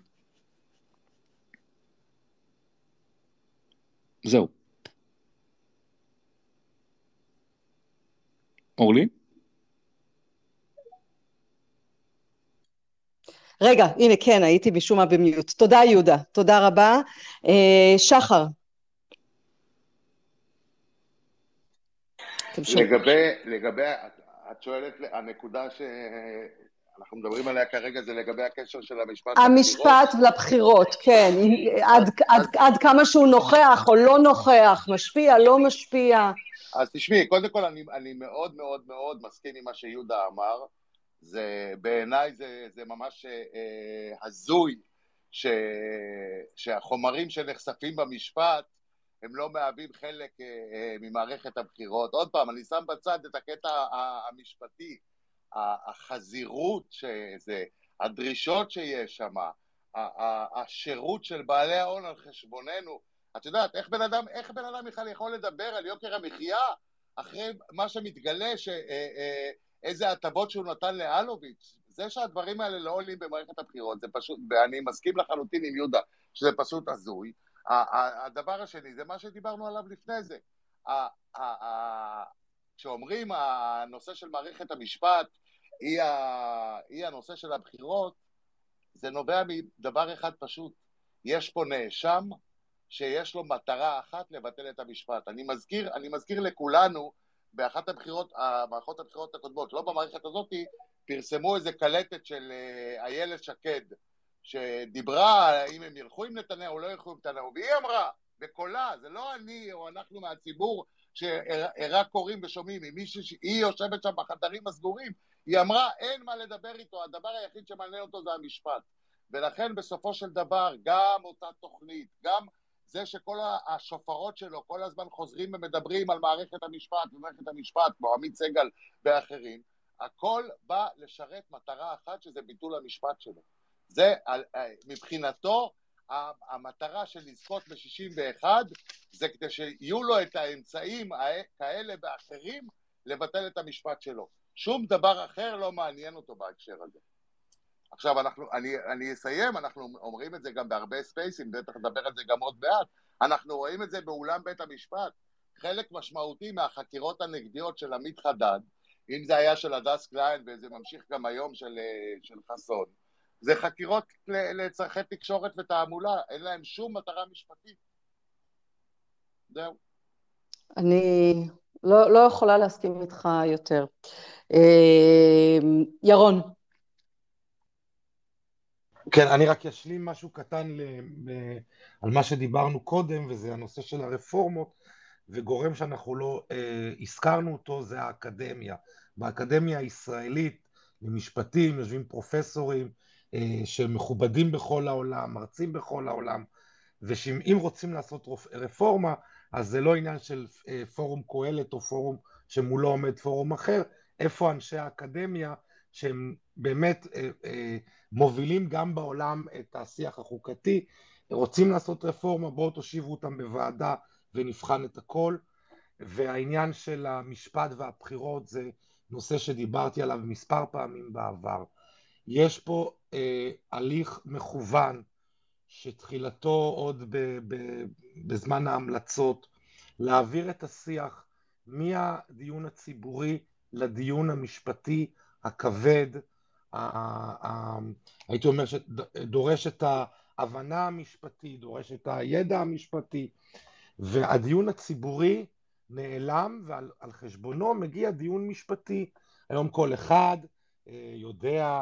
זהו. אורלי? רגע, הנה כן, הייתי משום מה במיוט. תודה יהודה, תודה רבה. שחר. לגבי, לגבי, את שואלת, הנקודה שאנחנו מדברים עליה כרגע זה לגבי הקשר של המשפט לבחירות? המשפט לבחירות, כן. עד, עד, עד כמה שהוא נוכח או לא נוכח, משפיע, לא משפיע. אז תשמעי, קודם כל אני, אני מאוד מאוד מאוד מסכים עם מה שיהודה אמר. זה, בעיניי זה, זה ממש אה, הזוי ש, שהחומרים שנחשפים במשפט הם לא מהווים חלק אה, אה, ממערכת הבחירות. עוד פעם, אני שם בצד את הקטע המשפטי, החזירות שזה, הדרישות שיש שם, השירות של בעלי ההון על חשבוננו. את יודעת, איך בן אדם, איך בן אדם בכלל יכול לדבר על יוקר המחיה אחרי מה שמתגלה ש... אה, אה, איזה הטבות שהוא נתן לאלוביץ'. זה שהדברים האלה לא עולים במערכת הבחירות, זה פשוט, ואני מסכים לחלוטין עם יהודה, שזה פשוט הזוי. הדבר השני, זה מה שדיברנו עליו לפני זה. כשאומרים הנושא של מערכת המשפט, היא הנושא של הבחירות, זה נובע מדבר אחד פשוט. יש פה נאשם שיש לו מטרה אחת לבטל את המשפט. אני מזכיר, אני מזכיר לכולנו, באחת הבחירות, המערכות הבחירות הקודמות, לא במערכת הזאת, פרסמו איזה קלטת של איילת שקד, שדיברה אם הם ילכו עם נתניהו או לא ילכו עם נתניהו, והיא אמרה, בקולה, זה לא אני או אנחנו מהציבור, שרק קוראים ושומעים, היא יושבת שם בחדרים הסגורים, היא אמרה, אין מה לדבר איתו, הדבר היחיד שמעניין אותו זה המשפט. ולכן בסופו של דבר, גם אותה תוכנית, גם זה שכל השופרות שלו כל הזמן חוזרים ומדברים על מערכת המשפט ומערכת המשפט, כמו עמית סגל ואחרים, הכל בא לשרת מטרה אחת, שזה ביטול המשפט שלו. זה מבחינתו, המטרה של לזכות ב-שישים ואחת, זה כדי שיהיו לו את האמצעים כאלה ואחרים לבטל את המשפט שלו. שום דבר אחר לא מעניין אותו בהקשר הזה. עכשיו, אנחנו, אני, אני אסיים, אנחנו אומרים את זה גם בהרבה ספייסים, בטח נדבר על זה גם עוד מעט, אנחנו רואים את זה באולם בית המשפט. חלק משמעותי מהחקירות הנגדיות של עמית חדד, אם זה היה של הדס קליין, וזה ממשיך גם היום של, של חסון, זה חקירות לצרכי תקשורת ותעמולה, אין להם שום מטרה משפטית. זהו. אני לא, לא יכולה להסכים איתך יותר. ירון. כן, אני רק אשלים משהו קטן ל, ל, על מה שדיברנו קודם, וזה הנושא של הרפורמות, וגורם שאנחנו לא אה, הזכרנו אותו, זה האקדמיה. באקדמיה הישראלית, למשפטים, יושבים פרופסורים אה, שמכובדים בכל העולם, מרצים בכל העולם, ושאם רוצים לעשות רפורמה, אז זה לא עניין של אה, פורום קהלת או פורום שמולו עומד פורום אחר, איפה אנשי האקדמיה, שהם באמת אה, אה, מובילים גם בעולם את השיח החוקתי, רוצים לעשות רפורמה, בואו תושיבו אותם בוועדה ונבחן את הכל. והעניין של המשפט והבחירות זה נושא שדיברתי עליו מספר פעמים בעבר. יש פה אה, הליך מכוון שתחילתו עוד ב, ב, בזמן ההמלצות, להעביר את השיח מהדיון הציבורי לדיון המשפטי הכבד, הייתי אומר שדורש את ההבנה המשפטית, דורש את הידע המשפטי, והדיון הציבורי נעלם, ועל על חשבונו מגיע דיון משפטי. היום כל אחד יודע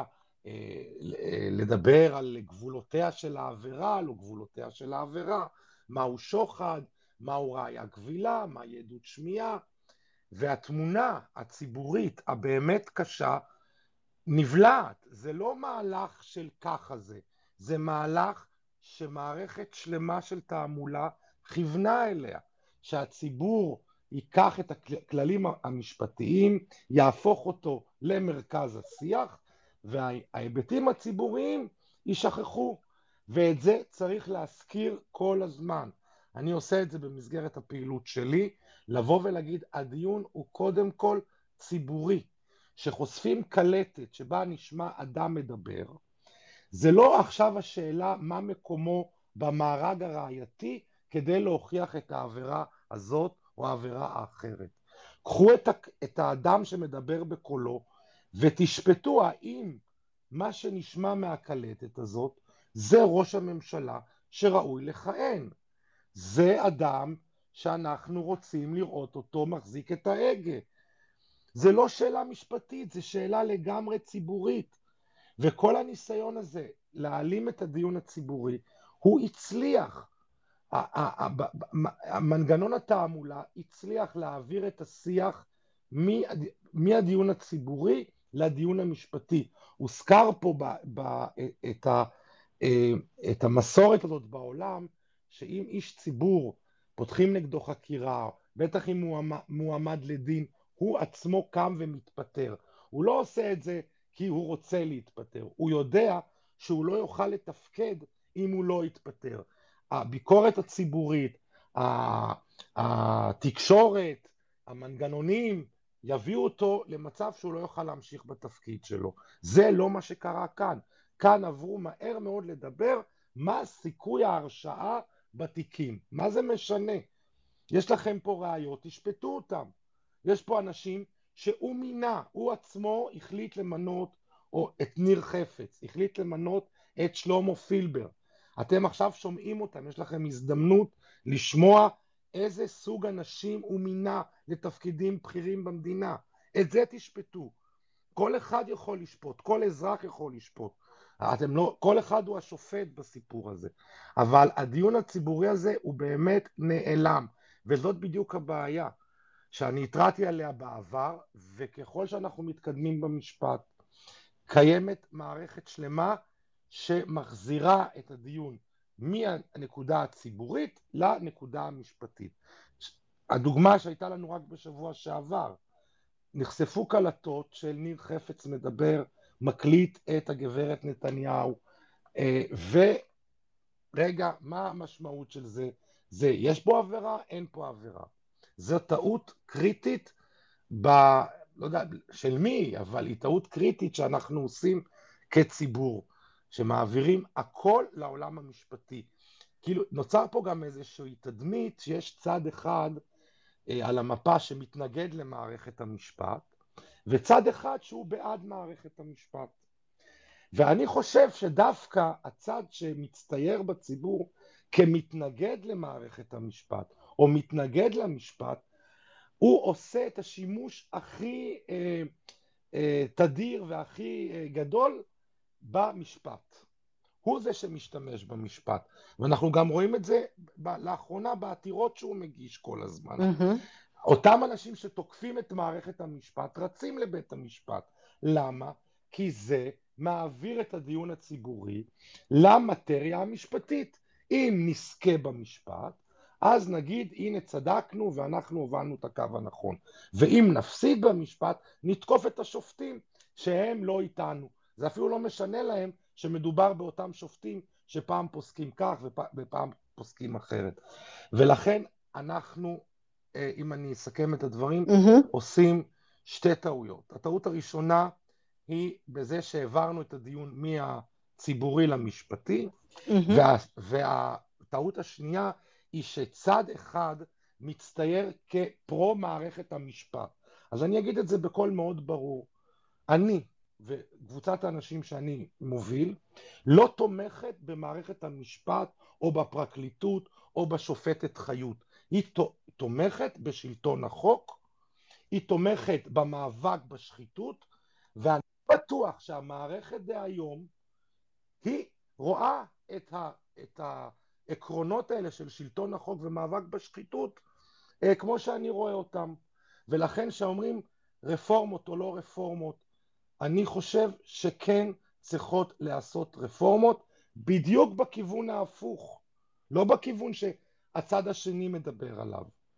לדבר על גבולותיה של העבירה, לא גבולותיה של העבירה, מהו שוחד, מהו ראיה קבילה, מהי עדות שמיעה, והתמונה הציבורית הבאמת קשה נבלעת. זה לא מהלך של ככה זה, זה מהלך שמערכת שלמה של תעמולה כיוונה אליה, שהציבור ייקח את הכללים המשפטיים, יהפוך אותו למרכז השיח, וההיבטים הציבוריים יישכחו, ואת זה צריך להזכיר כל הזמן. אני עושה את זה במסגרת הפעילות שלי, לבוא ולהגיד, הדיון הוא קודם כל ציבורי, שחושפים קלטת שבה נשמע אדם מדבר, זה לא עכשיו השאלה מה מקומו במארג הראייתי כדי להוכיח את העבירה הזאת או העבירה האחרת. קחו את, את האדם שמדבר בקולו ותשפטו האם מה שנשמע מהקלטת הזאת זה ראש הממשלה שראוי לכהן. זה אדם שאנחנו רוצים לראות אותו מחזיק את ההגה. זה לא שאלה משפטית, זה שאלה לגמרי ציבורית. וכל הניסיון הזה להעלים את הדיון הציבורי הוא הצליח. המנגנון התעמולה הצליח להעביר את השיח מהדיון הציבורי לדיון המשפטי. הוזכר פה ב, ב, את, ה, את המסורת הזאת בעולם, שאם איש ציבור פותחים נגדו חקירה, בטח אם הוא מועמד לדין, הוא עצמו קם ומתפטר. הוא לא עושה את זה כי הוא רוצה להתפטר. הוא יודע שהוא לא יוכל לתפקד אם הוא לא יתפטר. הביקורת הציבורית, התקשורת, המנגנונים, יביאו אותו למצב שהוא לא יוכל להמשיך בתפקיד שלו. זה לא מה שקרה כאן. כאן עברו מהר מאוד לדבר מה סיכוי ההרשעה בתיקים. מה זה משנה? יש לכם פה ראיות, תשפטו אותם. יש פה אנשים שהוא מינה, הוא עצמו החליט למנות, או את ניר חפץ, החליט למנות את שלמה פילבר. אתם עכשיו שומעים אותם, יש לכם הזדמנות לשמוע איזה סוג אנשים הוא מינה לתפקידים בכירים במדינה. את זה תשפטו. כל אחד יכול לשפוט, כל אזרח יכול לשפוט. אתם לא, כל אחד הוא השופט בסיפור הזה. אבל הדיון הציבורי הזה הוא באמת נעלם, וזאת בדיוק הבעיה שאני התרעתי עליה בעבר, וככל שאנחנו מתקדמים במשפט, קיימת מערכת שלמה שמחזירה את הדיון מהנקודה הציבורית לנקודה המשפטית. הדוגמה שהייתה לנו רק בשבוע שעבר, נחשפו קלטות של ניר חפץ מדבר, מקליט את הגברת נתניהו, ורגע, מה המשמעות של זה? זה, יש פה עבירה, אין פה עבירה. זו טעות קריטית, ב, לא יודע של מי, אבל היא טעות קריטית שאנחנו עושים כציבור, שמעבירים הכל לעולם המשפטי. כאילו, נוצר פה גם איזושהי תדמית שיש צד אחד אה, על המפה שמתנגד למערכת המשפט, וצד אחד שהוא בעד מערכת המשפט. ואני חושב שדווקא הצד שמצטייר בציבור כמתנגד למערכת המשפט, או מתנגד למשפט, הוא עושה את השימוש הכי אה, אה, תדיר והכי אה, גדול במשפט. הוא זה שמשתמש במשפט. ואנחנו גם רואים את זה ב- לאחרונה בעתירות שהוא מגיש כל הזמן. Mm-hmm. אותם אנשים שתוקפים את מערכת המשפט רצים לבית המשפט. למה? כי זה מעביר את הדיון הציבורי למטריה המשפטית. אם נזכה במשפט, אז נגיד, הנה צדקנו ואנחנו הובלנו את הקו הנכון. ואם נפסיד במשפט, נתקוף את השופטים שהם לא איתנו. זה אפילו לא משנה להם שמדובר באותם שופטים שפעם פוסקים כך ופעם פוסקים אחרת. ולכן אנחנו, אם אני אסכם את הדברים, mm-hmm. עושים שתי טעויות. הטעות הראשונה היא בזה שהעברנו את הדיון מהציבורי למשפטי, mm-hmm. וה, והטעות השנייה היא שצד אחד מצטייר כפרו מערכת המשפט. אז אני אגיד את זה בקול מאוד ברור. אני וקבוצת האנשים שאני מוביל לא תומכת במערכת המשפט או בפרקליטות או בשופטת חיות. היא תומכת בשלטון החוק, היא תומכת במאבק בשחיתות, ואני בטוח שהמערכת דהיום היא רואה את ה... את ה עקרונות האלה של שלטון החוק ומאבק בשחיתות, אה, כמו שאני רואה אותם. ולכן שאומרים רפורמות או לא רפורמות, אני חושב שכן צריכות לעשות רפורמות, בדיוק בכיוון ההפוך, לא בכיוון שהצד השני מדבר עליו.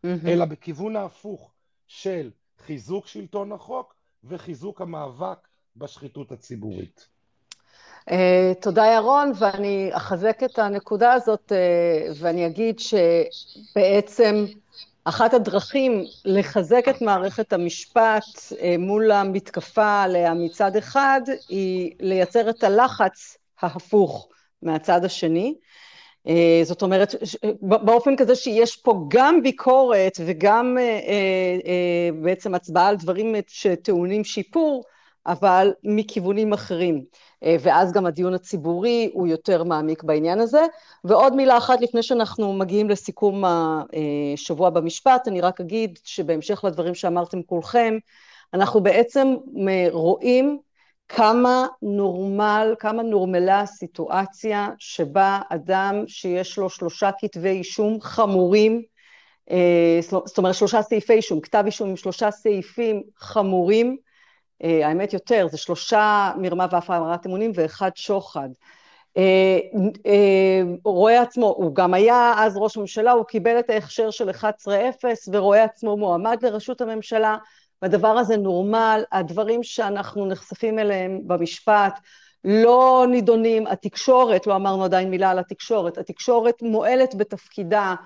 mm-hmm. אלא בכיוון ההפוך של חיזוק שלטון החוק וחיזוק המאבק בשחיתות הציבורית. Uh, תודה ירון, ואני אחזק את הנקודה הזאת uh, ואני אגיד שבעצם אחת הדרכים לחזק את מערכת המשפט uh, מול המתקפה עליה מצד אחד היא לייצר את הלחץ ההפוך מהצד השני. Uh, זאת אומרת באופן כזה שיש פה גם ביקורת וגם uh, uh, בעצם הצבעה על דברים שטעונים שיפור, אבל מכיוונים אחרים, ואז גם הדיון הציבורי הוא יותר מעמיק בעניין הזה. ועוד מילה אחת לפני שאנחנו מגיעים לסיכום השבוע במשפט, אני רק אגיד שבהמשך לדברים שאמרתם כולכם, אנחנו בעצם רואים כמה נורמל, כמה נורמלה הסיטואציה שבה אדם שיש לו שלושה כתבי אישום חמורים, זאת אומרת שלושה סעיפי אישום, כתב אישום עם שלושה סעיפים חמורים, האמת יותר, זה שלושה מרמה והפרת אמונים ואחד שוחד. רואה עצמו, הוא גם היה אז ראש ממשלה, הוא קיבל את ההכשר של אחת עשרה אפס ורואה עצמו מועמד לראשות הממשלה, והדבר הזה נורמל, הדברים שאנחנו נחשפים אליהם במשפט לא נידונים, התקשורת, לא אמרנו עדיין מילה על התקשורת, התקשורת מועלת בתפקידה,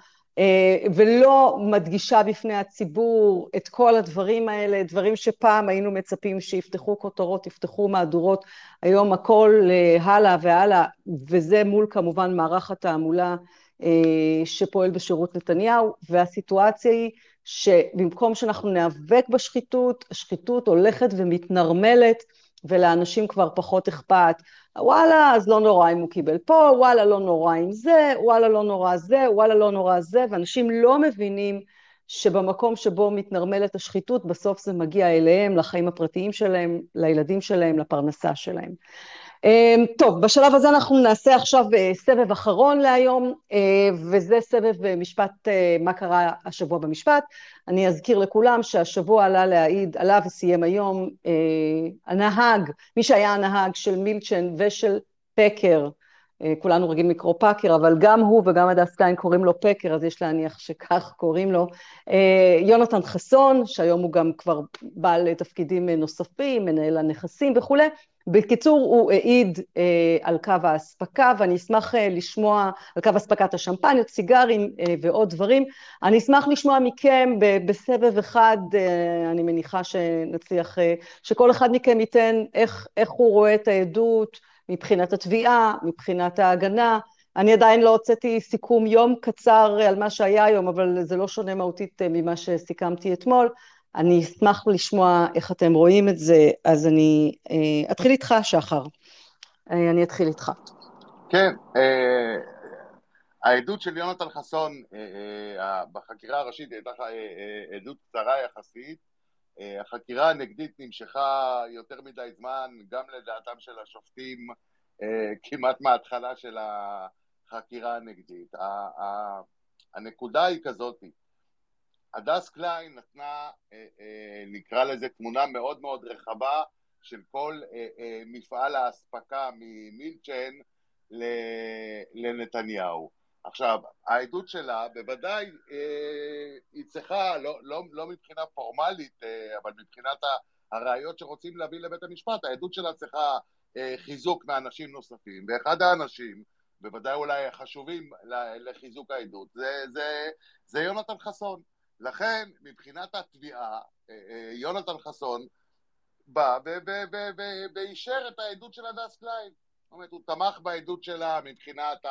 ולא מדגישה בפני הציבור את כל הדברים האלה, דברים שפעם היינו מצפים שיפתחו כותרות, יפתחו מהדורות, היום הכל הלאה והלאה, וזה מול כמובן מערך התעמולה שפועל בשירות נתניהו, והסיטואציה היא שבמקום שאנחנו נאבק בשחיתות, השחיתות הולכת ומתנרמלת, ולאנשים כבר פחות אכפת, וואלה, אז לא נורא אם הוא קיבל פה, וואלה, לא נורא עם זה, וואלה, לא נורא זה, וואלה, לא נורא זה, ואנשים לא מבינים שבמקום שבו מתנרמלת השחיתות, בסוף זה מגיע אליהם, לחיים הפרטיים שלהם, לילדים שלהם, לפרנסה שלהם. טוב, בשלב הזה אנחנו נעשה עכשיו סבב אחרון להיום, וזה סבב משפט, מה קרה השבוע במשפט. אני אזכיר לכולם שהשבוע עלה להעיד, עלה וסיים היום, הנהג, מי שהיה הנהג של מילצ'ן ושל פקר, כולנו רגילים לקרוא פקר, אבל גם הוא וגם הדס קליין קוראים לו פקר, אז יש להניח שכך קוראים לו, יונתן חסון, שהיום הוא גם כבר בעל תפקידים נוספים, מנהל הנכסים וכו'. בקיצור, הוא העיד אה, על קו ההספקה, ואני אשמח אה, לשמוע על קו הספקת השמפניות, סיגרים אה, ועוד דברים. אני אשמח לשמוע מכם ב- בסבב אחד, אה, אני מניחה שנצליח, אה, שכל אחד מכם ייתן איך, איך הוא רואה את העדות מבחינת התביעה, מבחינת ההגנה. אני עדיין לא הוצאתי סיכום יום קצר על מה שהיה היום, אבל זה לא שונה מהותית אה, ממה שסיכמתי אתמול. אני אשמח לשמוע איך אתם רואים את זה, אז אני אה, אתחיל איתך, שחר. אה, אני אתחיל איתך. כן, אה, העדות של יונתן חסון אה, אה, בחקירה הראשית הייתה אה, אה, עדות קצרה יחסית. אה, החקירה הנגדית נמשכה יותר מדי זמן, גם לדעתם של השופטים, אה, כמעט מההתחלה של החקירה הנגדית. ה- ה- הנקודה היא כזאת, הדס קליין נתנה, נקרא לזה, תמונה מאוד מאוד רחבה של כל מפעל ההספקה ממילצ'ן לנתניהו. עכשיו, העדות שלה בוודאי היא צריכה, לא, לא, לא מבחינה פורמלית, אבל מבחינת הראיות שרוצים להביא לבית המשפט, העדות שלה צריכה חיזוק מאנשים נוספים, ואחד האנשים, בוודאי אולי חשובים לחיזוק העדות, זה, זה, זה יונתן חסון. לכן, מבחינת התביעה, יונתן חסון בא ואישר את העדות של הדס קליין. זאת אומרת, הוא תמך בעדות שלה מבחינת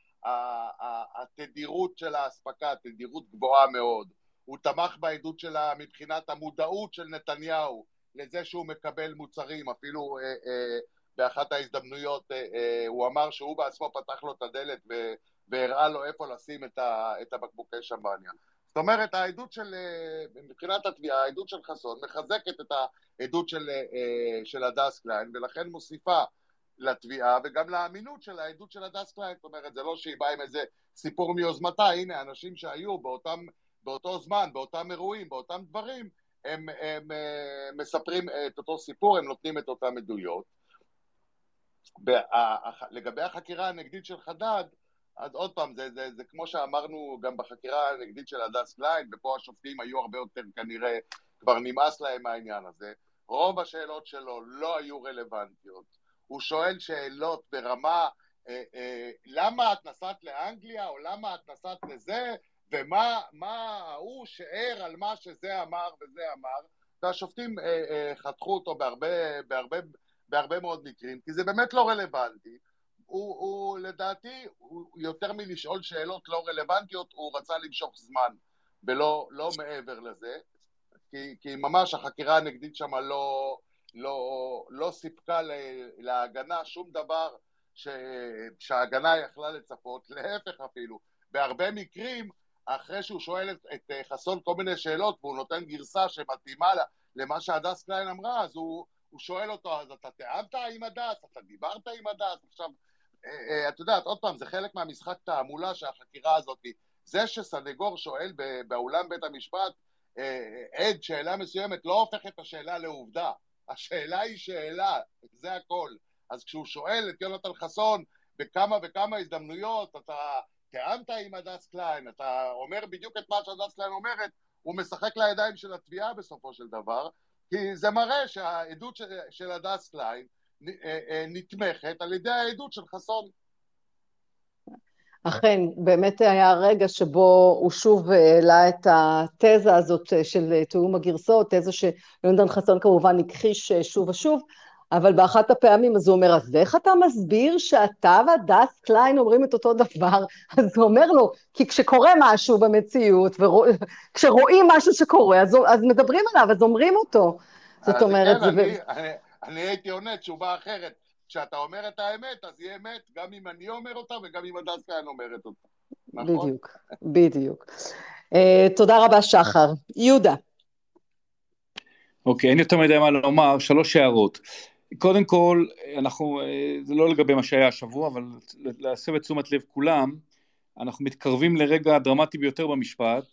התדירות של ההספקה, תדירות גבוהה מאוד. הוא תמך בעדות שלה מבחינת המודעות של נתניהו לזה שהוא מקבל מוצרים, אפילו באחת ההזדמנויות הוא אמר שהוא בעצמו פתח לו את הדלת והראה לו איפה לשים את הבקבוקי שמפניה. זאת אומרת, העדות של, מבחינת התביעה, העדות של חסון מחזקת את העדות של, של הדס קליין, ולכן מוסיפה לתביעה וגם לאמינות של העדות של הדס קליין. זאת אומרת, זה לא שהיא באה עם איזה סיפור מיוזמתה, הנה, אנשים שהיו באותם, באותו זמן, באותם אירועים, באותם דברים, הם, הם מספרים את אותו סיפור, הם נותנים את אותם עדויות. לגבי החקירה הנגדית של חדד, אז עוד פעם, זה, זה, זה כמו שאמרנו גם בחקירה הנגדית של הדס קליין, ופה השופטים היו הרבה יותר כנראה, כבר נמאס להם מהעניין הזה, רוב השאלות שלו לא היו רלוונטיות. הוא שואל שאלות ברמה, אה, אה, למה את נסעת לאנגליה, או למה את נסעת לזה, ומה מה הוא שער על מה שזה אמר וזה אמר, והשופטים אה, אה, חתכו אותו בהרבה, בהרבה, בהרבה מאוד מקרים, כי זה באמת לא רלוונטי. הוא, הוא לדעתי, הוא יותר מלשאול שאלות לא רלוונטיות, הוא רצה למשוך זמן, ולא לא מעבר לזה, כי, כי ממש החקירה הנגדית שם לא, לא, לא סיפקה להגנה שום דבר ש, שההגנה יכלה לצפות, להפך אפילו. בהרבה מקרים, אחרי שהוא שואל את, את חסון כל מיני שאלות, והוא נותן גרסה שמתאימה לה, למה שהדס קליין אמרה, אז הוא, הוא שואל אותו, אז אתה תאמת עם הדס, אתה דיברת עם הדס, עכשיו, את יודעת, עוד פעם, זה חלק מהמשחק תעמולה שהחקירה הזאת, זה שסנגור שואל באולם בית המשפט, עד שאלה מסוימת, לא הופך את השאלה לעובדה, השאלה היא שאלה, זה הכל. אז כשהוא שואל את יונתן חסון בכמה וכמה הזדמנויות, אתה תאמת עם הדס קליין, אתה אומר בדיוק את מה שהדס קליין אומרת, הוא משחק לידיים של התביעה בסופו של דבר, כי זה מראה שהעדות של, של הדס קליין נתמכת על ידי העדות של חסון. אכן, באמת היה הרגע שבו הוא שוב העלה את התזה הזאת של תיאום הגרסאות, תזה שיונתן חסון כמובן הכחיש שוב ושוב, אבל באחת הפעמים אז הוא אומר, אז איך אתה מסביר שאתה והדס קליין אומרים את אותו דבר? אז הוא אומר לו, כי כשקורה משהו במציאות, וכשרואים משהו שקורה, אז, אז מדברים עליו, אז אומרים אותו. זאת אומרת, כן, זה... אני, אני, אני הייתי עונה תשובה אחרת. כשאתה אומר את האמת, אז יהיה אמת, גם אם אני אומר אותה, וגם אם הדס קליין אומרת אותה. נכון? בדיוק, בדיוק. Uh, תודה רבה, שחר. יהודה. אוקיי, אין יותר מדי מה לומר, שלוש הערות. קודם כל, אנחנו, זה לא לגבי מה שהיה השבוע, אבל להסב את תשומת לב כולם, אנחנו מתקרבים לרגע הדרמטי ביותר במשפט,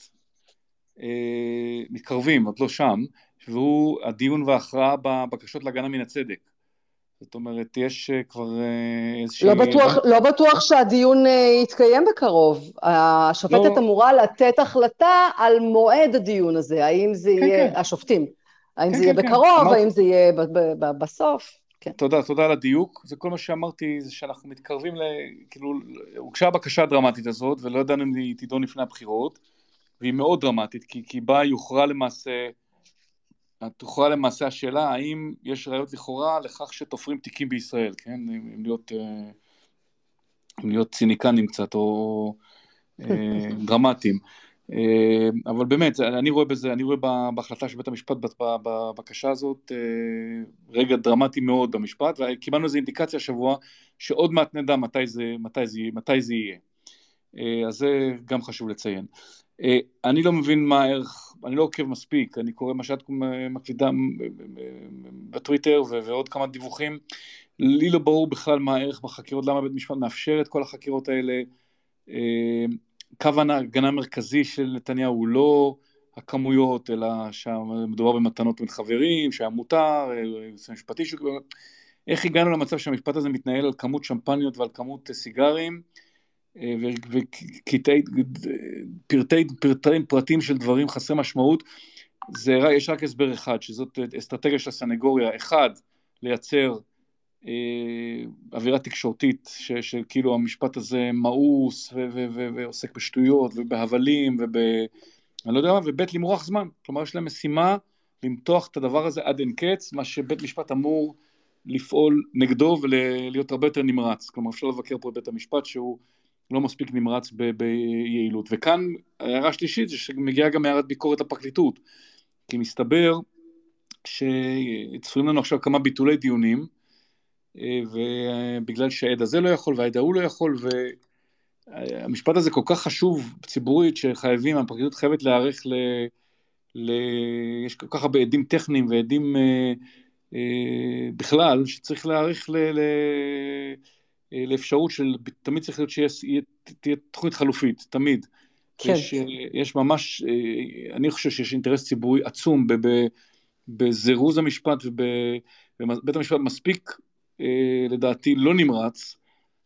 מתקרבים, עוד לא שם, והוא הדיון וההכרעה בבקשות להגנה מן הצדק. זאת אומרת, יש כבר איזושהי... לא בטוח, לא בטוח שהדיון יתקיים בקרוב. השופטת לא... אמורה לתת החלטה על מועד הדיון הזה, האם זה כן, יהיה, כן. השופטים, האם כן, זה כן, יהיה כן. בקרוב, אמרת... האם זה יהיה ב- ב- ב- בסוף. כן. תודה, תודה על הדיוק. זה כל מה שאמרתי, זה שאנחנו מתקרבים ל... כאילו, הוגשה הבקשה הדרמטית הזאת, ולא ידענו אם היא תידון לפני הבחירות, והיא מאוד דרמטית, כי, כי בה יוכרע למעשה... תוכרע למעשה השאלה, האם יש ראיות לכאורה לכך שתופרים תיקים בישראל, כן? אם להיות, אם להיות ציניקנים קצת, או דרמטיים. אבל באמת, אני רואה בזה, אני רואה בהחלטה של בית המשפט, בבקשה הזאת, רגע דרמטי מאוד במשפט, וקיבלנו איזו אינדיקציה השבוע, שעוד מעט נדע מתי זה, מתי זה, מתי זה יהיה. אז זה גם חשוב לציין. אני לא מבין מה הערך, אני לא עוקב מספיק, אני קורא מה שאת מקלידה בטוויטר ועוד כמה דיווחים, לי לא ברור בכלל מה הערך בחקירות, למה בית משפט מאפשר את כל החקירות האלה, קו ההגנה המרכזי של נתניהו הוא לא הכמויות, אלא שמדובר במתנות בין חברים, שהיה מותר, משפטי, איך הגענו למצב שהמשפט הזה מתנהל על כמות שמפניות ועל כמות סיגרים, וקטעי פרטי פרטים פרטים של דברים חסרי משמעות. זה יש רק הסבר אחד, שזאת אסטרטגיה של הסנגוריה. אחד, לייצר אה, אווירה תקשורתית ש, שכאילו המשפט הזה מאוס ו, ו, ו, ועוסק בשטויות ובהבלים וב אני לא יודע מה, ובית למרוח זמן. כלומר יש להם משימה למתוח את הדבר הזה עד אין קץ, מה שבית משפט אמור לפעול נגדו ולהיות הרבה יותר נמרץ. כלומר אפשר לבקר פה את בית המשפט שהוא לא מספיק נמרץ ב- ביעילות. וכאן הערה שלישית זה שמגיעה גם הערת ביקורת לפרקליטות, כי מסתבר שצפויים לנו עכשיו כמה ביטולי דיונים, ובגלל שהעד הזה לא יכול והעד ההוא לא יכול, והמשפט הזה כל כך חשוב ציבורית שחייבים, הפרקליטות חייבת להערך ל... ל... יש כל כך הרבה עדים טכניים ועדים אה, אה, בכלל, שצריך להערך ל... ל... לאפשרות של, תמיד צריך להיות שתהיה תוכנית חלופית, תמיד. כן. יש, יש ממש, אני חושב שיש אינטרס ציבורי עצום בזירוז המשפט, ובית המשפט מספיק, לדעתי, לא נמרץ,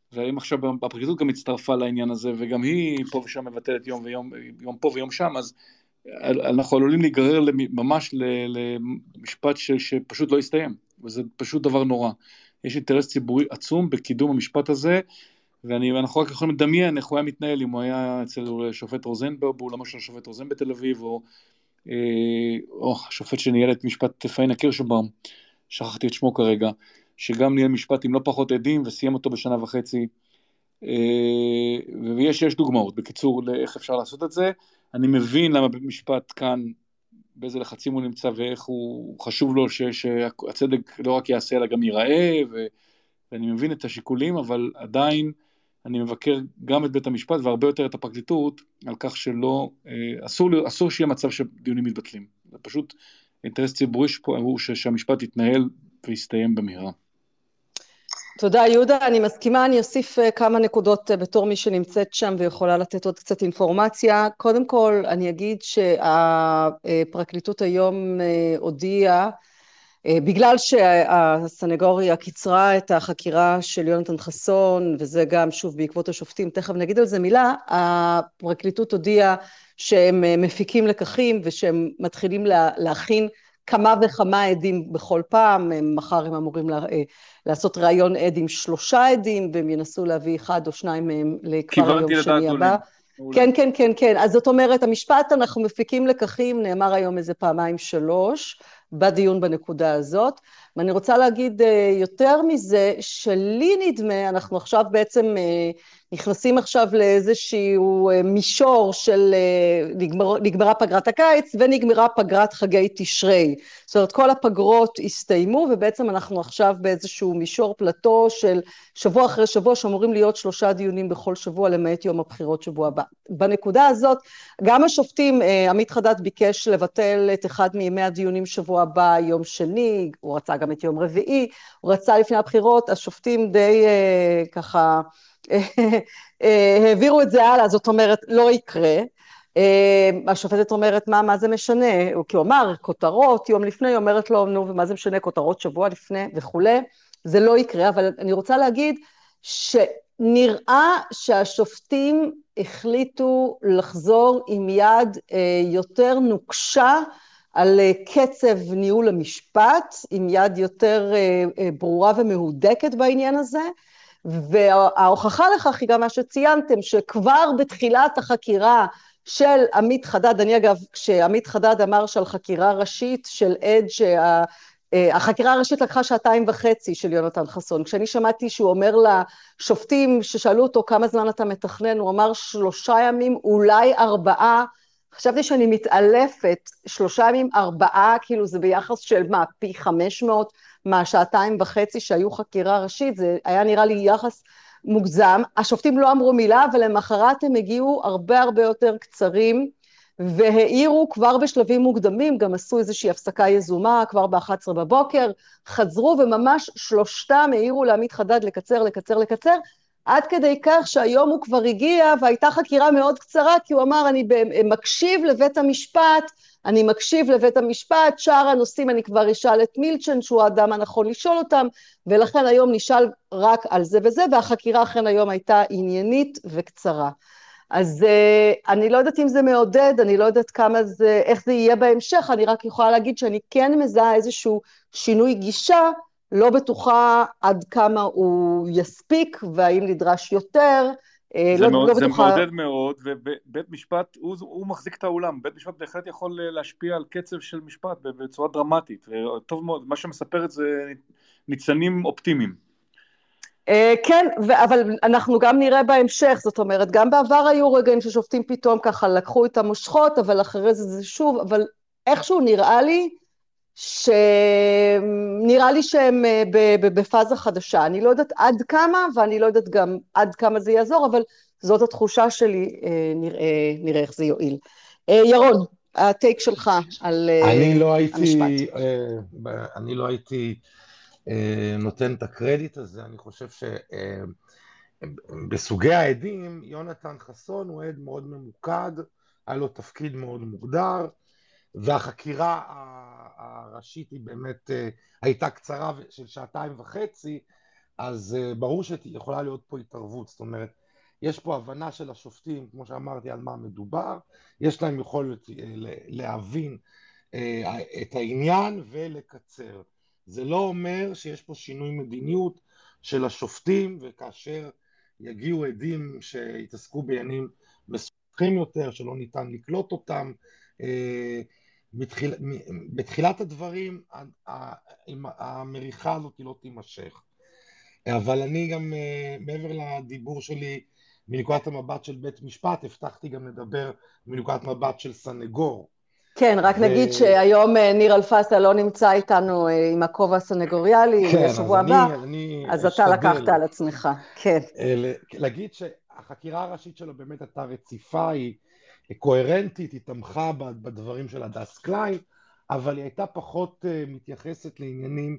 והאם עכשיו הפרקליטות גם הצטרפה לעניין הזה, וגם היא פה ושם מבטלת יום ויום, יום פה ויום שם, אז אנחנו עלולים להיגרר ממש למשפט ש, שפשוט לא יסתיים, וזה פשוט דבר נורא. יש אינטרס ציבורי עצום בקידום המשפט הזה, ואנחנו רק יכולים לדמיין איך הוא היה מתנהל, אם הוא היה אצל שופט רוזנברג, באולמו של השופט רוזן בתל אביב, או, או השופט שניהל את משפט פיינה קירשנבאום, שכחתי את שמו כרגע, שגם ניהל משפט עם לא פחות עדים, וסיים אותו בשנה וחצי, ויש יש דוגמאות, בקיצור, לאיך אפשר לעשות את זה. אני מבין למה במשפט כאן, באיזה לחצים הוא נמצא, ואיך הוא חשוב לו ש, שהצדק לא רק יעשה, אלא גם ייראה, ו, ואני מבין את השיקולים, אבל עדיין אני מבקר גם את בית המשפט, והרבה יותר את הפרקליטות, על כך שלא, אסור, אסור שיהיה מצב שדיונים מתבטלים. זה פשוט אינטרס ציבורי הוא שהמשפט יתנהל ויסתיים במהרה. תודה יהודה, אני מסכימה, אני אוסיף כמה נקודות בתור מי שנמצאת שם ויכולה לתת עוד קצת אינפורמציה. קודם כל אני אגיד שהפרקליטות היום הודיעה, בגלל שהסנגוריה קיצרה את החקירה של יונתן חסון, וזה גם שוב בעקבות השופטים, תכף נגיד על זה מילה, הפרקליטות הודיעה שהם מפיקים לקחים ושהם מתחילים להכין כמה וכמה עדים בכל פעם, מחר הם אמורים לעשות ראיון עד עם שלושה עדים, והם ינסו להביא אחד או שניים מהם לכבר היום שני הבא. כן, כן, כן, כן. אז זאת אומרת, המשפט אנחנו מפיקים לקחים, נאמר היום איזה פעמיים שלוש, בדיון בנקודה הזאת, ואני רוצה להגיד יותר מזה, שלי נדמה, אנחנו עכשיו בעצם נכנסים עכשיו לאיזשהו מישור של נגמר, נגמרה פגרת הקיץ, ונגמרה פגרת חגי תשרי. זאת אומרת, כל הפגרות הסתיימו, ובעצם אנחנו עכשיו באיזשהו מישור פלטו של שבוע אחרי שבוע, שאמורים להיות שלושה דיונים בכל שבוע, למעט יום הבחירות שבוע הבא. בנקודה הזאת, גם השופטים, עמית חדד ביקש לבטל את אחד מימי הדיונים שבוע הבא, יום שני, הוא רצה גם את יום רביעי, הוא רצה לפני הבחירות, השופטים די ככה, העבירו את זה הלאה, זאת אומרת, לא יקרה. השופטת אומרת, מה, מה זה משנה? כי הוא אמר, כותרות, יום לפני, היא אומרת לו, נו, ומה זה משנה, כותרות שבוע לפני וכו'. זה לא יקרה, אבל אני רוצה להגיד שנראה שהשופטים החליטו לחזור עם יד יותר נוקשה על קצב ניהול המשפט, עם יד יותר ברורה ומהודקת בעניין הזה, וההוכחה לכך היא גם מה שציינתם, שכבר בתחילת החקירה של עמית חדד, אני אגב, כשעמית חדד אמר שעל חקירה ראשית של עד, שהחקירה הראשית לקחה שעתיים וחצי של יונתן חסון, כשאני שמעתי שהוא אומר לשופטים ששאלו אותו כמה זמן אתה מתכנן, הוא אמר שלושה ימים, אולי ארבעה, חשבתי שאני מתעלפת, שלושה ימים, ארבעה, כאילו זה ביחס של מה, פי חמש מאות, מהשעתיים וחצי שהיו חקירה ראשית, זה היה נראה לי יחס מוגזם, השופטים לא אמרו מילה, אבל למחרת הם הגיעו הרבה הרבה יותר קצרים, והעירו כבר בשלבים מוקדמים, גם עשו איזושהי הפסקה יזומה, כבר ב-אחת עשרה בבוקר, חזרו וממש שלושתם העירו לעמית חדד לקצר, לקצר, לקצר, עד כדי כך שהיום הוא כבר הגיע, והייתה חקירה מאוד קצרה, כי הוא אמר, אני מקשיב לבית המשפט, אני מקשיב לבית המשפט, שאר הנושאים אני כבר אשאל את מילצ'ן, שהוא האדם הנכון לשאול אותם, ולכן היום נשאל רק על זה וזה, והחקירה אכן היום הייתה עניינית וקצרה. אז אני לא יודעת אם זה מעודד, אני לא יודעת כמה זה, איך זה יהיה בהמשך, אני רק יכולה להגיד שאני כן מזהה איזשהו שינוי גישה, לא בטוחה עד כמה הוא יספיק, והאם נדרש יותר, זה, לא, מאוד, לא זה בטוחה... מעודד מאוד, ובית משפט, הוא, הוא מחזיק את האולם, בית משפט בהחלט יכול להשפיע על קצב של משפט בצורה דרמטית, וטוב מאוד, מה שמספר את זה ניצנים אופטימיים. כן, אבל אנחנו גם נראה בהמשך, זאת אומרת, גם בעבר היו רגעים ששופטים פתאום ככה לקחו את המושכות, אבל אחרי זה זה שוב, אבל איכשהו נראה לי, שנראה לי שהם בפאזה חדשה, אני לא יודעת עד כמה, ואני לא יודעת גם עד כמה זה יעזור, אבל זאת התחושה שלי, נראה, נראה איך זה יועיל. ירון, הטייק שלך על אני לא הייתי, המשפט. אני לא הייתי נותן את הקרדיט הזה, אני חושב שבסוגי העדים, יונתן חסון הוא עד מאוד ממוקד, היה לו תפקיד מאוד מוגדר, והחקירה הראשית היא באמת הייתה קצרה של שעתיים וחצי, אז ברור שיכולה להיות פה התערבות, זאת אומרת, יש פה הבנה של השופטים, כמו שאמרתי, על מה מדובר, יש להם יכולת להבין את העניין ולקצר. זה לא אומר שיש פה שינוי מדיניות של השופטים, וכאשר יגיעו עדים שהתעסקו בעניינים מסובכים יותר, שלא ניתן לקלוט אותם, בתחיל, בתחילת הדברים המריחה הזאת לא תימשך. אבל אני גם, מעבר לדיבור שלי מנקודת המבט של בית משפט, הבטחתי גם לדבר מנקודת מבט של סנגור. כן, רק ו... נגיד שהיום ניר אלפסה לא נמצא איתנו עם הכובע הסנגוריאלי, כן, לשבוע הבא, אני, אני אז אתה לקחת על עצמך. כן. להגיד שהחקירה הראשית שלו באמת הייתה רציפה, היא קוהרנטית, היא תמכה בדברים של הדס קליין, אבל היא הייתה פחות מתייחסת לעניינים,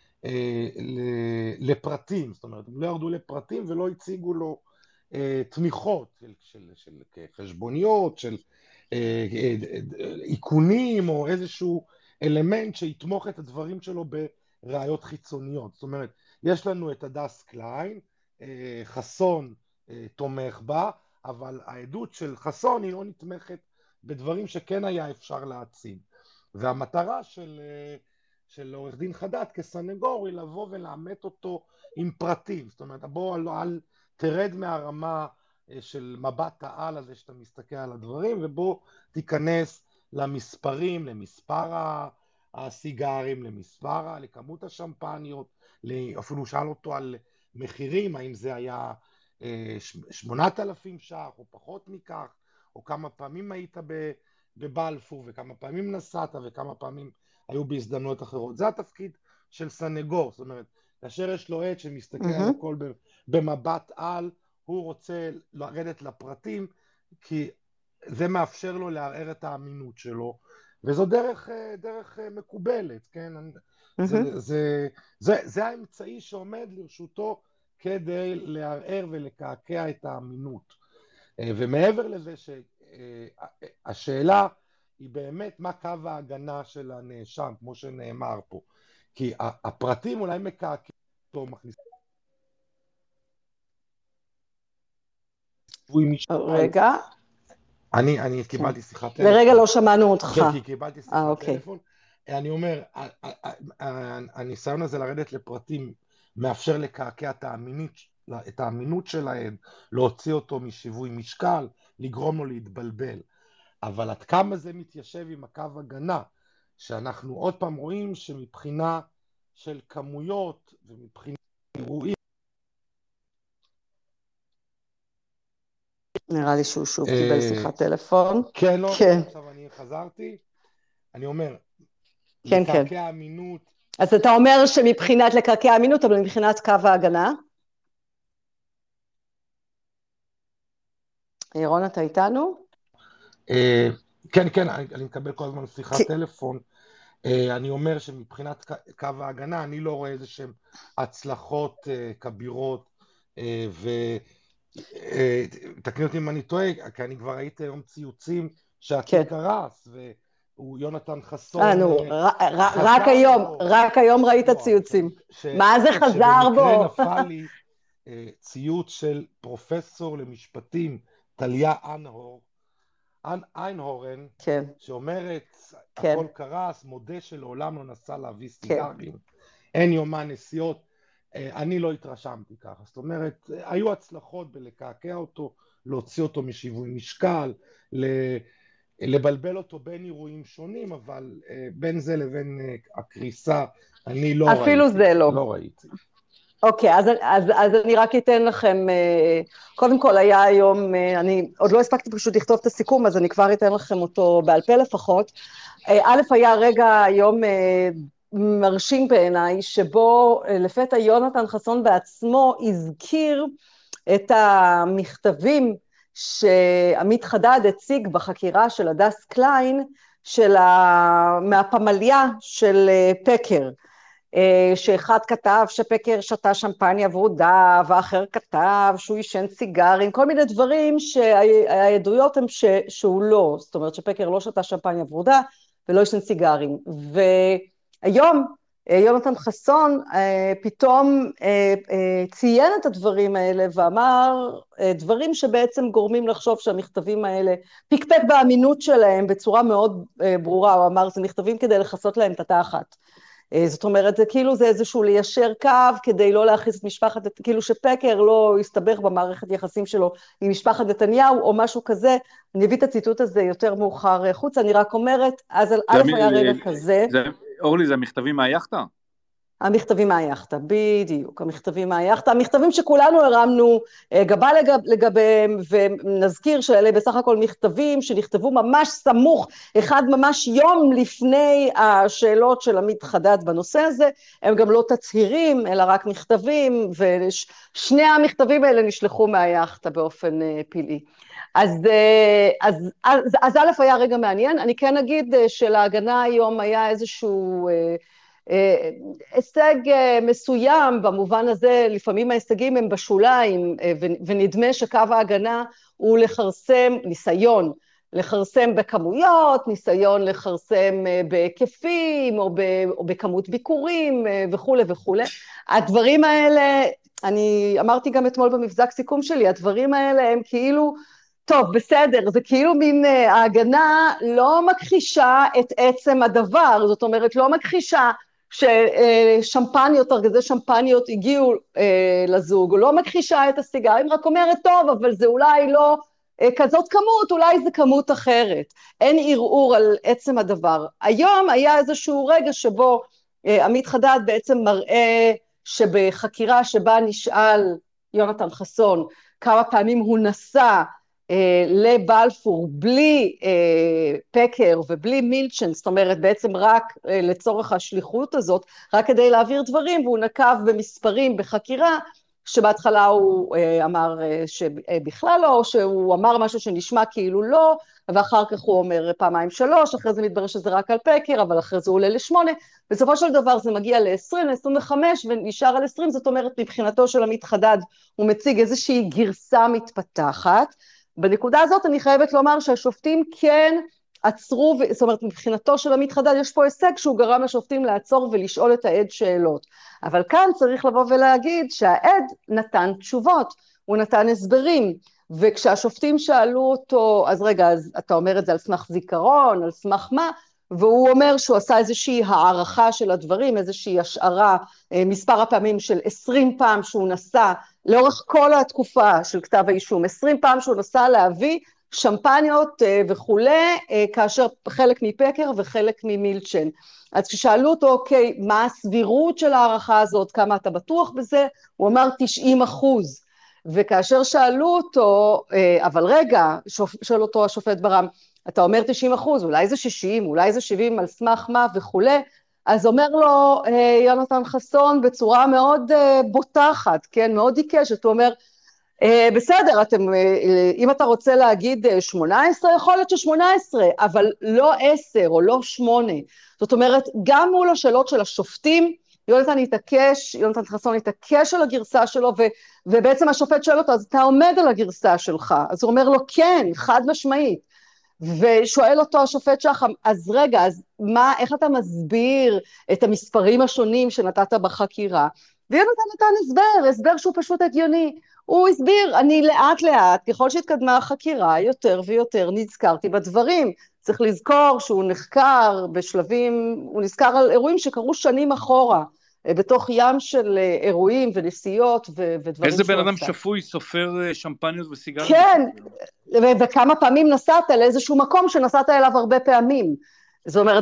לפרטים, זאת אומרת, הם לא ירדו לפרטים ולא הציגו לו תמיכות של, של, של חשבוניות, של עיקונים או איזשהו אלמנט שיתמוך את הדברים שלו בראיות חיצוניות. זאת אומרת, יש לנו את הדס קליין, חסון תומך בה, אבל העדות של חסון היא לא נתמכת בדברים שכן היה אפשר להציג. והמטרה של, של עורך דין חדד כסנגור היא לבוא ולאמת אותו עם פרטים. זאת אומרת, בוא אל, אל תרד מהרמה של מבט העל הזה שאתה מסתכל על הדברים, ובוא תיכנס למספרים, למספר הסיגרים, למספר, לכמות השמפניות, אפילו שאל אותו על מחירים, האם זה היה שמונת אלפים ש"ח או פחות מכך, או כמה פעמים היית בבלפור, וכמה פעמים נסעת, וכמה פעמים היו בהזדמנויות אחרות. זה התפקיד של סנגור, זאת אומרת, כאשר יש לו עד שמסתכל על הכל במבט על, הוא רוצה לרדת לפרטים, כי זה מאפשר לו לערער את האמינות שלו, וזו דרך, דרך מקובלת, כן? זה, זה, זה, זה האמצעי שעומד לרשותו כדי לערער ולקעקע את האמינות. ומעבר לזה שהשאלה היא באמת מה קו ההגנה של הנאשם, כמו שנאמר פה. כי הפרטים אולי מקעקעים אותו, מכניסים. רגע. אני, אני קיבלתי שיחת טלפון. לרגע לא שמענו אותך. כן, כי קיבלתי שיחת טלפון. אני אומר, הניסיון הזה לרדת לפרטים מאפשר לקעקע את האמינות, את האמינות של העד, להוציא אותו משיווי משקל, לגרום לו להתבלבל. אבל עד כמה זה מתיישב עם הקו הגנה, שאנחנו עוד פעם רואים שמבחינה של כמויות ומבחינת אירועים, נראה לי שהוא שוב קיבל שיחת טלפון. כן, לא, עכשיו אני חזרתי. אני אומר, לקעקע האמינות. אז אתה אומר שמבחינת לקעקע האמינות, אבל מבחינת קו ההגנה? ירון, אתה איתנו? כן, כן, אני מקבל כל הזמן שיחת טלפון. אני אומר שמבחינת קו ההגנה, אני לא רואה איזה שהן הצלחות כבירות, ו... תקני אותי אם אני טועה, כי אני כבר ראיתי היום ציוצים שהתיק קרס, והוא יונתן חסון. רק היום, רק היום ראית ציוצים. מה זה חזר בו? שבמקרה נפל לי ציוץ של פרופסור למשפטים, טליה איינהורן, שאומרת, הכל קרס, מודה שלעולם לא נסע להביא סיגרים, אין יומן נסיעות, אני לא התרשמתי ככה, זאת אומרת, היו הצלחות בלקעקע אותו, להוציא אותו משיווי משקל, לבלבל אותו בין אירועים שונים, אבל בין זה לבין הקריסה, אני לא ראיתי. אפילו זה לא. לא ראיתי. אוקיי, אז, אז, אז אני רק אתן לכם, קודם כל היה היום, אני עוד לא הספקתי פשוט לכתוב את הסיכום, אז אני כבר אתן לכם אותו בעל פה לפחות. א', היה רגע היום מרשים בעיניי, שבו לפתע יונתן חסון בעצמו הזכיר את המכתבים שעמית חדד הציג בחקירה של הדס קליין, של ה... מהפמליה של פקר, שאחד כתב שפקר שתה שמפניה ורודה, ואחר כתב שהוא ישן סיגרים, כל מיני דברים שהעדויות הן ש... שהוא לא, זאת אומרת שפקר לא שתה שמפניה ורודה, ולא ישן סיגרים. והיום יונתן חסון פתאום ציין את הדברים האלה ואמר דברים שבעצם גורמים לחשוב שהמכתבים האלה, פקפק באמינות שלהם בצורה מאוד ברורה, הוא אמר, זה מכתבים כדי לחסות להם את התחת. זאת אומרת, זה כאילו זה איזשהו ליישר קו כדי לא להכניס את משפחת, כאילו שפקר לא יסתבך במערכת יחסים שלו עם משפחת נתניהו או משהו כזה. אני אביא את הציטוט הזה יותר מאוחר חוץ, אני רק אומרת, אז א' היה רגע כזה. אורלי, זה המכתבים מהיחדה? המכתבים מהיחדה, בדיוק, המכתבים מהיחדה, המכתבים שכולנו הרמנו גבה לגב, לגביהם, ונזכיר שאלה בסך הכל מכתבים שנכתבו ממש סמוך, אחד ממש יום לפני השאלות של עמית חדד בנושא הזה, הם גם לא תצהירים, אלא רק מכתבים, ושני המכתבים האלה נשלחו מהיחדה באופן פלאי. אז, אז, אז, אז א' היה רגע מעניין, אני כן אגיד שלהגנה היום היה איזשהו הישג מסוים, במובן הזה לפעמים ההישגים הם בשוליים, ונדמה שקו ההגנה הוא לחרסם, ניסיון, לחרסם בכמויות, ניסיון לחרסם בהיקפים, או, ב, או בכמות ביקורים וכו' וכו'. הדברים האלה, אני אמרתי גם אתמול במבזק סיכום שלי, הדברים האלה הם כאילו, טוב, בסדר, זה כאילו מין ההגנה לא מכחישה את עצם הדבר, זאת אומרת, לא מכחישה ששמפניות, ארגזי שמפניות הגיעו לזוג, לא מכחישה את הסיגרים, רק אומרת, טוב, אבל זה אולי לא כזאת כמות, אולי זה כמות אחרת. אין ערעור על עצם הדבר. היום היה איזשהו רגע שבו עמית חדד בעצם מראה שבחקירה שבה נשאל יונתן חסון כמה פעמים הוא נסע לבלפור בלי פקר ובלי מילצ'ן, זאת אומרת בעצם רק לצורך השליחות הזאת, רק כדי להעביר דברים, והוא נקב במספרים בחקירה, שבהתחלה הוא אמר שבכלל לא, או שהוא אמר משהו שנשמע כאילו לא, ואחר כך הוא אומר פעמיים שלוש, אחרי זה מתברר שזה רק על פקר, אבל אחרי זה הוא עולה לשמונה, בסופו של דבר זה מגיע ל-עשרים, ל-עשרים וחמש, ונשאר על עשרים, זאת אומרת מבחינתו של עמית חדד, הוא מציג איזושהי גרסה מתפתחת. בנקודה הזאת אני חייבת לומר שהשופטים כן עצרו, זאת אומרת מבחינתו של עמית חדד יש פה הישג שהוא גרם לשופטים לעצור ולשאול את העד שאלות, אבל כאן צריך לבוא ולהגיד שהעד נתן תשובות, הוא נתן הסברים, וכשהשופטים שאלו אותו, אז רגע, אז אתה אומר את זה על סמך זיכרון, על סמך מה, והוא אומר שהוא עשה איזושהי הערכה של הדברים, איזושהי השערה, מספר הפעמים של עשרים פעם שהוא נסע, לאורך כל התקופה של כתב האישום, עשרים פעם שהוא נסע להביא שמפניות וכולי, כאשר חלק מפקר וחלק ממילצ'ן. אז כששאלו אותו, אוקיי, מה הסבירות של הערכה הזאת, כמה אתה בטוח בזה? הוא אמר תשעים אחוז. וכאשר שאלו אותו, אבל רגע, שואל אותו השופט ברם, אתה אומר תשעים אחוז, אולי זה שישים, אולי זה שבעים, על סמך מה וכולי, אז אומר לו יונתן חסון בצורה מאוד בוטחת, כן, מאוד עיקשת, הוא אומר, בסדר, אתם, אם אתה רוצה להגיד שמונה עשרה, יכול להיות ש-שמונה עשרה, אבל לא עשר או לא שמונה. זאת אומרת, גם מול השאלות של השופטים, יונתן התעקש, יונתן חסון התעקש על הגרסה שלו, ו, ובעצם השופט שואל אותו, אז אתה עומד על הגרסה שלך? אז הוא אומר לו, כן, חד משמעית. ושואל אותו השופט שחם, אז רגע, אז מה, איך אתה מסביר את המספרים השונים שנתת בחקירה? ויונתן נתן הסבר, הסבר שהוא פשוט הגיוני. הוא הסביר, אני לאט לאט, ככל שהתקדמה החקירה, יותר ויותר נזכרתי בדברים. צריך לזכור שהוא נחקר בשלבים, הוא נזכר על אירועים שקרו שנים אחורה, בתוך ים של אירועים ונסיעות ודברים שהוא עשה. איזה בן אדם שפוי, סופר שמפניות וסיגריות? כן, וכמה פעמים נסעת לאיזשהו מקום שנסעת אליו הרבה פעמים. זאת אומרת,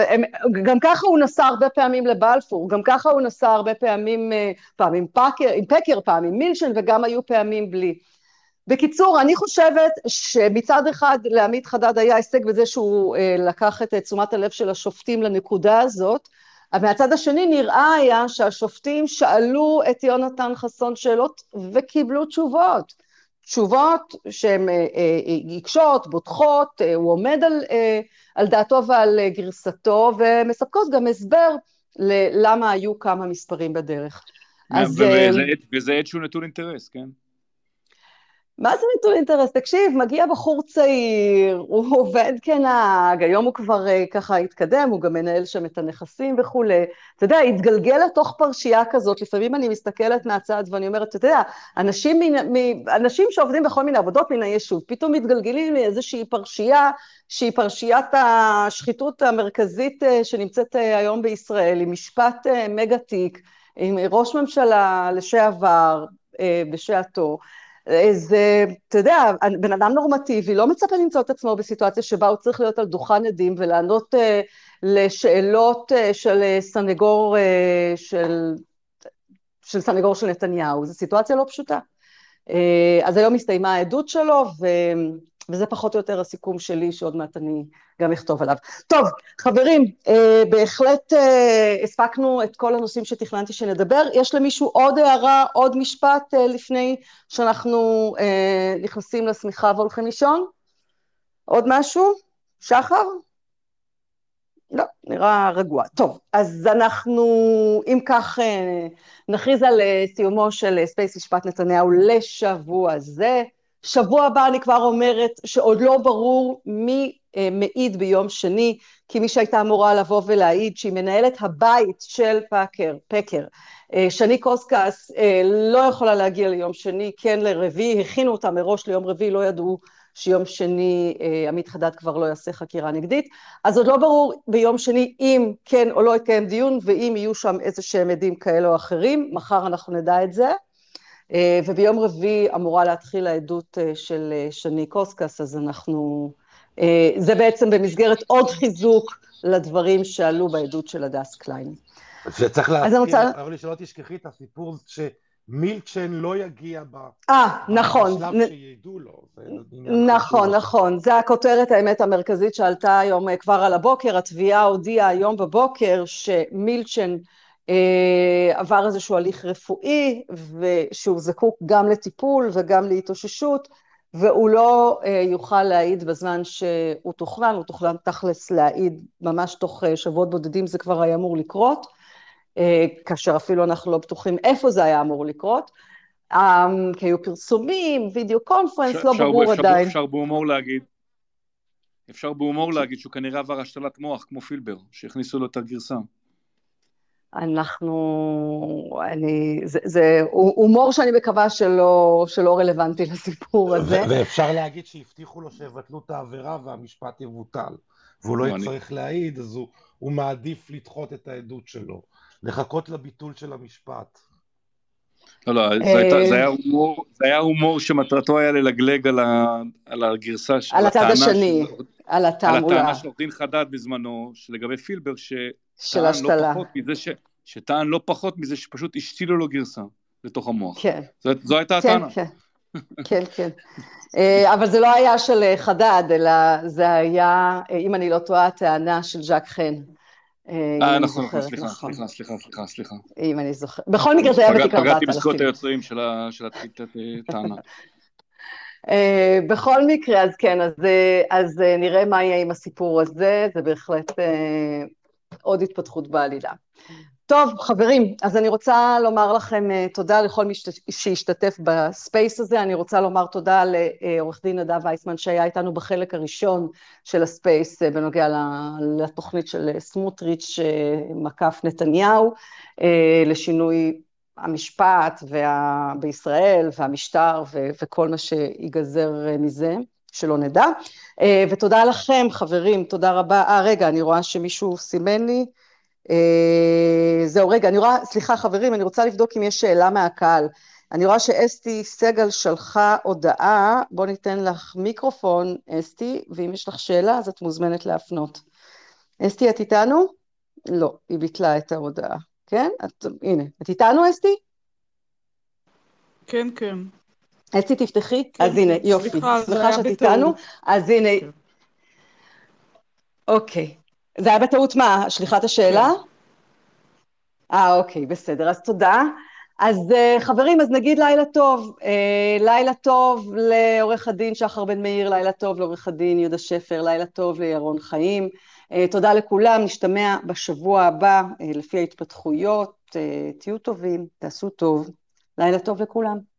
גם ככה הוא נסע הרבה פעמים לבלפור, גם ככה הוא נסע הרבה פעמים, פעמים פקר, עם פקר, פעמים מילשן, וגם היו פעמים בלי. בקיצור, אני חושבת שמצד אחד לעמית חדד היה הישג בזה שהוא לקח את תשומת הלב של השופטים לנקודה הזאת, אבל מהצד השני נראה היה שהשופטים שאלו את יונתן חסון שאלות וקיבלו תשובות. תשובות שהן עיקשות, בוטחות, הוא עומד על, על דעתו ועל גרסתו, ומספקות גם הסבר ללמה היו כמה מספרים בדרך. וזה עד שהוא נטול אינטרס, כן? מה זה נטול אינטרס? תקשיב, מגיע בחור צעיר, הוא עובד כנהג, היום הוא כבר ככה התקדם, הוא גם מנהל שם את הנכסים וכולי. אתה יודע, התגלגל לתוך פרשייה כזאת, לפעמים אני מסתכלת מהצד ואני אומרת, אתה יודע, אנשים, מ, מ, אנשים שעובדים בכל מיני עבודות מן היישוב, פתאום מתגלגלים מאיזושהי פרשייה, שהיא פרשיית השחיתות המרכזית שנמצאת היום בישראל, עם משפט מגה תיק, עם ראש ממשלה לשעבר בשעתו, זה, אתה יודע, בן אדם נורמטיבי לא מצפה למצוא את עצמו בסיטואציה שבה הוא צריך להיות על דוכן עדים ולענות uh, לשאלות uh, של סנגור, uh, של, של סנגור של נתניהו, זו סיטואציה לא פשוטה. Uh, אז היום הסתיימה העדות שלו, ו... וזה פחות או יותר הסיכום שלי, שעוד מעט אני גם אכתוב עליו. טוב, חברים, אה, בהחלט אה, הספקנו את כל הנושאים שתכננתי שנדבר. יש למישהו עוד הערה, עוד משפט, אה, לפני שאנחנו אה, נכנסים לשמיכה והולכים לישון? עוד משהו? שחר? לא, נראה רגוע. טוב, אז אנחנו, אם כך, אה, נכריז על אה, סיומו של אה, ספייס משפט נתניהו לשבוע זה. שבוע הבא אני כבר אומרת שעוד לא ברור מי אה, מעיד ביום שני, כי מי שהייתה אמורה לבוא ולהעיד שהיא מנהלת הבית של פאקר, פקר, אה, שני קוסקס אה, לא יכולה להגיע ליום שני, כן לרביעי, הכינו אותה מראש ליום רביעי, לא ידעו שיום שני אה, עמית חדד כבר לא יעשה חקירה נגדית, אז עוד לא ברור ביום שני אם כן או לא יתקיים דיון, ואם יהיו שם איזה שהם עדים כאלה או אחרים, מחר אנחנו נדע את זה. וביום רביעי אמורה להתחיל העדות של שני קוסקס, אז אנחנו, זה בעצם במסגרת עוד חיזוק לדברים שעלו בעדות של הדס קליין. שצריך להזכיר, אבל לי שלא תשכחי את הסיפור שמילצ'ן לא יגיע בשלב שידעו לו. נכון, נכון, זה הכותרת האמת המרכזית שעלתה היום כבר על הבוקר, התביעה הודיעה היום בבוקר שמילצ'ן עבר איזשהו הליך רפואי, ושהוא זקוק גם לטיפול וגם להתאוששות, והוא לא יוכל להעיד בזמן שהוא תוכנן, הוא תוכנן תכלס להעיד ממש תוך שבועות בודדים, זה כבר היה אמור לקרות, כאשר אפילו אנחנו לא בטוחים איפה זה היה אמור לקרות, כי היו פרסומים, וידאו קונפרנס, לא ברור עדיין. אפשר בהומור להגיד, אפשר בהומור להגיד שהוא כנראה עבר השתלת מוח, כמו פילבר, שהכניסו לו את הגרסה. אנחנו, אני, זה, זה הומור שאני מקווה שלא, שלא רלוונטי לסיפור הזה. ואפשר להגיד שהבטיחו לו שיבטלו את העבירה והמשפט יבוטל, והוא לא יצטרך להעיד, אז הוא, הוא מעדיף לדחות את העדות שלו, לחכות לביטול של המשפט. לא, לא, זה, הייתה, זה, היה הומור, זה היה הומור שמטרתו היה ללגלג על, ה, על הגרסה, על הצד השני, של, על התעמולה. על הטענה של עורך דין חדד בזמנו, שלגבי פילבר, של השתלה. לא פחות מזה ש... שטען לא פחות מזה שפשוט השתילו לו גרסה לתוך המוח. כן. זו, זו הייתה הטענה. כן, כן, כן, כן. אבל זה לא היה של חדד, אלא זה היה, אם אני לא טועה, הטענה של ז'ק חן. אה, נכון, נכון, סליחה, סליחה, סליחה, סליחה, סליחה. אם אני זוכרת. בכל מקרה זה היה בתיק ארבעת אלפים. פגעתי בזכויות היוצרים של הטענה. בכל מקרה, אז כן, אז נראה מה יהיה עם הסיפור הזה, זה בהחלט עוד התפתחות בעלילה. טוב, חברים, אז אני רוצה לומר לכם תודה לכל מי שהשתתף בספייס הזה, אני רוצה לומר תודה לעורך דין נדב וייסמן שהיה איתנו בחלק הראשון של הספייס בנוגע לתוכנית של סמוטריץ' מקף נתניהו, לשינוי המשפט בישראל והמשטר וכל מה שיגזר מזה, שלא נדע, ותודה לכם חברים, תודה רבה, אה רגע, אני רואה שמישהו סימן לי, Uh, זהו רגע, אני רואה, סליחה חברים, אני רוצה לבדוק אם יש שאלה מהקהל, אני רואה שאסתי סגל שלחה הודעה, בוא ניתן לך מיקרופון אסתי, ואם יש לך שאלה אז את מוזמנת להפנות. אסתי את איתנו? לא, היא ביטלה את ההודעה, כן? את, הנה, את איתנו אסתי? כן, כן. אסתי תפתחי? כן, אז הנה, כן. יופי, סליחה, סליחה שאת איתנו, אז הנה, כן. אוקיי. זה היה בטעות מה? שליחת השאלה? אה, אוקיי, בסדר, אז תודה. אז חברים, אז נגיד לילה טוב. לילה טוב לעורך הדין שחר בן מאיר, לילה טוב לעורך הדין יהודה שפר, לילה טוב לירון חיים. תודה לכולם, נשתמע בשבוע הבא לפי ההתפתחויות. תהיו טובים, תעשו טוב. לילה טוב לכולם.